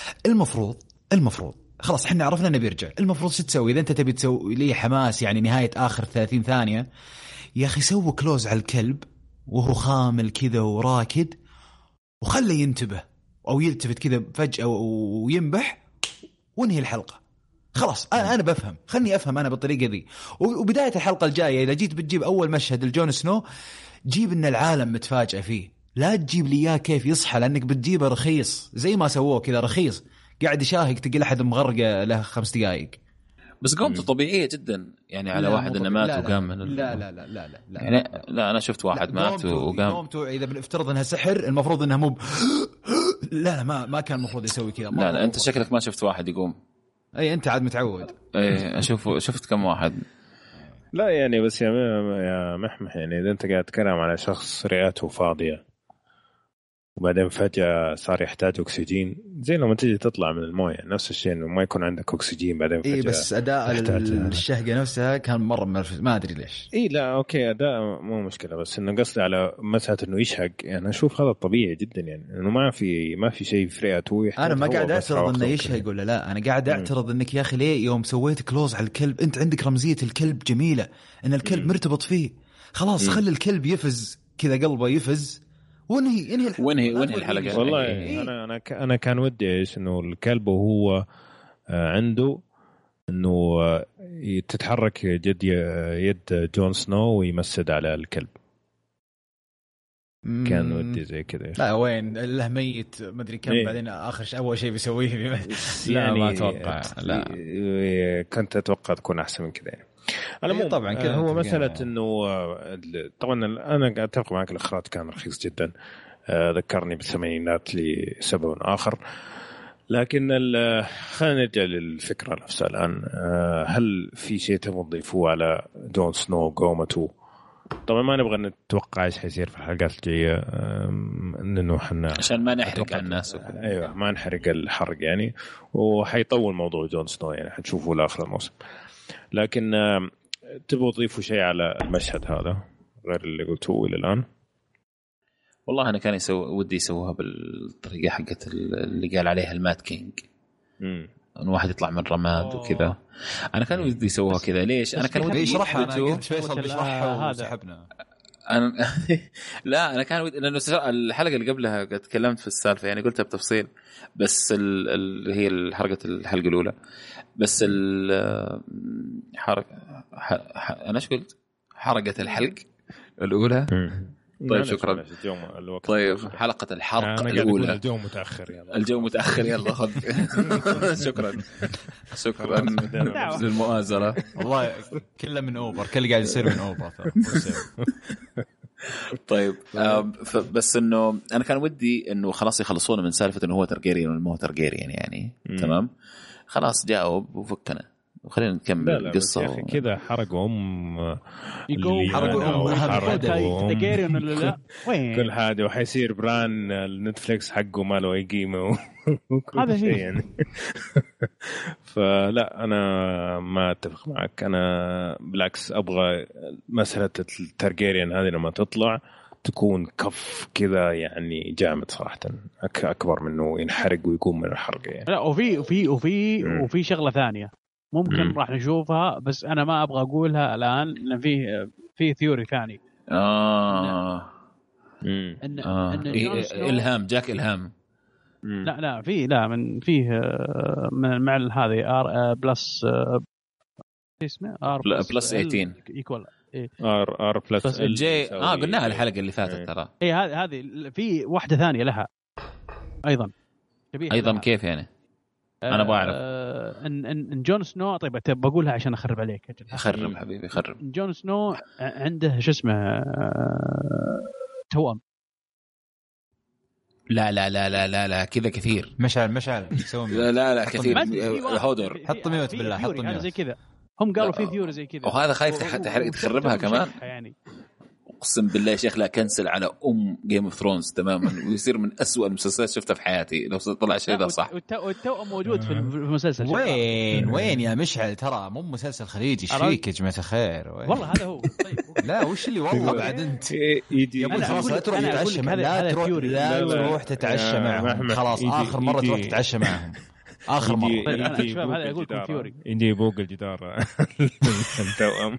المفروض خلاص احنا عرفنا انه بيرجع. المفروض شو تسوي اذا انت تبي تسوي لي حماس يعني نهاية اخر 30 ثانية يا اخي سووا كلوز على الكلب وهو خامل كذا وراكد وخليه ينتبه او يلتفت كذا فجأة وينبح وانهي الحلقة. خلاص انا بفهم. خلني افهم انا بالطريقة ذي. وبداية الحلقة الجاية اذا جيت بتجيب اول مشهد الجون سنو جيب ان العالم متفاجئ فيه. لا تجيب لي اياه كيف يصحى لانك بتجيبه رخيص زي ما سووه كذا رخيص قاعد يشاهق تقول احد مغرقه له 5 دقائق. بس قامته طبيعيه جدا يعني على واحد انه مات وقام من لا يعني لا انا شفت واحد مات وقام. قامته اذا بنفترض انها سحر المفروض انها مو لا ما كان المفروض يسوي كذا. لا انت شكلك ما شفت واحد يقوم. اي انت عاد متعود. اي اشوف شفت كم واحد. لا يعني بس يا محمح يعني إذا أنت قاعد تتكلم على شخص رئته فاضية وبعدين فجأة صار يحتاج أكسجين، زي لما تيجي تطلع من الموية نفس الشيء، إنه ما يكون عندك أكسجين بعدين فجأة. بس أداء الشهقة نفسها كان مرة ما أدري ليش. لا أوكي أداء مو مشكلة، بس إنه قصدي على مسألة إنه يشهق، يعني أشوف هذا طبيعي جدا، يعني إنه ما في شيء فريات. أنا ما قاعد أعترض إنه يشهق ولا لا، أنا قاعد أعترض إنك يا أخي ليه يوم سويت كلوز على الكلب أنت عندك رمزية الكلب جميلة، إن الكلب مرتبط فيه، خلاص خلي الكلب يفز كذا، قلبه يفز، وانهي الحلقة. والله أنا كان ودي إيش إنه الكلب وهو عنده إنه تتحرك يد جون سنو ويمسد على الكلب، كان ودي زي كذا. لا وين له ميت ما أدري كم بعدين آخر أول شيء بيسويه يعني ما أتوقع. لا كنت أتوقع تكون أحسن من كذا يعني. أنا طبعا كذا هو مسألة إنه طبعا أنا أتفق معك، الإخراج كان رخيص جدا، ذكرني بالثمانينات لسبب آخر. لكن خلينا نرجع للفكرة نفسها الآن. هل في شيء تبغى تضيفوه على جون سنو قومته؟ طبعا ما نبغى نتوقع ايش حيصير في الحلقات الجايه، انه احنا عشان ما نحرق على الناس. ايوه ما نحرق الحرق يعني، وحيطول موضوع جون سنو يعني حنشوفه لاخر الموسم. لكن تبغوا تضيفوا شيء على المشهد هذا غير اللي قلتوه الى الان؟ والله انا كان ودي يسووها بالطريقه حقت اللي قال عليها المات كينج، انه واحد يطلع من رماد وكذا. انا كان ودي يسووها كذا. ليش؟ انا كان ودي يشرحها، انا قلت فيصل بيشرحها وسحبنا. انا لا انا كان ودي، لانه الحلقه اللي قبلها قد تكلمت في السالفه يعني قلتها بتفصيل، بس هي الحلقه الاولى، بس انا ايش قلت؟ حرقه الحلقه الاولى. طيب شكرا. طيب حلقة الحرق الأولى. الجو متأخر يلا خذ. شكرا للمؤازرة. والله كله من أوبر، كله قاعد يصير من أوبر. طيب بس إنه أنا كان ودي إنه خلاص يخلصون من سالفة إنه هو ترجيريان ولا ما هو ترجيريان يعني. تمام خلاص جاوب وفكنا وخلينا نكمل القصة. يا أخي كذا حرقهم ترجيريان ولا لا وين كل هذا، وحيصير بران النتفليكس حقه ما له أي قيمة هذا شيء يعني. فلا أنا ما أتفق معك، أنا بالعكس أبغى مسألة الترجيريان هذه لما تطلع تكون كف كذا يعني جامد صراحة، أكبر منه ينحرق ويقوم من الحرق يعني. لا وفي شغلة ثانية ممكن راح نشوفها، بس أنا ما أبغى أقولها الآن لأن في ثيوري ثاني. إن إلهام جاك إلهام. لا فيه مع هذه بلس اسمه بلس 18 يكوال ار بلس جي. قلناها الحلقة اللي فاتت ترى. هذه في واحدة ثانية لها أيضا كيف يعني؟ أنا بعرف إن جون سنو. طيب بقولها عشان أخرب عليك. خرب حبيبي خرب. جون سنو عنده شو اسمه توأم. لا كذا كثير. مشعل لا كثير. هودر حط ميوت بالله، حط ميوت زي كذا. هم قالوا في ثيوري زي كذا، وهذا خايف تخربها كمان يعني. اقسم بالله يا شيخ لا كنسل على جيم اوف ثرونز تماما، ويصير من أسوأ المسلسلات شفتها في حياتي لو طلع شيء ذا صح. والتوأم موجود في المسلسل. وين يا مشعل؟ ترى مو مسلسل خليجي شيك يا جماعه الخير. والله هذا هو. طيب لا وش اللي والله بعد انت يجي لا تروح تتعشى، لا تروح تتعشى معهم. خلاص اخر مره تروح تتعشى معهم اخر مره. هذا اقول لكم ثيوري يجي فوق الجدار التوأم.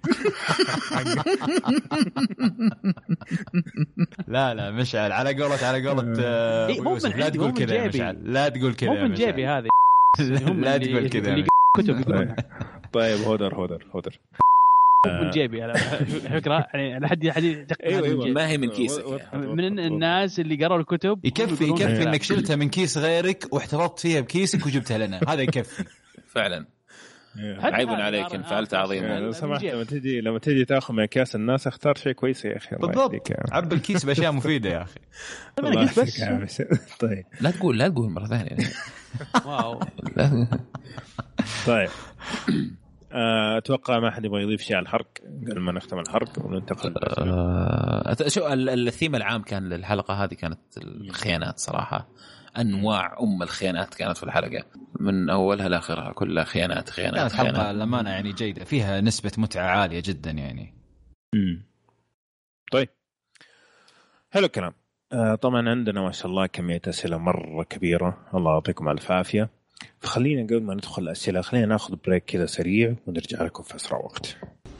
لا مشعل على قولة لا تقول كذا يا مشعل، لا تقول كذا مو من جيبي هذه. لا تقول كذا. كتب يقولون. طيب هودر من جيبي على فكرة يعني لحد ما هي من كيسك من الناس اللي قرأوا الكتب. يكفي انك شلتها من كيس غيرك واحتفظت فيها بكيسك وجبتها لنا، هذا يكفي فعلا. عيب عليك ان فعلت عظيم. لو سمحت لما تيجي تاخذ من كاس الناس اختار شيء كويس يا اخي. بالضبط عبي الكيس باشياء مفيده يا اخي. بس طيب لا تقول مره ثانيه. واو. طيب اتوقع ما حد يبغى يضيف شيء على الحرق قبل ما نختم الحرق وننتقل. شو الثيم العام كان للحلقه هذه كانت الخيانات صراحه. انواع الخيانات كانت في الحلقه من اولها لاخرها كلها خيانات. كانت حلقه الامانه يعني جيده فيها نسبه متعه عاليه جدا يعني. طيب حلو الكلام. طبعا عندنا ما شاء الله كميه اسئله مره كبيره، الله يعطيكم الف عافيه. فخلينا قبل ما ندخل الاسئله خلينا ناخذ بريك كذا سريع ونرجع لكم في اسرع وقت.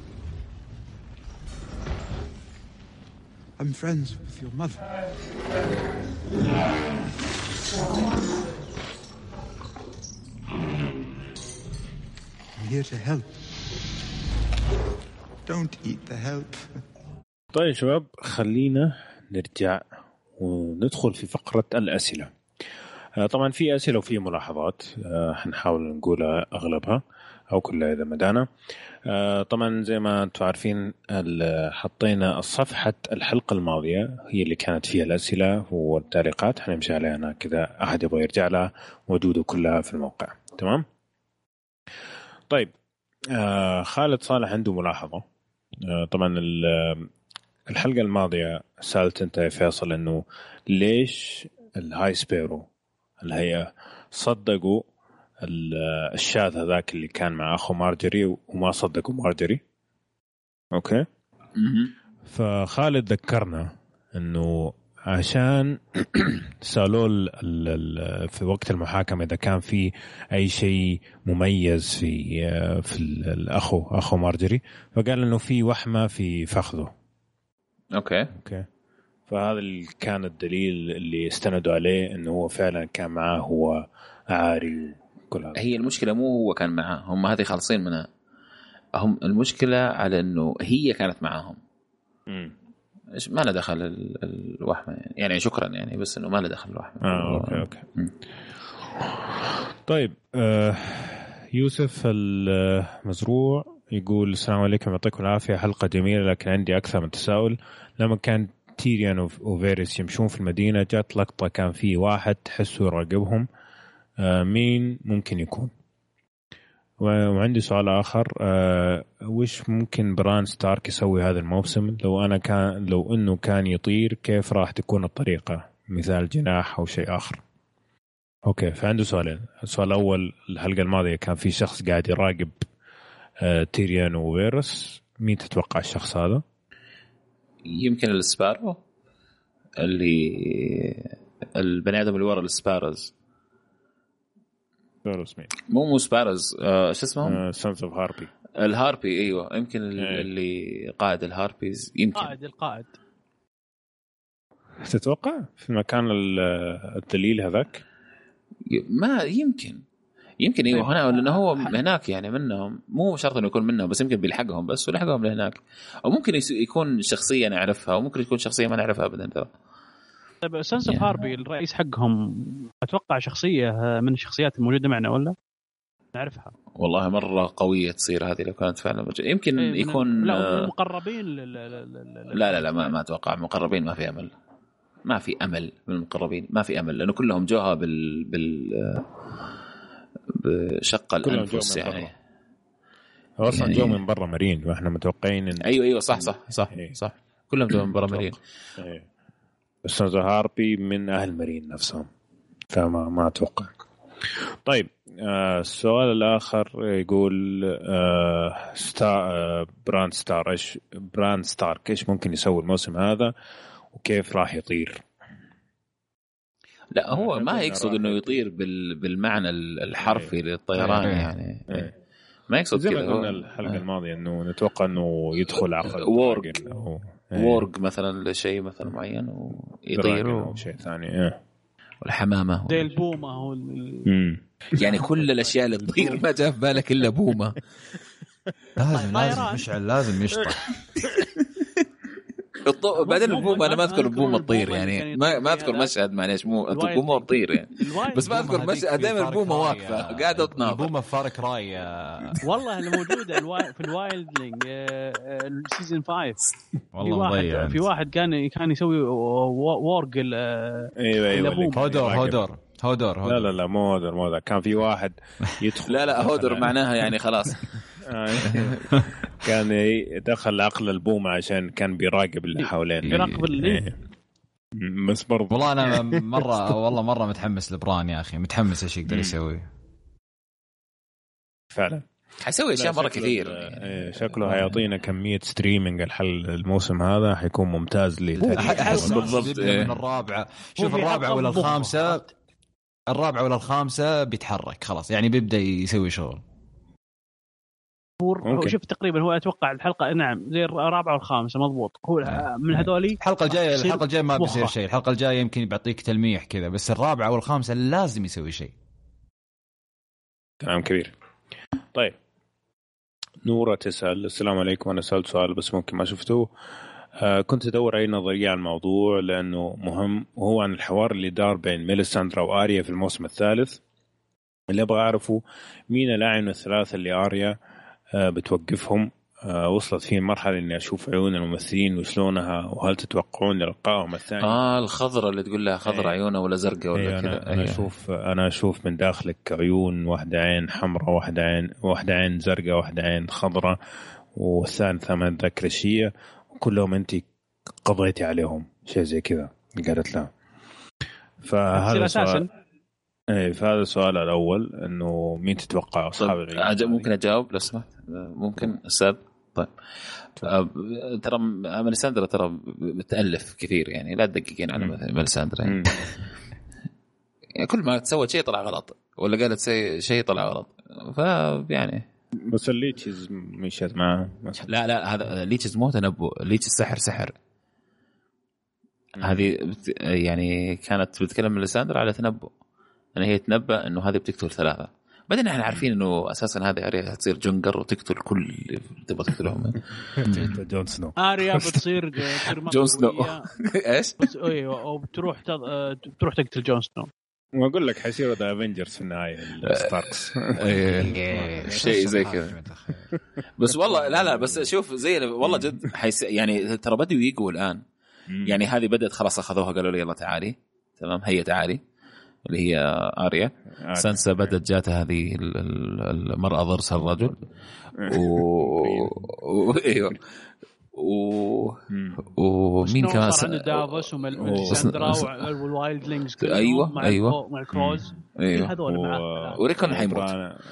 I'm friends with your mother. I'm here to help. Don't eat the help. طيب شباب خلينا نرجع وندخل في فقرة الأسئلة. طبعا في أسئلة وفي ملاحظات هنحاول نقولها أغلبها أو كلها إذا مدانا. طبعا زي ما أنتم عارفين حطينا صفحة الحلقة الماضية هي اللي كانت فيها الأسئلة والتعليقات، هنمشي عليها أنا كذا أحد يبغى يرجع لها موجودة كلها في الموقع. تمام. طيب خالد صالح عنده ملاحظة. طبعا الحلقة الماضية سألت أنت يا فيصل إنه ليش الهاي سبيرو الهيئة صدقوا الشاذ هذاك اللي كان مع أخو مارجري وما صدقوا مارجري. أوكي. فخالد ذكرنا إنه عشان سألوا في وقت المحاكمة إذا كان في أي شيء مميز في الأخو مارجري، فقال إنه في وحمة في فخذه. أوكي. فهذا كان الدليل اللي استندوا عليه إنه هو فعلا كان معاه هو عاري كل هذا. هي المشكلة مو هو كان معاه، هم هذه خالصين منها. هم المشكلة على إنه هي كانت معاهم. ما له دخل الوحمة يعني شكرا يعني، بس إنه ما له دخل الوحمة. أوكي. طيب يوسف المزروع يقول السلام عليكم يعطيكم العافية، حلقة جميلة لكن عندي أكثر من تساؤل. لما كان تيريان وفيريس يمشون في المدينة جات لقطة كان في واحد تحسه يراقبهم، مين ممكن يكون؟ وعندي سؤال آخر، وش ممكن بران ستارك يسوي هذا الموسم لو إنه كان يطير؟ كيف راح تكون الطريقة؟ مثال جناح أو شيء آخر. أوكي، فعنده سؤالين. السؤال الأول، الحلقة الماضية كان في شخص قاعد يراقب تيريان وفيرس، مين تتوقع الشخص هذا؟ يمكن السبارو، اللي البني آدم اللي ورا السبارز. مو سبارز، ايش اسمهم؟ سانز اوف هاربي. الهاربي ايوه، يمكن اللي قائد الهاربيز. يمكن القائد تتوقع في مكان الدليل هذاك؟ ما يمكن ايوه هنا، لانه هو هناك يعني منهم، مو شرط انه يكون منهم، بس يمكن بيلحقهم بس ولحقهم لهناك. او ممكن يكون شخصيه نعرفها، وممكن يكون شخصيه ما نعرفها ابدا ترى. طيب سانس اوف هاربي الرئيس حقهم اتوقع شخصيه من الشخصيات الموجوده معنا ولا نعرفها؟ والله مره قويه تصير هذه لو كانت فعلا يمكن يكون مقربين لا ما اتوقع مقربين. ما في امل، ما في امل من المقربين، ما في امل، لانه كلهم جوها بشق الانفس يعني. هو اصلا جو من برا مارين واحنا متوقعين إن ايوه صح كلهم جو من برا مارين. بس هاربي من اهل مارين نفسهم، فما اتوقع. طيب السؤال الاخر يقول بران ستارك ايش ممكن يسوي الموسم هذا وكيف راح يطير؟ لا هو ما يقصد انه يطير بالمعنى الحرفي للطيران يعني. ما يقصد زي كذا. ما قلنا الحلقه الماضيه انه نتوقع انه يدخل عقل وورق مثلا لشيء مثلا معين ويطير او شيء ثاني. والحمامه زي البومه هو يعني كل الاشياء اللي تطير ما جاء في بالك الا بومه. لازم مشعل لازم يشطح. بعدين البومه انا ما اذكر البومه تطير يعني، ما اذكر مشهد معليش مو البومه تطير يعني، بس ما اذكر مشهد. دائما البومه واقفه قاعده تناظر. البومه فارك راي والله اللي موجوده في الوايلدلينج السيزون 5. والله مضيع. في واحد كان يسوي وورق ايوه هودر. لا مو هودر كان في واحد يدخل. لا هودر معناها يعني خلاص كان دخل عقل البوم عشان كان بيراقب اللي حوالين بيراقب اللي بس برضه والله انا مره متحمس لبران يا اخي، متحمس ايش يقدر يسوي فعلا. حيسوي اشياء مره كثير شكله هيعطينا كميه ستريمينج الموسم هذا حيكون ممتاز لي بالضبط. من الرابعه شوف الرابعه ولا الخامسه بيتحرك خلاص، يعني بيبدا يسوي شغل. هو شوف تقريبا هو اتوقع الحلقه نعم زي الرابعه والخامسه مضبوط. هو من هذولي الحلقه الجايه ما بيصير شيء، الحلقه الجايه يمكن بيعطيك تلميح كذا، بس الرابعه والخامسه لازم يسوي شيء. كلام كبير. طيب نورة تسأل السلام عليكم، أنا سألت سؤال بس ممكن ما شفتوه. كنت أدور أي نظرية عن الموضوع لأنه مهم، وهو عن الحوار اللي دار بين ميليساندرا وآريا في الموسم الثالث. اللي أبغى أعرفه مين اللاعب الثلاثة اللي آريا بتوقفهم. وصلت فيه مرحلة إني أشوف عيون الممثلين وشلونها، وهل تتوقعون للقائهم الثاني؟ الخضرة اللي تقول لها خضرة عيونها ولا زرقاء ولا كذا. أنا أشوف من داخلك عيون، واحدة عين حمراء، واحدة عين زرقاء، واحدة عين خضرة، والثالثة ما أتذكر شيء، وكلهم أنت قضيتي عليهم شيء زي كذا قالت لها. فهذا سؤال. فهذا السؤال الأول إنه مين تتوقع أصحاب ممكن أجاوب لو سمحت؟ ممكن أستاذ؟ طيب ترى ميليساندرا ترى بتألف كثير، يعني لا تدققين على ميليساندرا يعني. يعني كل ما تسوت شيء طلع غلط ولا قالت شيء طلع غلط، فيعني بس الليتشز مشيت معه. لا هذا الليتشز مو تنبؤ، الليتشز سحر. هذه يعني كانت بتتكلم ميليساندرا على تنبؤ، أن هي تنبأ إنه هذه بتقتل ثلاثة. بعدين احنا عارفين إنه أساسا هذه آريا هتصير جنجر وتقتل كل اللي تبغى تقتلهم. جون سنو. آريا بتصير جون سنو. إيش؟ أو بتروح تقتل جون سنو. وأقول لك حيصيروا ذا أفنجرز في النهاية الستاركس. شيء زي كذا. بس والله لا بس شوف زي والله جد يعني ترى بدوا يقوا الآن. يعني هذه بدأت خلاص أخذوها قالوا لي يلا تعالي تمام هي تعالي اللي هي آريا. سانسا بدأت جاتها هذه المرأة ضرس الرجل ايوه ومين كان دافوس وميليساندرا والوايلدلينجز ايوه مع الكروز هذول معه وريكون حيموت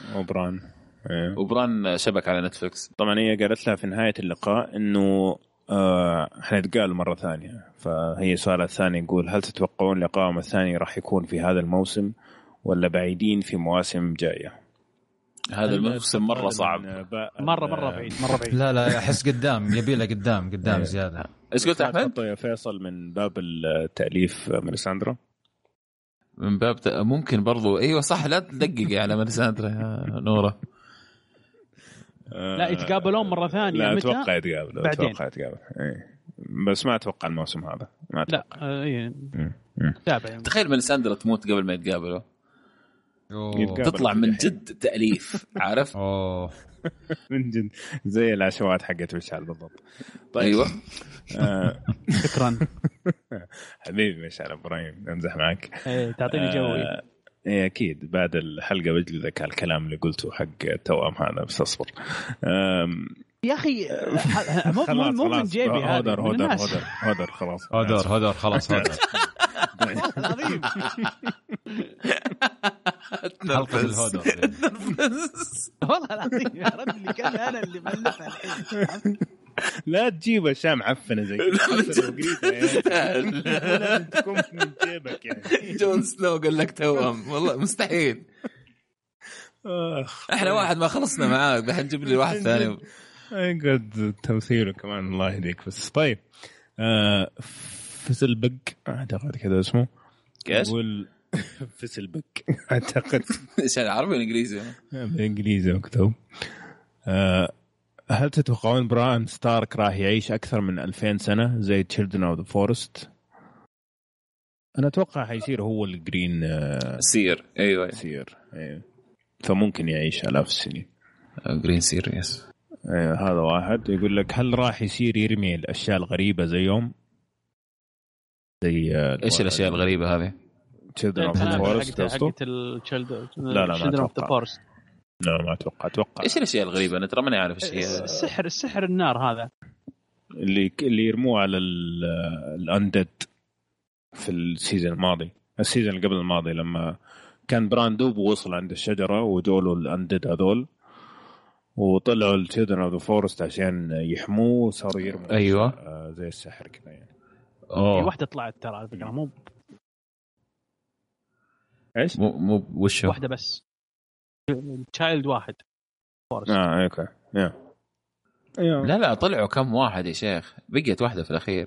وبران شبك على نتفلكس. طبعا هي قالت لها في نهاية اللقاء انه حنتقال مرة ثانية. فهي سؤال الثاني يقول هل تتوقعون لقاءهم الثاني راح يكون في هذا الموسم ولا بعيدين في مواسم جاية؟ هذا الموسم مرة صعب مرة بعيد لا أحس قدام يبي له قدام زيادة. إيش قلت أحمد؟ يا فيصل من باب التأليف ميليساندرا من باب ممكن برضو أيوة صح لا تدققي على ميليساندرا يا نورة. لا يتقابلون مرة ثانية. لا أتوقع يتقابلون بس ما أتوقع الموسم هذا ما أتوقع. لا تابع. تخيل ميليساندرا تموت قبل ما يتقابلوا تطلع من جد تأليف عارف. من جد زي العشوات حقت مشعل بالضبط. طيب أيوة. شكرا حبيبي مشعل إبراهيم نمزح معك. تعطيني جوي. إيه أكيد بعد الحلقة بجلدك على الكلام اللي قلته حق التوأم هذا بس أصبر. يا أخي مو من جيبي هذا هودر خلاص العظيم حلقة الهودر والله العظيم يا رب اللي كان أنا اللي ملفها الحين. لا تجيب أشياء معفنة زي كذا لا تكون من جيبك يعني. جون سنو قال لك توأم والله مستحيل. احنا واحد ما خلصنا معاك الحين نجيب لي واحد ثاني. قد تمثيله كمان الله يهديك بس. طيب فسلبق اعتقد كذا اسمه يقول فسلبق اعتقد ايش العربي والانجليزي؟ بالانجليزي مكتوب. هل تتوقعون بران ستارك راح يعيش اكثر من 2000 سنه زي تشيلدرن اوف ذا فورست؟ انا اتوقع حيصير هو الجرين سير. ايوه فممكن يعيش 1000 سنين جرين سير يس. هذا واحد. يقول لك هل راح يصير يرمي الاشياء الغريبه زيهم زي ايش الاشياء الغريبه هذه؟ Children of the Forest حقت لا ما لا ما اتوقع ايش الاشياء الغريبه؟ انا ترى ماني عارف ايش هي. السحر النار هذا اللي يرموه على الاندد في السيزون الماضي، السيزون اللي قبل الماضي، لما كان براندوب ووصل عند الشجره وجولوا الاندد هذول وطلعوا التشيلدرن اوف ذا فورست عشان يحموه وصاروا يرموا ايوه زي السحر كذا يعني. في واحده طلعت ترى على فكره، مو ايش مو وش واحده بس، تشايلد واحد فورست. اوكي لا طلعوا كم واحد يا شيخ؟ بقيت واحده في الاخير.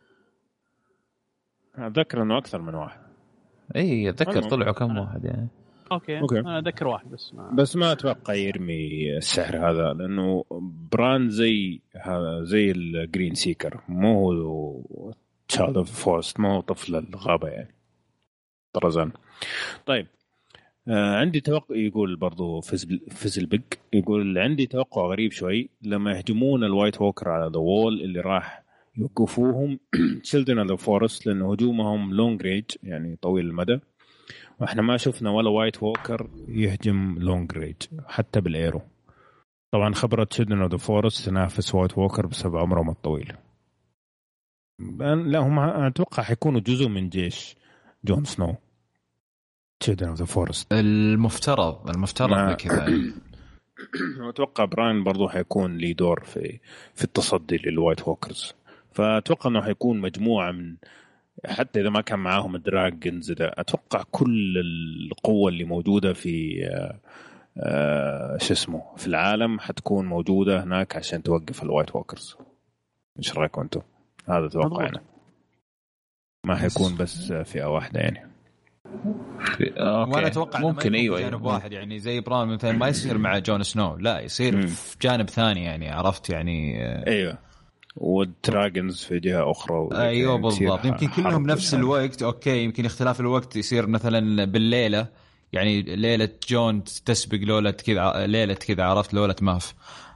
اتذكر انه اكثر من واحد. اي اتذكر طلعوا كم واحد يعني. اوكي انا اذكر واحد بس ما اتوقع يرمي السحر هذا، لانه براند زي هذا زي الجرين سيكر، مو هو تشايلد اوف فورست، مو طفل الغابه يعني طرزان. طيب عندي توقع، يقول برضو فزل بيج، يقول عندي توقع غريب شوي لما يهجمون الوايت ووكر على ذا وول اللي راح يوقفوهم تشيلدرن اوف ذا فورست، لانه هجومهم لونج رينج يعني طويل المدى، واحنا ما شفنا ولا وايت ووكر يهجم لونج رينج حتى بالايرو. طبعا خبرة تشيلدرن اوف ذا فورست تنافس وايت ووكر بسبب عمرهم الطويل. لا هم اتوقع حيكونوا جزء من جيش جون سنو تشيلدرن اوف ذا فورست، المفترض كذا. اتوقع براين برضو حيكون لي دور في التصدي للوايت ووكرز، فاتوقع انه حيكون مجموعه من، حتى اذا ما كان معاهم الدراجونز ده، اتوقع كل القوه اللي موجوده في شو اسمه في العالم حتكون موجوده هناك عشان توقف الوايت ووكرز. ايش رايكم انتم؟ هذا توقعنا، ما حيكون بس فئه واحده يعني. وانا اتوقع ممكن ايوه جانب واحد يعني زي بران مثلا ما يصير مع جون سنو، لا يصير في جانب ثاني يعني، عرفت يعني. ايوه والدراجونز في جهه اخرى. ايوه بالضبط، يمكن كلهم نفس الوقت. اوكي يمكن اختلاف الوقت يصير مثلا بالليله، يعني ليله جون تسبق ليله كذا عرفت، ليله ماف.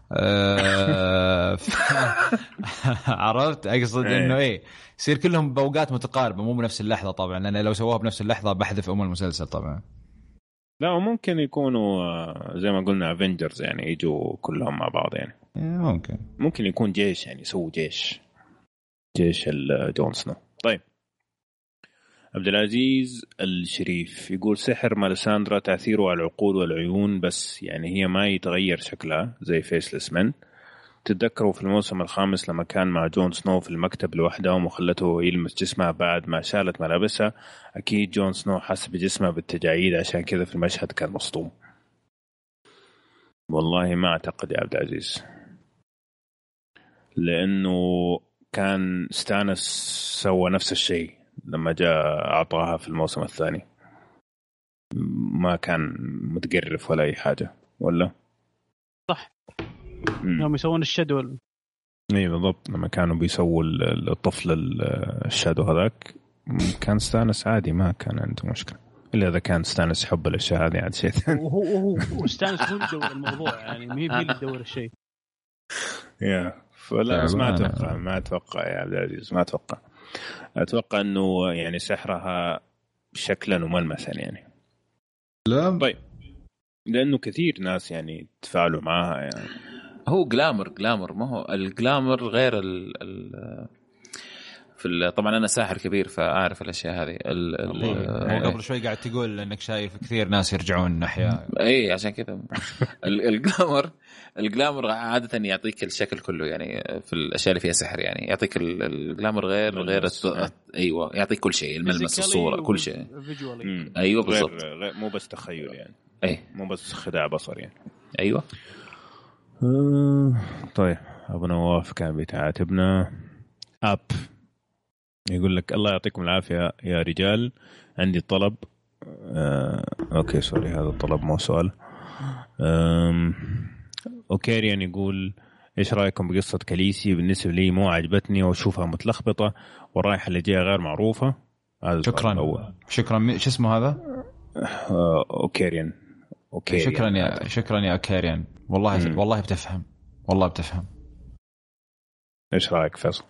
عرفت اقصد انه ايه يصير كلهم باوقات متقاربه مو بنفس اللحظه طبعا، لان لو سووها بنفس اللحظه بحذف المسلسل طبعا. لا ممكن يكونوا زي ما قلنا افنجرز يعني يجوا كلهم مع بعض يعني. ممكن يكون جيش يعني، يسووا جيش جون سنو. طيب عبد العزيز الشريف يقول سحر مالساندرا تأثيره على العقول والعيون بس، يعني هي ما يتغير شكلها زي فيسلس من. تتذكروا في الموسم الخامس لما كان مع جون سنو في المكتب لوحدهم وخلته يلمس جسمها بعد ما شالت ملابسها، أكيد جون سنو حس بجسمها بالتجاعيد عشان كذا في المشهد كان مصدوم. والله ما أعتقد يا عبد العزيز، لأنه كان ستانس سوى نفس الشيء لما جاء أعطاها في الموسم الثاني، ما كان متقرف ولا أي حاجة ولا صح. يوم يسوون الشادو اي بالضبط، لما كانوا بيسووا الطفل الشادو هذاك كان ستانس عادي، ما كان عنده مشكلة، إلا إذا كان ستانس حب الأشياء هذه عاد شيء ثاني. وهو ستانس هو اللي يدور الموضوع يعني، مين اللي يدور الشيء. فلا ما أتوقع يا عبد العزيز، ما أتوقع إنه يعني سحرها شكلا وملمسا يعني. لا طيب لأنه كثير ناس يعني تفاعلوا معها يعني. هو جلامر ما هو الجلامر غير طبعا انا ساحر كبير فاعرف الاشياء هذه. هو قبل شوي قاعد تقول انك شايف كثير ناس يرجعون احياء. اي عشان كذا الجلامر عاده يعطيك الشكل كله يعني في الاشياء اللي فيها سحر، يعني يعطيك الجلامر غير ايوه يعطيك كل شيء، الملمس، الصوره، كل شيء. ايوه بالضبط، مو بس تخيل يعني، مو بس خداع بصر يعني. ايوه. طيب ابو نواف كان بيتعاتبنا يقول لك الله يعطيكم العافيه يا رجال، عندي طلب. اوكي سوري، هذا الطلب مو سؤال. اوكيريان يقول ايش رايكم بقصه كاليسي؟ بالنسبه لي مو عجبتني واشوفها متلخبطه ورايحه لجهه غير معروفه. هذا شكرا شو اسمه هذا؟ اوكيريان. شكرا يا اوكيريان، والله بتفهم. ايش رايك فيصل؟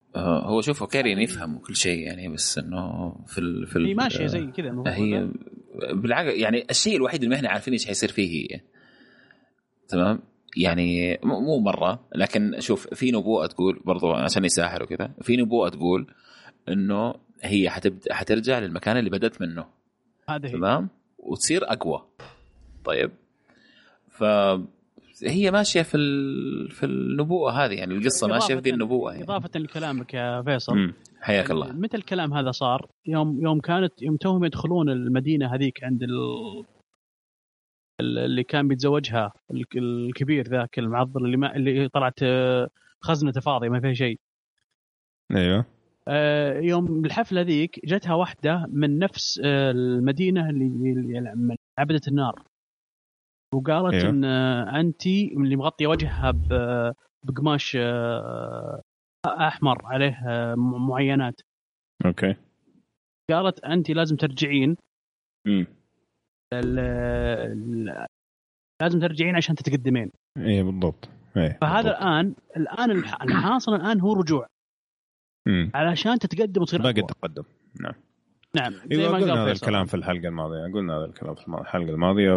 هو شوف اوكيريان يفهم كل شيء يعني، بس انه في ماشيه زي كذا هي بالعكس يعني الشيء الوحيد اللي ما احنا عارفين ايش حيصير فيه هي تمام يعني مو مره. لكن شوف في نبوءه تقول برضو عشان يساحر وكذا، في نبوءه تقول انه هي حترجع للمكان اللي بدت منه تمام وتصير اقوى. طيب فهي ماشيه في النبوءه هذه يعني القصه ماشيه في ذي النبوءه يعني. اضافه لكلامك يا فيصل حياك الله. متى الكلام هذا صار؟ يوم توهم يدخلون المدينه هذيك عند اللي كان بيتزوجها الكبير ذاك المعضل اللي طلعت خزنته فاضيه ما فيها شيء. ايوه. يوم الحفله ذيك جتها واحده من نفس المدينه اللي عبدة النار وقالت أيوه. ان انتي اللي مغطيه وجهها بقماش احمر عليه معينات. اوكي. قالت انتي لازم ترجعين لازم ترجعين عشان تتقدمين. ايه بالضبط. ايه فهذا بالضبط. الان الحاصل الان هو رجوع علشان تتقدم وتصير باقي التقدم. نعم زي ما قلنا هذا الكلام في الحلقه الماضيه، قلنا هذا الكلام في الحلقه الماضيه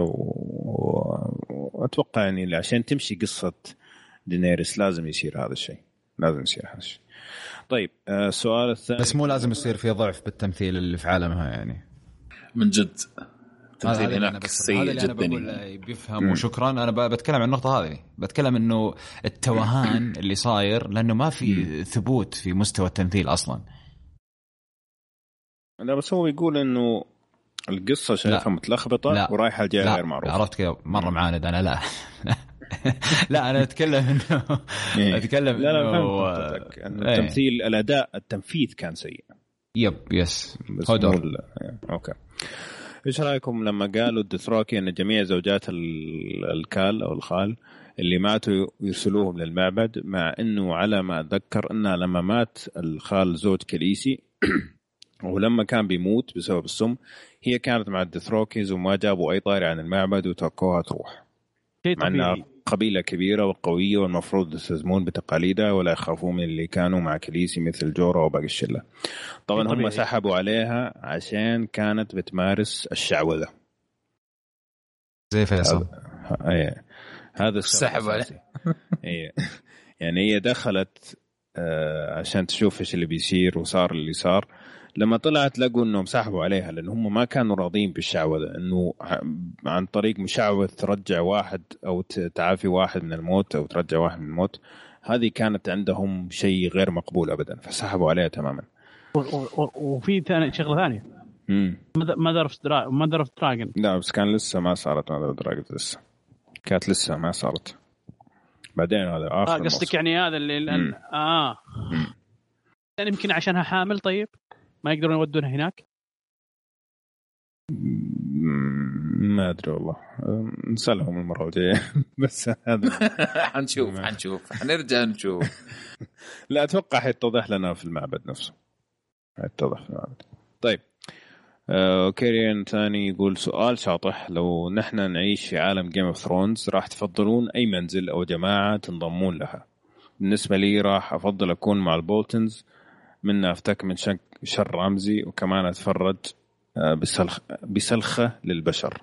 واتوقع يعني عشان تمشي قصه دينيريس لازم يصير هذا الشيء، لازم يصير هذا الشيء. طيب السؤال الثاني، بس مو لازم يصير في ضعف بالتمثيل اللي في عالمها يعني من جد التمثيل هناك سيء جدا يعني. بيفهم وشكرا. انا بتكلم عن النقطه هذه، بتكلم انه التوهان اللي صاير لانه ما في ثبوت في مستوى التمثيل اصلا. لا بس هو يقول انه القصه شايفها متلخبطه ورايحه الجهه غير معروفه. عرفت كذا مره معاند انا. لا لا انا اتكلم انه اتكلم انه التمثيل الاداء التنفيذ كان سيء. يس اوكي. ايش رايكم لما قالوا الدثراكي ان جميع زوجات الكال او الخال اللي ماتوا يرسلوهم للمعبد، مع انه على ما اتذكر انه لما مات الخال زوج كليسي ولما كان بيموت بسبب السم هي كانت مع الدثروكيز وما جابوا اي طاري عن المعبد وتركوها تروح، مع انها قبيله كبيره وقويه والمفروض يلتزمون بتقاليدها ولا يخافون من اللي كانوا مع كليسي مثل جورا وباقي الشله. طبعا هم سحبوا عليها عشان كانت بتمارس الشعوذه زي فيصل. هذا سحب عليه. يعني هي دخلت عشان تشوف ايش اللي بيصير وصار اللي صار. لما طلعت لقوا انهم سحبوا عليها لان هم ما كانوا راضين بالشعوذه، انه عن طريق مشعوذ ترجع واحد او تعافي واحد من الموت او ترجع واحد من الموت، هذه كانت عندهم شيء غير مقبول ابدا فسحبوا عليها تماما. وفي شغله ثانيه ماذر اوف دراجون. لا بس كان لسه ما صارت ماذر اوف دراجون، لسه كانت لسه ما صارت. بعدين هذا اخر قصدك يعني هذا اللي يعني يمكن عشانها حامل. طيب ما يقدرون يودونها هناك؟ ما أدري والله، نسألهم المرة الجاية. بس هذا حنشوف حنرجع نشوف. لا أتوقع حيتضح لنا في المعبد نفسه، حيتضح في المعبد. طيب كيريان ثاني يقول سؤال شاطح، لو نحن نعيش في عالم جيم اوف ثرونز راح تفضلون أي منزل أو جماعة تنضمون لها؟ بالنسبة لي راح أفضل أكون مع البولتنز، منها أفتك من شر رمزي وكمان أتفرج بسلخة للبشر.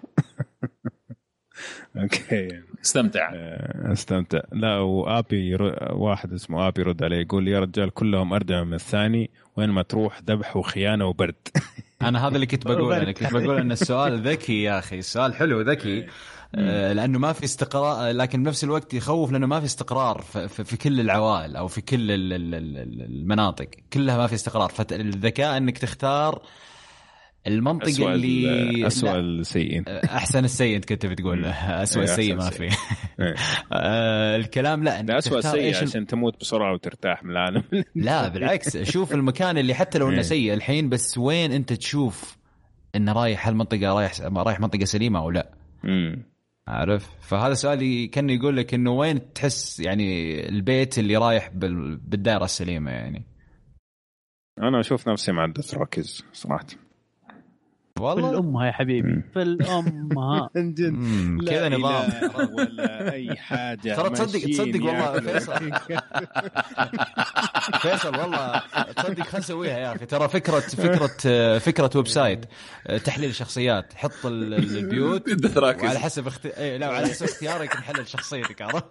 أوكي استمتع. لا وآبي واحد اسمه آبي يرد عليه يقول يا رجال كلهم أردع من الثاني، وين ما تروح ذبح وخيانة وبرد. أنا هذا اللي كنت بقول، أنا كنت بقول أن السؤال ذكي يا أخي، السؤال حلو ذكي لأنه ما في استقرار، لكن بنفس الوقت يخوف لأنه ما في استقرار في كل العوائل أو في كل المناطق كلها ما في استقرار. فالذكاء أنك تختار المنطقة اللي أسوأ السيئين أحسن السيء أنت كنت بتقول أسوأ السيء ما في. الكلام لا أسوأ السيء عشان تموت بسرعة وترتاح من العالم. لا بالعكس، شوف المكان اللي حتى لو إنه سيء الحين، بس وين أنت تشوف إنه رايح المنطقة رايح منطقة سليمة أو لا. عارف؟ فهذا سؤالي كان يقول لك إنه وين تحس يعني البيت اللي رايح بالدائرة السليمة يعني. أنا أشوف نفسي مع الدثراكيز صراحة. والله الأمها يا حبيبي في الأمها من جد كذا نظام ولا اي حاجه. ترى تصدق والله فيصل والله تصدق خل نسويها يا اخي. ترى فكره ويب سايت تحليل شخصيات، حط البيوت وعلى حسب لا على حسب اختيارك نحلل شخصيتك. عرفت؟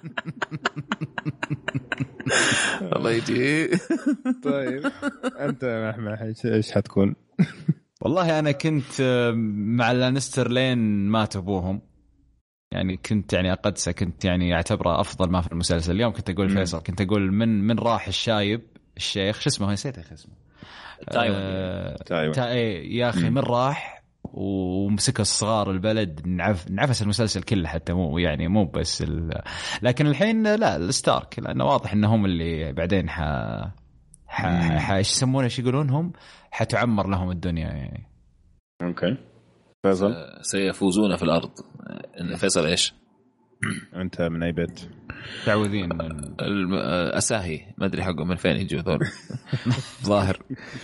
الله يجي. طيب انت يا محمد ايش حتكون؟ والله انا كنت مع لانستر لين مات ابوهم، يعني كنت يعني أقدسه، كنت يعني أعتبره أفضل ما في المسلسل. اليوم كنت أقول فيصل، كنت أقول من راح الشايب الشيخ شو اسمه، نسيت اسمه، تايوان. يا أخي من راح ومسك الصغار البلد، نعفس المسلسل كله حتى، مو يعني مو بس لكن الحين لا الستارك، لأنه واضح إنهم اللي بعدين ايش يسمونه، ايش يقولونهم، حتعمر لهم الدنيا يعني. اوكي فيصل سيفوزون في الارض. فيصل ايش؟ انت من اي بيت؟ تعوذين اساهي، ما ادري حقه من فين يجوا ذول. ظاهر.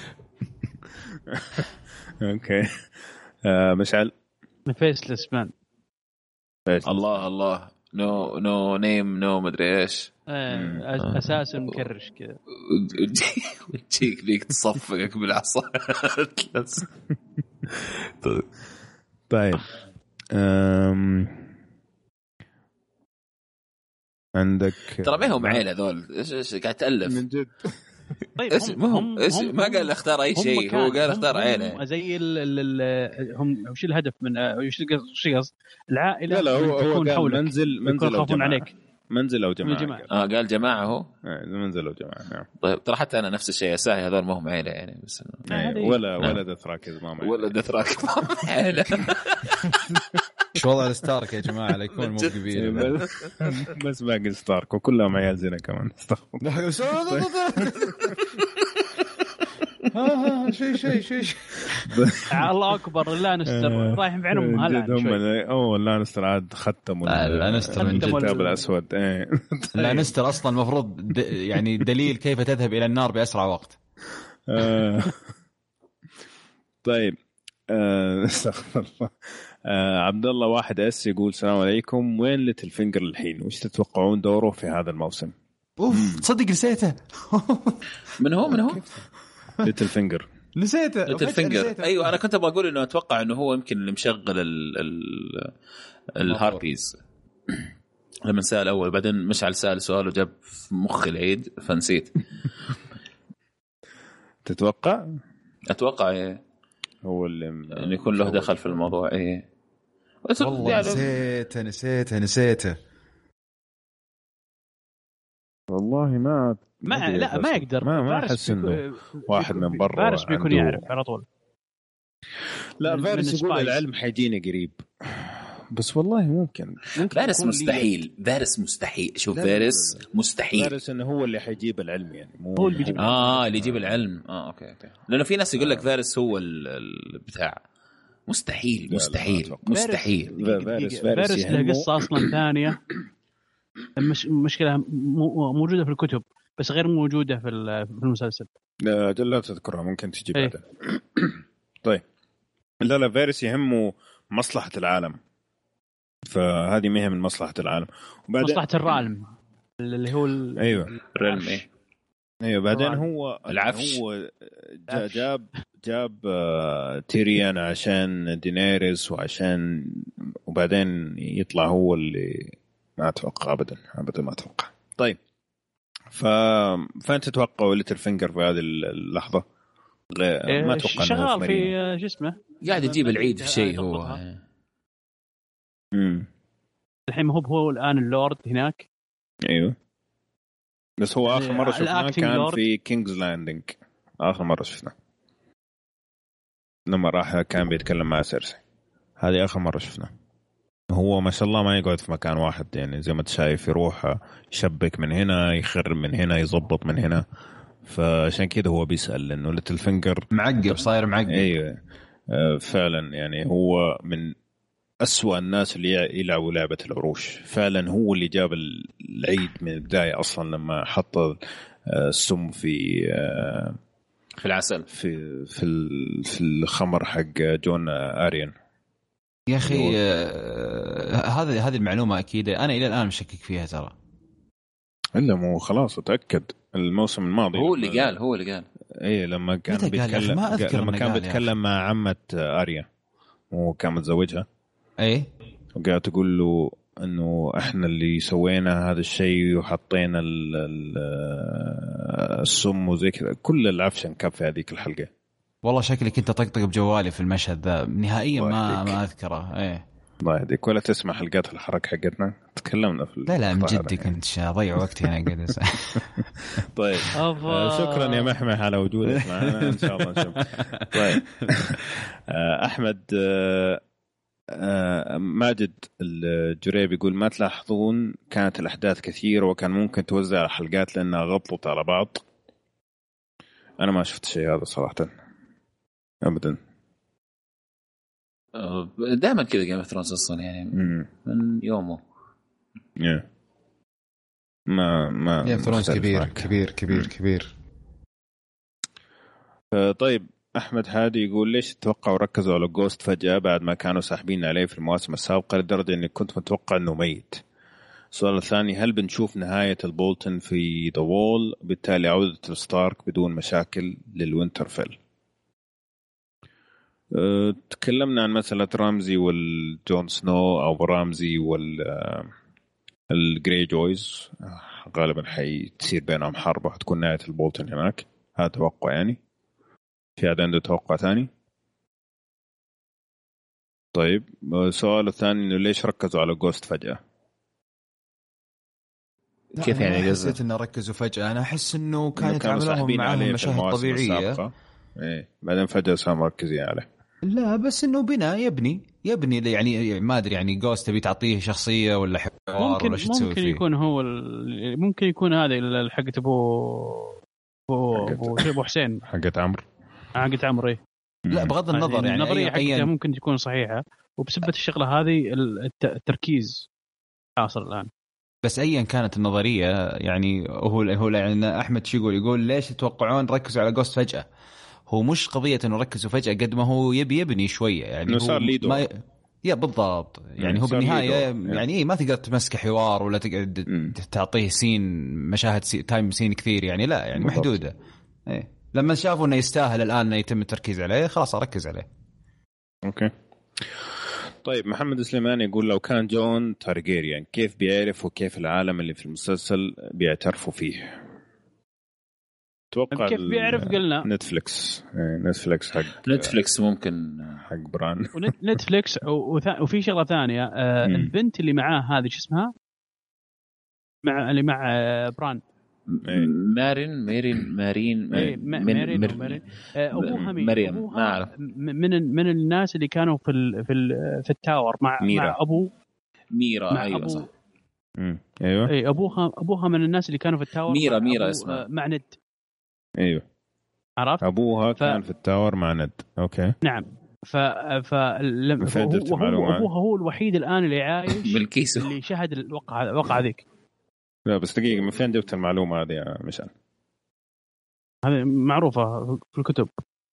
اوكي مشعل من فيسلس مان. الله نو نيم نو مدري ايش. اساسا مكرش كذا وتجيك ذيك تصفقك بالعصا. طيب عندك ترى ما هم عيله ذول، ايش قاعد تالف من جد؟ طيب هم ما قال اختار اي شيء، هو قال اختار عيله. زي هم وش الهدف من وش قصد العائله؟ لا هو قال حولك. منزل او جماعه عليك. منزل او جماعه. قال جماعه هو منزل او جماعه. نعم. طيب ترى حتى انا نفس الشيء، ساهي هذول ما هم عيله يعني، بس ولا دثراك ما ولا دثراك عيله. شو وضع الستارك يا جماعه؟ لا يكون مو قبيله بس باقي ستارك وكلهم عيال زينا كمان. شيء الله اكبر. لانستر رايح بعينهم هلا لانستر عاد ختموا لانستر من الكتاب الاسود. لانستر اصلا المفروض يعني دليل كيف تذهب الى النار باسرع وقت. طيب استغفر الله. عبد الله 1S يقول السلام عليكم، وين ليتل فينجر الحين؟ وش تتوقعون دوره في هذا الموسم؟ تصدق نسيته. من هو ليتل فينجر نسيته. ايوه انا كنت بقول انه اتوقع انه هو يمكن اللي مشغل الهاربيز. لما سأل اول بعدين مشعل سأل سؤال وجاب في مخي العيد فنسيت. اتوقع ايه هو اللي انه يكون له دخل في الموضوع. ايه والله نسيته والله ما يقدر. ما احس انه واحد من برا فارس بيكون يعرف على طول. لا فارس يقول العلم حيجينا قريب، بس والله ممكن فارس مستحيل. فارس مستحيل. شوف فارس مستحيل. فارس انه هو اللي حيجيب العلم يعني، مو هو اللي بيجيب اللي يجيب العلم. اوكي لانه في ناس يقول لك فارس هو البتاع. مستحيل. فارس له قصة أصلا ثانية. مشكلة موجودة في الكتب بس غير موجودة في المسلسل. لا تذكرها، ممكن تجي بعدين. طيب لا فارس يهمه مصلحة العالم، فهذه مهم من مصلحة العالم. وبعدين مصلحة العالم اللي هو أيوة الرلم. ايوه بعدين هو العفش. هو جاب تيريان عشان دينيريس وبعدين يطلع هو اللي ما اتوقع ابدا ما اتوقع. طيب فانت تتوقع ليتل فينجر في هذه اللحظه؟ ما اتوقع شغال في شو اسمه، قاعد يجيب العيد في شيء هو. الحين هو الان اللورد هناك. ايوه بس هو آخر مرة شفناه كان في كينجز لاندنج. آخر مرة شفناه لما راح كان بيتكلم مع سيرسي. هذه آخر مرة شفناه. هو ما شاء الله ما يقعد في مكان واحد، يعني زي ما تشايف يروح يشبك من هنا، يخرب من هنا، يضبط من هنا. فعشان كده هو بيسأل لأنه ليتل فينجر معقب، صاير معقب. أيوة فعلا يعني هو من أسوأ الناس اللي يلعبوا لعبة العروش. فعلا هو اللي جاب العيد من البداية أصلا، لما حط السم في في العسل في الخمر حق جون اريان يا اخي. هذه المعلومه اكيده، انا الى الان مشكك فيها ترى. الا مو خلاص اتاكد الموسم الماضي هو اللي قال ايه لما كان بيتكلم لما كان بيتكلم مع عمة اريا وكان متزوجها ايه وقاعد تقول له انه احنا اللي سوينا هذا الشيء وحطينا السم وزي كذا. كل العفشه كان في هذيك الحلقه. والله شكلي كنت طقطق بجوالي في المشهد ذا نهائيا ما اذكره. ايه الله يهديك ولا تسمع حلقات الحركه حقتنا تكلمنا في لا من جدي كنت اضيع وقتي انا قاعد. طيب شكرا يا محمح على وجودك معنا ان شاء الله نشوف. طيب احمد ماجد الجريبي يقول ما تلاحظون كانت الأحداث كثيرة وكان ممكن توزع الحلقات لأنها غطت على بعض؟ أنا ما شفت شيء هذا صراحة أبدا. دائما كذا جيم اوف ثرونز أصلا يعني من يومه. ما جيم اوف ثرونز كبير. طيب أحمد هادي يقول ليش تتوقعوا ركزوا على جوست فجأة بعد ما كانوا ساحبين عليه في المواسم السابقة لدرجة أني كنت متوقع أنه ميت؟ السؤال الثاني هل بنشوف نهاية البولتن في The Wall بالتالي عودة الستارك بدون مشاكل للوينترفيل؟ تكلمنا عن مسألة رامزي والجون سنو أو رامزي والجري جويز غالبا حيتصير بينهم حرب وحتكون نهاية البولتن هناك. هذا توقع يعني. في عاد عنده توقع ثاني؟ طيب السؤال الثاني إنه ليش ركزوا على جوست فجأة؟ كيف يعني؟ حسيت إنه ركزوا فجأة. أنا أحس إنه كانت عملهم معهم مشاهد طبيعية. إيه بعدين فجأة صار مركزين عليه. لا بس إنه بناء يبني يعني ما أدري يعني جوست تبي تعطيه شخصية ولا حوار ولا شو تسوي ممكن فيه. يكون هو ممكن يكون هذا الحقة أبو حسين حقت عمرو إيه. لا بغض النظر يعني النظرية حقتها ممكن تكون صحيحة وبسبة الشغلة هذه التركيز حاصل الآن. بس أيا كانت النظرية يعني هو يعني أحمد شو يقول ليش تتوقعون ركزوا على جوست فجأة؟ هو مش قضية إنه ركزوا فجأة قد ما هو يبني شوية يعني. صار ليدو يا بالضبط يعني هو بالنهاية يعني إيه ما تقدر تمسك حوار ولا تقدر تعطيه سين مشاهد تايم سين كثير يعني لا يعني بالضبط. محدودة. إيه لما شافوا إنه يستاهل الآن إنه يتم التركيز عليه خلاص أركز عليه. أوكي. طيب محمد سليمان يقول لو كان جون تارجيريان كيف بيعرف وكيف العالم اللي في المسلسل بيعترفوا فيه؟ توقع كيف بيعرف؟ قلنا نتفليكس حق نتفليكس ممكن حق بران نتفليكس وفي شغلة ثانية البنت اللي معاه هذه شو اسمها اللي مع بران مارين أبوها مريم ما أعرف من الناس اللي كانوا في التاور مع أبو ميرا. مع أيوة صح. أيوة أي أبوها من الناس اللي كانوا في التاور ميرا اسمها مع ند. أيوة عرفت أبوها كان في التاور مع ند. أوكي نعم. أبوها هو الوحيد الآن اللي عايش اللي شهد الوقعة ذيك. لا بس دقيقة من فين جبت المعلومة هذه يا مشعل؟ هذه معروفة في الكتب.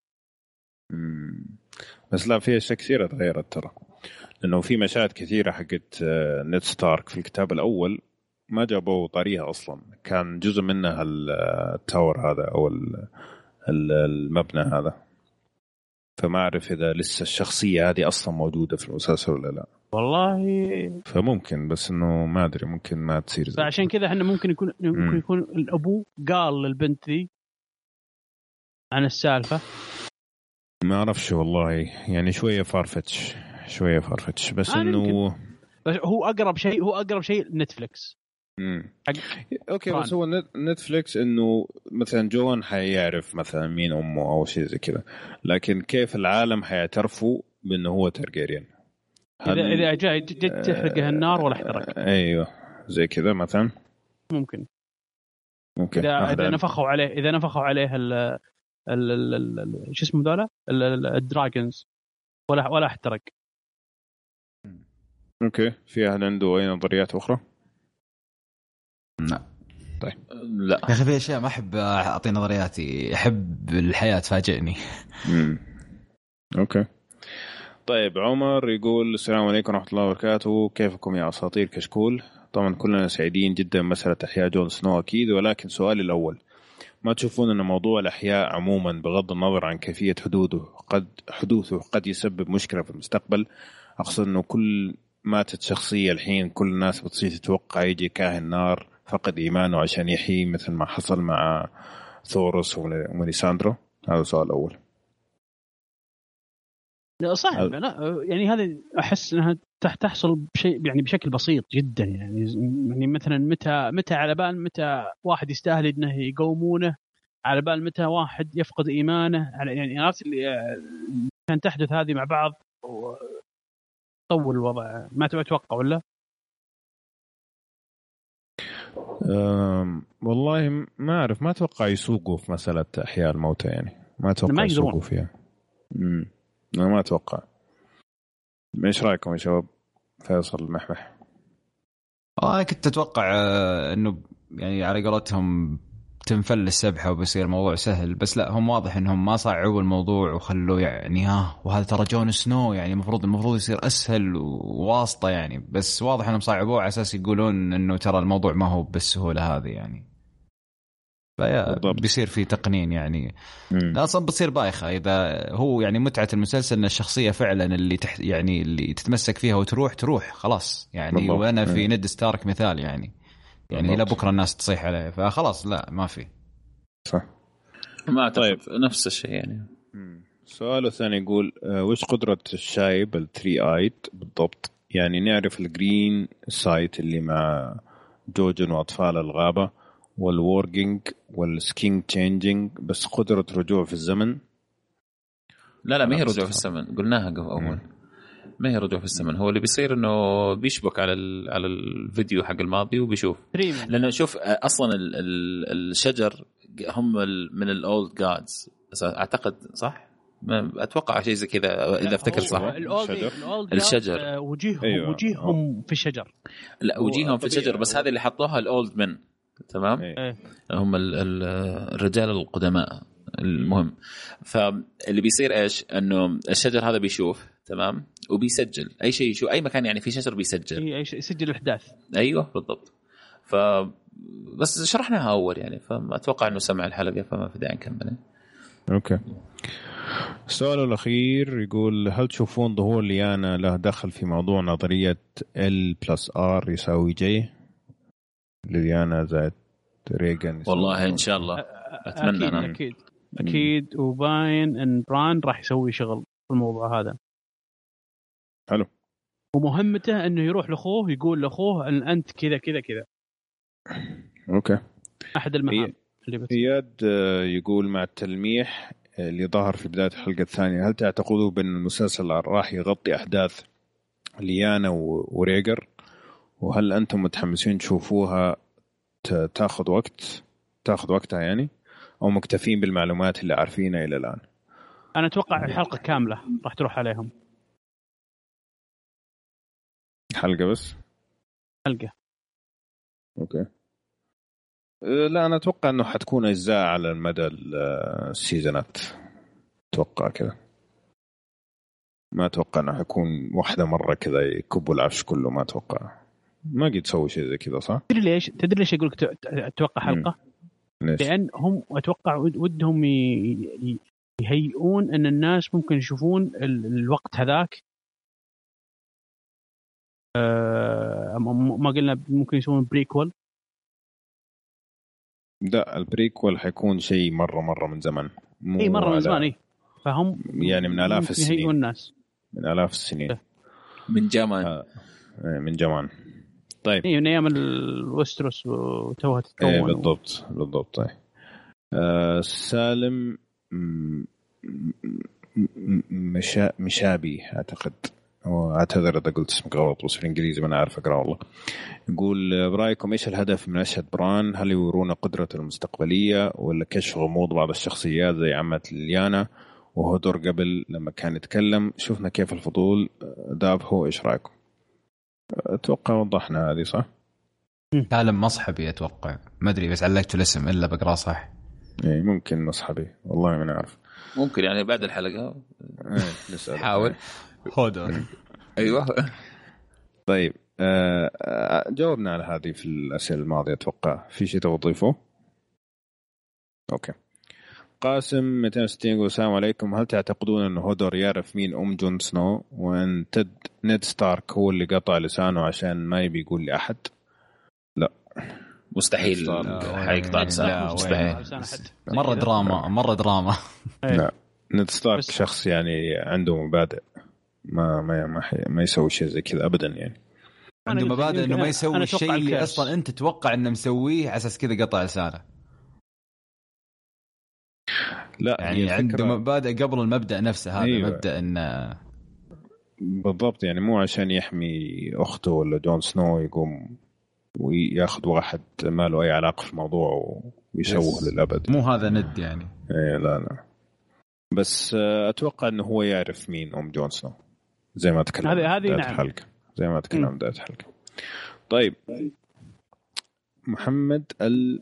بس لا في أشياء كثيرة تغيرت ترى لأنه في مشاهد كثيرة حقت نيد ستارك في الكتاب الأول ما جابوا طريقة أصلا كان جزء منها التاور هذا أو المبنى هذا فما أعرف إذا لسه الشخصية هذه أصلا موجودة في المسلسل ولا لا والله. فممكن بس إنه ما أدري ممكن ما تصير زي فعشان كذا إحنا ممكن يكون الأبو قال للبنت ذي عن السالفة ما أعرفش والله يعني شوية فارفتش بس إنه هو أقرب شيء نتفليكس. اوكي بس هو نتفليكس انه مثلا جون حيعرف مثلا مين امه او شيء زي كذا لكن كيف العالم حيعترفوا بانه هو تارجيريان اذا جاء جد تحرقه النار ولا احترق. ايوه زي كذا مثلا ممكن اذا نفخوا عليه شو اسمه ذولا الدراجونز ولا احترق. اوكي في احد عنده اي نظريات اخرى؟ طيب لا يا اخي في اشياء ما احب اعطي نظرياتي، احب الحياه تفاجئني. اوكي طيب عمر يقول السلام عليكم ورحمه الله وبركاته، كيفكم يا اساطير كشكول؟ طبعا كلنا سعيدين جدا مساله احياء جون سنو اكيد، ولكن سؤالي الاول، ما تشوفون أن موضوع الأحياء عموما بغض النظر عن كيفية حدوثه قد يسبب مشكلة في المستقبل؟ أقصد أنه كل ماتت شخصية الحين كل الناس بتصير تتوقع يجي كاهن نار فقد إيمانه عشان يحيي، مثل ما حصل مع ثورس وميليساندرو. هذا السؤال الأول. لا صح، لا يعني هذه أحس أنها تحصل بشيء يعني بشكل بسيط جدا، يعني مثلا متى على بال متى واحد يستاهل انه يقومونه، على بال متى واحد يفقد ايمانه، على يعني عرفت اللي كان تحدث هذه مع بعض طول الوضع. ما تتوقع ولا؟ والله ما أعرف، ما أتوقع يسوقوا في مسألة أحياء الموتى، يعني ما أتوقع يسوقوا فيها. أنا ما أتوقع. ايش رايكم يا شباب؟ فيصل المحمح. انا كنت اتوقع انه يعني على قولتهم تنفل السبحه وبيصير الموضوع سهل، بس لا، هم واضح انهم ما صعبوا الموضوع وخلوه يعني وهذا ترى جون سنو يعني المفروض يصير اسهل وواسطه يعني، بس واضح انهم صعبوه على اساس يقولون انه ترى الموضوع ما هو بالسهوله هذه يعني. بيصير في تقنين يعني. لا اصلا بتصير بايخه اذا هو يعني متعه المسلسل ان الشخصيه فعلا اللي يعني اللي تتمسك فيها وتروح خلاص يعني بالضبط. وانا في ند ستارك مثال يعني الى بكره الناس تصيح عليه، فخلاص لا ما في صح. ما طيب نفس الشيء يعني. السؤال الثاني يقول وش قدرة الشايب الثري آيت بالضبط؟ يعني نعرف الجرين سايت اللي مع جوجن وأطفال الغابة والورجينج والسكينج تشينجينج، بس قدرة رجوع في الزمن؟ لا ما هي رجوع في الزمن، قلناها أول. ما هي رجوع في الزمن، هو اللي بيصير إنه بيشبك على الفيديو حق الماضي وبيشوف. لأنه شوف أصلا الشجر هم من الأولد جادز أعتقد، صح؟ أتوقع شيء زي كذا إذا أفتكر صح. الشجر وجيههم في الشجر. لا وجيههم في الشجر، بس هذه اللي حطوها الأولد من، تمام. هم الرجال القدماء. المهم فاللي بيصير إيش، إنه الشجر هذا بيشوف، تمام، وبيسجل أي شيء، شو أي مكان يعني في شجر بيسجل، أي شيء يسجل الأحداث. أيوة بالضبط. بس شرحناها أول يعني، فما أتوقع إنه سمع الحلقة، فما في داعي نكمل. أوكي. السؤال الأخير يقول هل تشوفون ظهور ليانا له دخل في موضوع نظرية L+R يساوي J؟ ليانا زائد ريغان. والله إن شاء الله أتمنى. أكيد وباين إن بران راح يسوي شغل في الموضوع هذا. حلو. ومهمته إنه يروح لأخوه يقول لأخوه أن أنت كذا. أوكي. أحد المهام. إياد يقول مع التلميح اللي ظهر في بداية الحلقة الثانية، هل تعتقدوا بأن المسلسل راح يغطي أحداث ليانا وريجر؟ وهل أنتم متحمسين تشوفوها تأخذ وقتها يعني، أو مكتفين بالمعلومات اللي عارفينها إلى الآن؟ أنا أتوقع حلقة كاملة راح تروح عليهم. حلقة بس؟ حلقة. أوكي. لا أنا أتوقع أنه حتكون أجزاء على المدى السيزونات، أتوقع كذا. ما أتوقع أنه حيكون واحدة مرة كذا يكبوا العفش كله، ما أتوقع. ما قد تسوي شيء زي كذا صح؟ تدري ليش أقولك أتوقع حلقة؟ لأن هم أتوقع ودهم يهيئون أن الناس ممكن يشوفون الوقت هذاك. ما قلنا ممكن يسوون بريكول؟ لا البريكول حيكون شيء مرة من زمن. مرة من زمان. فهم يعني من آلاف السنين. الناس. من آلاف السنين. من زمان. من زمان. طيب. من أيام الوستروس وتوها تتكون. بالضبط. طيب. سالم مشابي أعتقد، أعتذر إذا قلت اسمك غلط، بس في الإنجليزي ما أنا عارف أقرأ والله. يقول برأيكم إيش الهدف من مشهد بران؟ هل يورونا قدرته المستقبلية، ولا كشف غموض بعض الشخصيات زي عمة ليانا وهدر قبل لما كان يتكلم؟ شوفنا كيف الفضول دابه. إيش رأيكم؟ أتوقع وضحنا هذه صح؟ عالم مصحبي اتوقع، ما ادري بس علقت الاسم الا بقراه صح. اي ممكن مصحبي، والله ما نعرف. ممكن يعني بعد الحلقه نسأل. حاول هودر. ايوه. طيب جاوبنا على هذه في الأسئلة الماضية. أتوقع في شيء تبغى تضيفه؟ أوكي. قاسم 260 يقول السلام عليكم، هل تعتقدون أن هودر يعرف مين جون سنو، وأن نيد ستارك هو اللي قطع لسانه عشان ما يبي يقول لأحد؟ لا مستحيل حيقطع لسانه، مستحيل. مرة دراما. لا نيد ستارك شخص يعني عنده مبادئ، ما يسوي شيء زي كذا أبدا. يعني عنده مبادئ انه ما يسوي الشيء اللي اصلا انت تتوقع انه مسويه على اساس كذا قطع لسانه. لا يعني عنده مبادئ قبل المبدأ نفسه هذا. أيوة. مبدأ انه بالضبط، يعني مو عشان يحمي اخته ولا جون سنو يقوم وياخذ واحد ما له اي علاقه في الموضوع ويشوه للابد. مو هذا ند يعني. إيه لا بس اتوقع انه هو يعرف مين جون سنو زي ما تكلم هذه نعم. الحلقه زي ما تكلم بدايه الحلقه. طيب محمد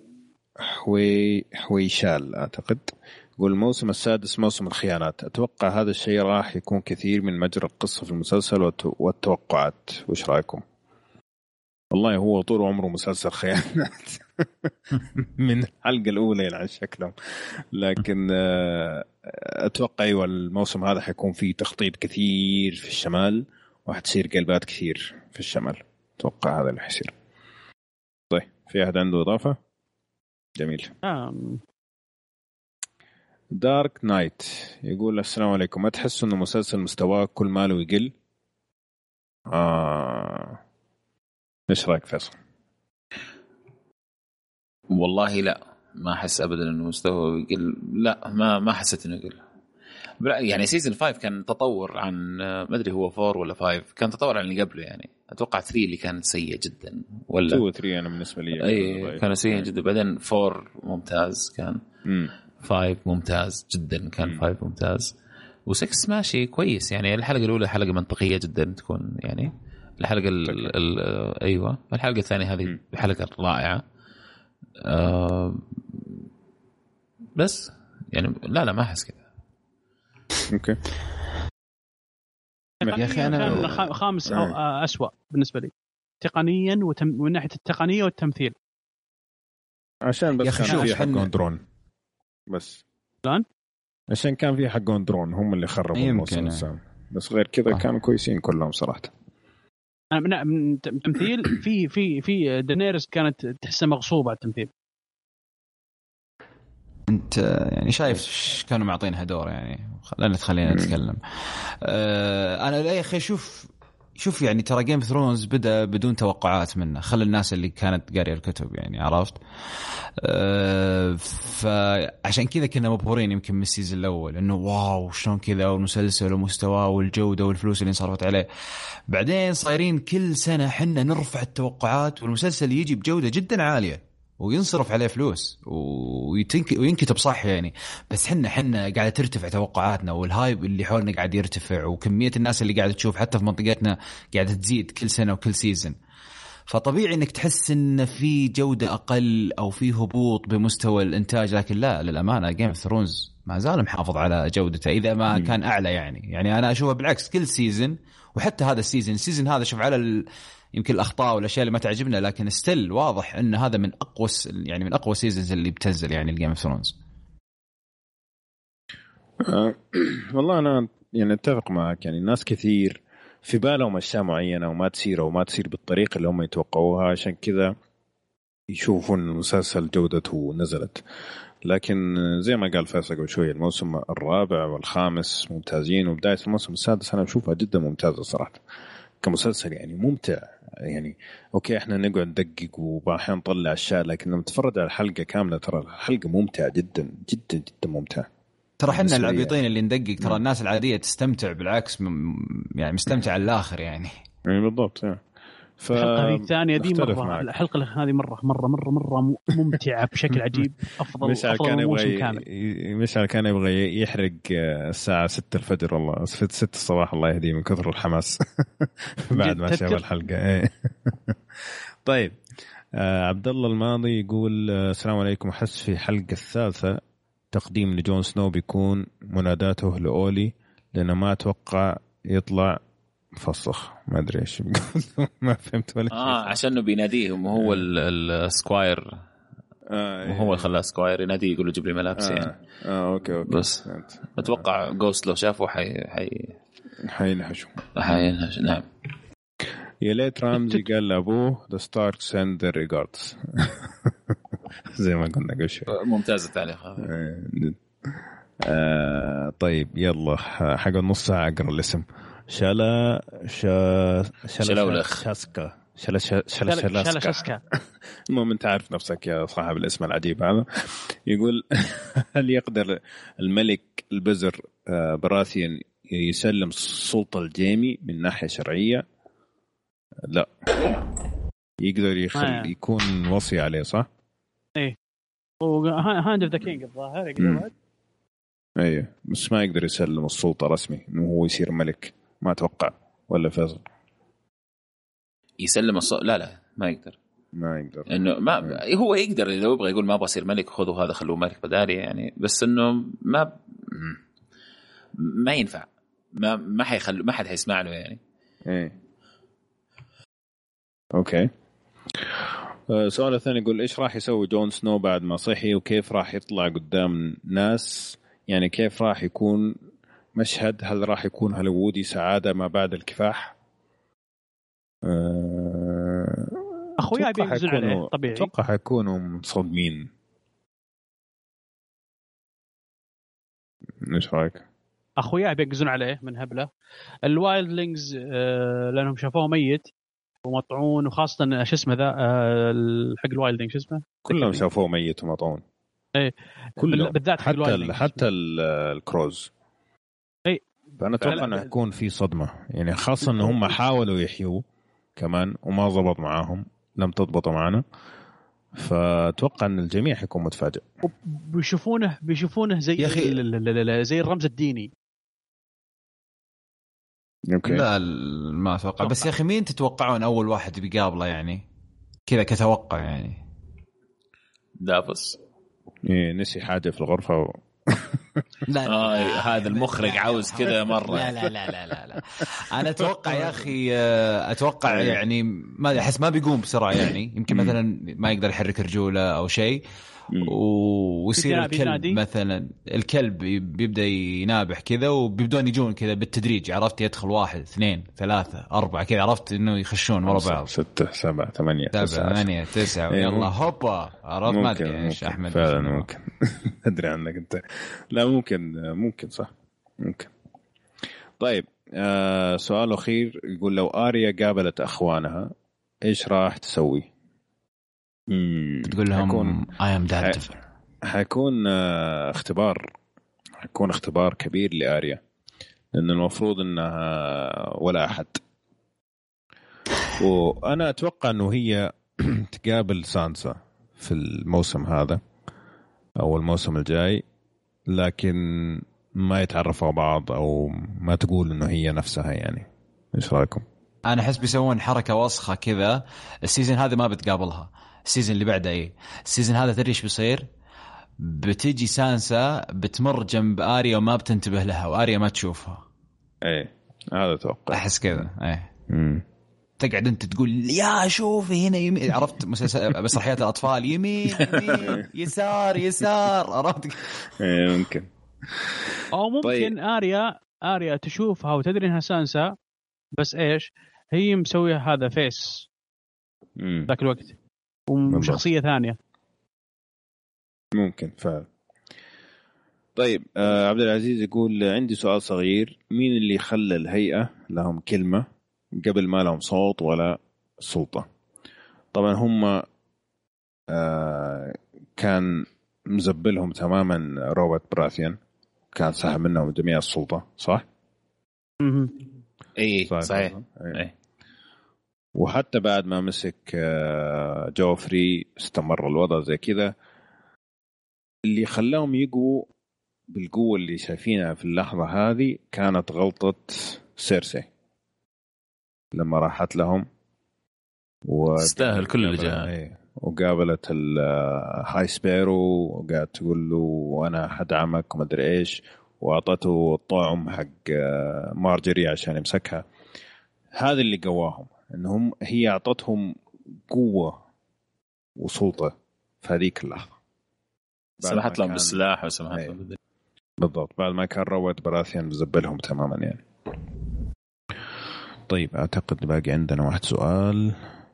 الحويشال اعتقد يقول الموسم السادس موسم الخيانات، أتوقع هذا الشيء راح يكون كثير من مجرى القصة في المسلسل والتوقعات، وش رأيكم؟ والله هو طول عمره مسلسل خيانات من الحلقة الأولى عن شكلهم، لكن أتوقع أيوة الموسم هذا حيكون فيه تخطيط كثير في الشمال وحتصير قلبات كثير في الشمال. أتوقع هذا اللي حيصير. طيب في أحد عنده إضافة؟ جميل. دارك نايت يقول السلام عليكم، ما تحس انه مسلسل مستواه كل ماله يقل؟ ايش رايك فيصل؟ والله لا، ما احس ابدا انه مستواه يقل. لا ما حسيت انه يقل. يعني سيزن 5 كان تطور عن ما ادري هو 4 ولا 5 كان تطور عن اللي قبله. يعني اتوقع 3 اللي كانت سيء جدا، ولا 2 و 3 انا بالنسبه لي اي كان سيء جدا. بعدين 4 ممتاز كان. 5 ممتاز جدا كان. 5 ممتاز، و6 ماشي كويس. يعني الحلقة الأولى حلقة منطقية جدا تكون، يعني الحلقة أيوة الحلقة الثانية هذه حلقة رائعة. بس يعني لا ما أحس كذا. أوكي يا أخي أنا خامس أسوأ بالنسبة لي تقنيا ومن ناحية التقنية والتمثيل، عشان بس كان في حقون درون بس لان عشان كان في حقون درون هم اللي خربوا الموسم. بس غير كذا كانوا كويسين كلهم صراحة. أنا من تمثيل في دينيرس كانت تحسها مغصوبة على التمثيل. انت يعني شايف كانوا معطينها دور يعني. خلينا نتكلم. انا لا يا اخي شوف يعني ترى جيم اوف ثرونز بدا بدون توقعات منه. خلي الناس اللي كانت قاريه الكتب يعني عرفت. فعشان كذا كنا مبهورين يمكن من السيزون الاول انه واو شلون كذا، والمسلسل ومستواه والجوده والفلوس اللي انصرفت عليه. بعدين صايرين كل سنه حنا نرفع التوقعات والمسلسل يجي بجوده جدا عاليه وينصرف عليه فلوس وينكتب صح يعني. بس حنا قاعدة ترتفع توقعاتنا، والهايب اللي حولنا قاعد يرتفع، وكمية الناس اللي قاعدة تشوف حتى في منطقتنا قاعدة تزيد كل سنة وكل سيزن. فطبيعي انك تحس ان في جودة اقل او في هبوط بمستوى الانتاج. لكن لا، للامانة جيم اوف ثرونز ما زال محافظ على جودته اذا ما كان اعلى. يعني انا اشوفه بالعكس كل سيزن، وحتى هذا السيزن هذا شوف على يمكن الأخطاء والأشياء اللي ما تعجبنا، لكن ستيل واضح أن هذا من أقوى سيزنز اللي بتنزل يعني الجيم اوف ثرونز. والله أنا يعني أتفق معك. يعني الناس كثير في بالهم أشياء معينة وما تصير بالطريقة اللي هم يتوقعوها، عشان كذا يشوفون المسلسل جودته نزلت. لكن زي ما قال فيصل قبل شوية الموسم الرابع والخامس ممتازين، وبداية الموسم السادس أنا أشوفها جدا ممتازة صراحة كمسلسل. يعني ممتع. يعني اوكي احنا نقعد ندقق وباحيان نطلع اشياء، لكن لما تتفرج على الحلقه كامله ترى الحلقه ممتعه جدا جدا جدا ممتع. ترى احنا العبيطين اللي ندقق، ترى الناس العاديه تستمتع بالعكس يعني مستمتع على الاخر يعني بالضبط. الحلقة الثانية دي مرة، الحلقة هذه مرة ممتعة بشكل عجيب. أفضل موسم كامل. مشعل كان يبغى يحرق الساعة 6 الفجر، والله 6 الصباح الله يهديه من كثر الحماس بعد ما شاف الحلقة. طيب عبد الله الماضي يقول السلام عليكم. أحس في حلقة الثالثة تقديم لجون سنو بيكون مناداته لأولي، لأنه ما أتوقع يطلع مفسخ. ما أدري إيش ما فهمت ولا شيء. عشانه بيناديهم وهو السكواير، وهو اللي خلاه سكواير يناديه يقول له جيب لي ملابس يعني. أوكي. بس أتوقع جوست لو شافه حينحشوا. نعم. يا ليت رامزي قال لأبوه the Stark send their regards. زي ما قلنا قبل شوي. ممتاز التعليق. طيب يلا حق النص ساعة أقرأ الاسم. شلاشاسكا. شلاشاسكا. المهم أنت عارف نفسك يا صاحب الاسم العجيب هذا. يقول هل يقدر الملك البزر براثيان يسلم السلطة الجيمي من ناحية شرعية؟ لا، يقدر يكون وصي عليه صح؟ ايه هاند اوف ذا كينج الظاهر يقدر. ايه بس ما يقدر يسلم السلطة رسمي انه هو يصير ملك. ما اتوقع ولا فيصل يسلم لا ما يقدر انه ما هو يقدر لو يبغى يقول ما ابغى اصير ملك خذوا هذا خلوه ملك بدالي يعني، بس انه ما ينفع. ما حيخلوا، ما حد حيسمع له يعني. ايه اوكي. سؤال الثاني يقول ايش راح يسوي جون سنو بعد ما صحي، وكيف راح يطلع قدام ناس؟ يعني كيف راح يكون مشهد؟ هل راح يكون هوليوودي سعادة ما بعد الكفاح؟ اخويا بينزل عليه طبيعي. اتوقع حيكونوا مصدمين. ايش رايك؟ اخويا بيقزون عليه من هبله الوايلدلينجز لانهم شافوه ميت ومطعون، وخاصه شو اسمه ذا حق الوايلدينج شو اسمه كلهم شافوه ميت ومطعون. ايه بالذات حتى الكروز. ايه فانا اتوقع انه يكون في صدمه يعني، خاصه ان هم حاولوا يحيوه كمان وما زبط معاهم، لم تضبط معنا. فاتوقع ان الجميع حيكون متفاجئ. بيشوفونه زي الرمز الديني. أوكي. لا ما اتوقع. بس يا اخي مين تتوقعون اول واحد بيقابله يعني كذا كتوقع يعني؟ دافوس. إيه نسي حاجه في الغرفه لا هذا المخرج عاوز كذا مره. لا انا اتوقع يا اخي اتوقع يعني ما احس ما بيقوم بسرعه يعني. يمكن مثلا ما يقدر يحرك رجوله او شيء ويصير الكلب مثلا، الكلب بيبدا ينابح كذا وبيبدون يجون كذا بالتدريج. عرفت يدخل 1 2 3 4 كذا، عرفت انه يخشون ورا بعض 6 7 8 9 يلا هوبا. عرفت ما ادري ايش احمد فعلا ممكن ادري عنك انت. لا ممكن صح ممكن. طيب سؤال اخير يقول لو آريا قابلت اخوانها ايش راح تسوي؟ تقول لهم I am that devil. حيكون اختبار كبير لآريا، لأن المفروض أنها ولا أحد. وأنا أتوقع أنه هي تقابل سانسا في الموسم هذا أو الموسم الجاي، لكن ما يتعرفوا بعض أو ما تقول أنه هي نفسها يعني. إيش رأيكم؟ أنا أحس بيسوون حركة وسخة كذا. السيزن هذا ما بتقابلها، السيزن اللي بعده ايه. السيزن هذا تدري ايش بيصير؟ بتيجي سانسا بتمر جنب آريا وما بتنتبه لها وآريا ما تشوفها. ايه هذا توقع. احس كذا ايه. تقعد انت تقول يا شوفي هنا يمين. عرفت مسرحيات الاطفال يمين يسار عرفت. ايه ممكن. او ممكن طيب. آريا تشوفها وتدري انها سانسا، بس ايش هي مسويه هذا فيس ذاك الوقت وشخصية ثانية. ممكن فعلا. طيب عبد العزيز يقول عندي سؤال صغير، مين اللي خلى الهيئة لهم كلمة قبل ما لهم صوت ولا سلطة؟ طبعا هم كان مزبلهم تماما روبرت براثيان، كان سحب منهم جميع السلطة صح؟ ايه صحيح. ايه. وحتى بعد ما مسك جوفري استمر الوضع زي كذا. اللي خلاهم يقوا بالقوة اللي شايفينها في اللحظة هذه كانت غلطة سيرسي لما راحت لهم استاهل كل اللي جاء. وقابلت الهاي سبيرو وقالت تقول له أنا حدعمك وما أدري إيش، وأعطته الطعم حق مارجري عشان يمسكها. هذا اللي قواهم، إنهم هي أعطتهم قوة وسلطة في هذيك اللحظة. سمحت لهم بالسلاح وسمحت لهم بالضبط، بعد ما كان روت براثيان بزبلهم تماما يعني. طيب أعتقد باقي عندنا واحد سؤال.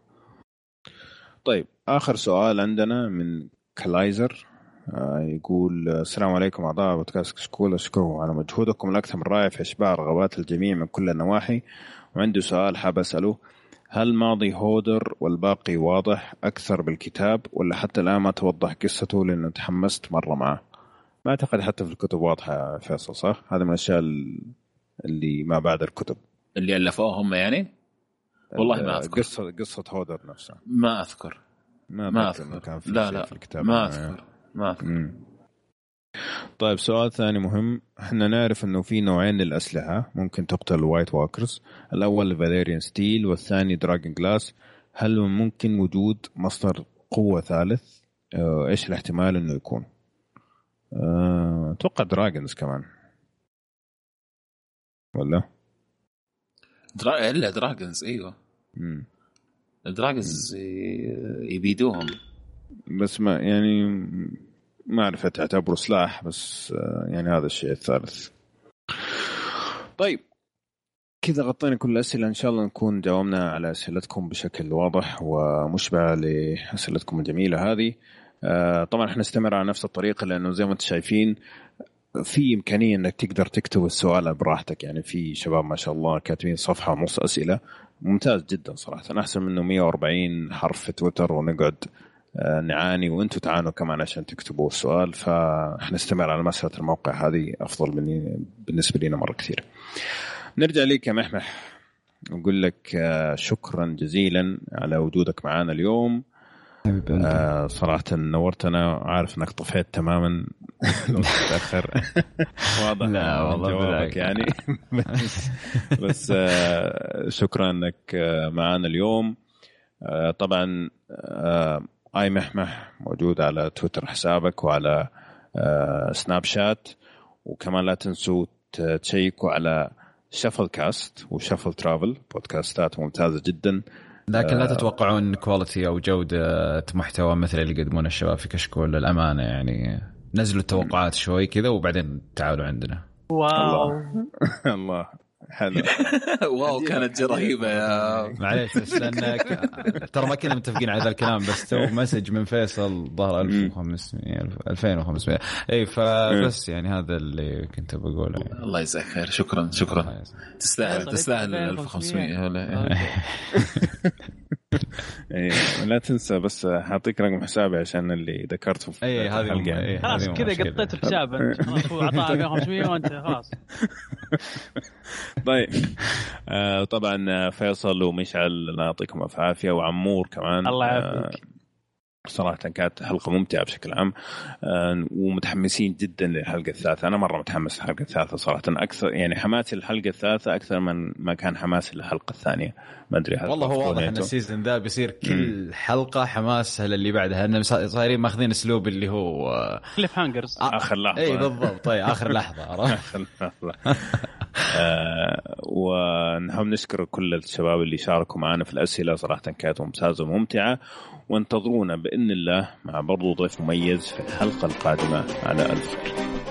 طيب آخر سؤال عندنا من كلايزر، يقول السلام عليكم أعضاء بودكاست كشكول، أشكركم على مجهودكم الأكثر من رائع في إشباع رغبات الجميع من كل النواحي. وعندي سؤال حاب أسأله، هل ماضي هودر والباقي واضح أكثر بالكتاب ولا حتى الآن ما توضح قصته؟ لأنه تحمست مرة معه. ما أعتقد حتى في الكتب واضحة فيصل، صح؟ هذا من الأشياء اللي ما بعد الكتب اللي ألفوهم يعني. والله ما أذكر قصة هودر نفسها، ما أذكر كان في لا في الكتاب ما أذكر. طيب سؤال ثاني مهم، احنا نعرف انه في نوعين للأسلحة ممكن تقتل الوايت واكرز، الأول فاليريان ستيل والثاني دراجون جلاس. هل ممكن وجود مصدر قوة ثالث؟ ايش الاحتمال انه يكون؟ اتوقع دراجونز كمان ولا إلا دراجونز. ايوه الدراجونز يبيدوهم، بس ما يعني ما أعرف تعتبره سلاح، بس يعني هذا الشيء الثالث. طيب كذا غطينا كل الأسئلة، إن شاء الله نكون جاوبنا على أسئلتكم بشكل واضح ومشبع لأسئلتكم الجميلة هذه. طبعا احنا نستمر على نفس الطريقة، لأنه زي ما انتم شايفين في إمكانية أنك تقدر تكتب السؤال براحتك. يعني في شباب ما شاء الله كاتبين صفحة ونص أسئلة، ممتاز جدا صراحة، أحسن منه 140 حرف في تويتر ونقعد نعاني وانتوا تعانوا كمان عشان تكتبوا السؤال. فاحنا نستمر على مسألة الموقع هذه أفضل بالنسبة لنا مرة كثير. نرجع ليك يا محمح، نقول لك شكرا جزيلا على وجودك معنا اليوم. صراحة نورتنا، عارف انك طفيت تماما لو تتأخر واضح. لا والله جوابك يعني بس شكرا انك معنا اليوم. طبعا اي محمح موجود على تويتر حسابك وعلى سناب شات، وكمان لا تنسوا تشيكوا على شفل كاست وشفل ترافل، بودكاستات ممتازة جدا. لكن لا تتوقعون كواليتي أو جودة محتوى مثل اللي يقدمون الشباب في كشكول للأمانة. يعني نزلوا التوقعات شوي كذا وبعدين تعالوا عندنا. واو الله حلو واو كانت رهيبة يا معليش، بس لأنك ترى ما كنا متفقين على هذا الكلام، بس تو مسج من فيصل ظهر 2500 اي، فبس يعني هذا اللي كنت بقوله يعني. الله يجزاك خير، شكرا تستاهل 1500 لا تنسى بس حاعطيك رقم حسابي عشان اللي ذكرته في هذه خلاص كذا قطيت بحساب انت هو عطاها 100 وانت خلاص. طيب طبعا فيصل ومشعل الله يعطيكم الف عافيه، وعمور كمان الله يعافيك. صراحة كانت حلقة ممتعة بشكل عام، ومتحمسين جدا للحلقة الثالثة. أنا مرة متحمس للحلقة الثالثة صراحة، أكثر يعني حماسي للحلقة الثالثة أكثر من ما كان حماسي للحلقة الثانية. ما أدري والله هو واضح أن السيزن ذا بيصير كل حلقة حماس للي بعدها، أنهم صايرين ماخذين أسلوب اللي هو كليف هانجرز آخر لحظة. أي بالضبط، طيب آخر لحظة آخر لحظة. ونحب نشكر كل الشباب اللي شاركوا معنا في الأسئلة، صراحة كانت ممتازة وممتعة. وانتظرونا بإذن الله مع برضو ضيف مميز في الحلقة القادمة. على ألف خير.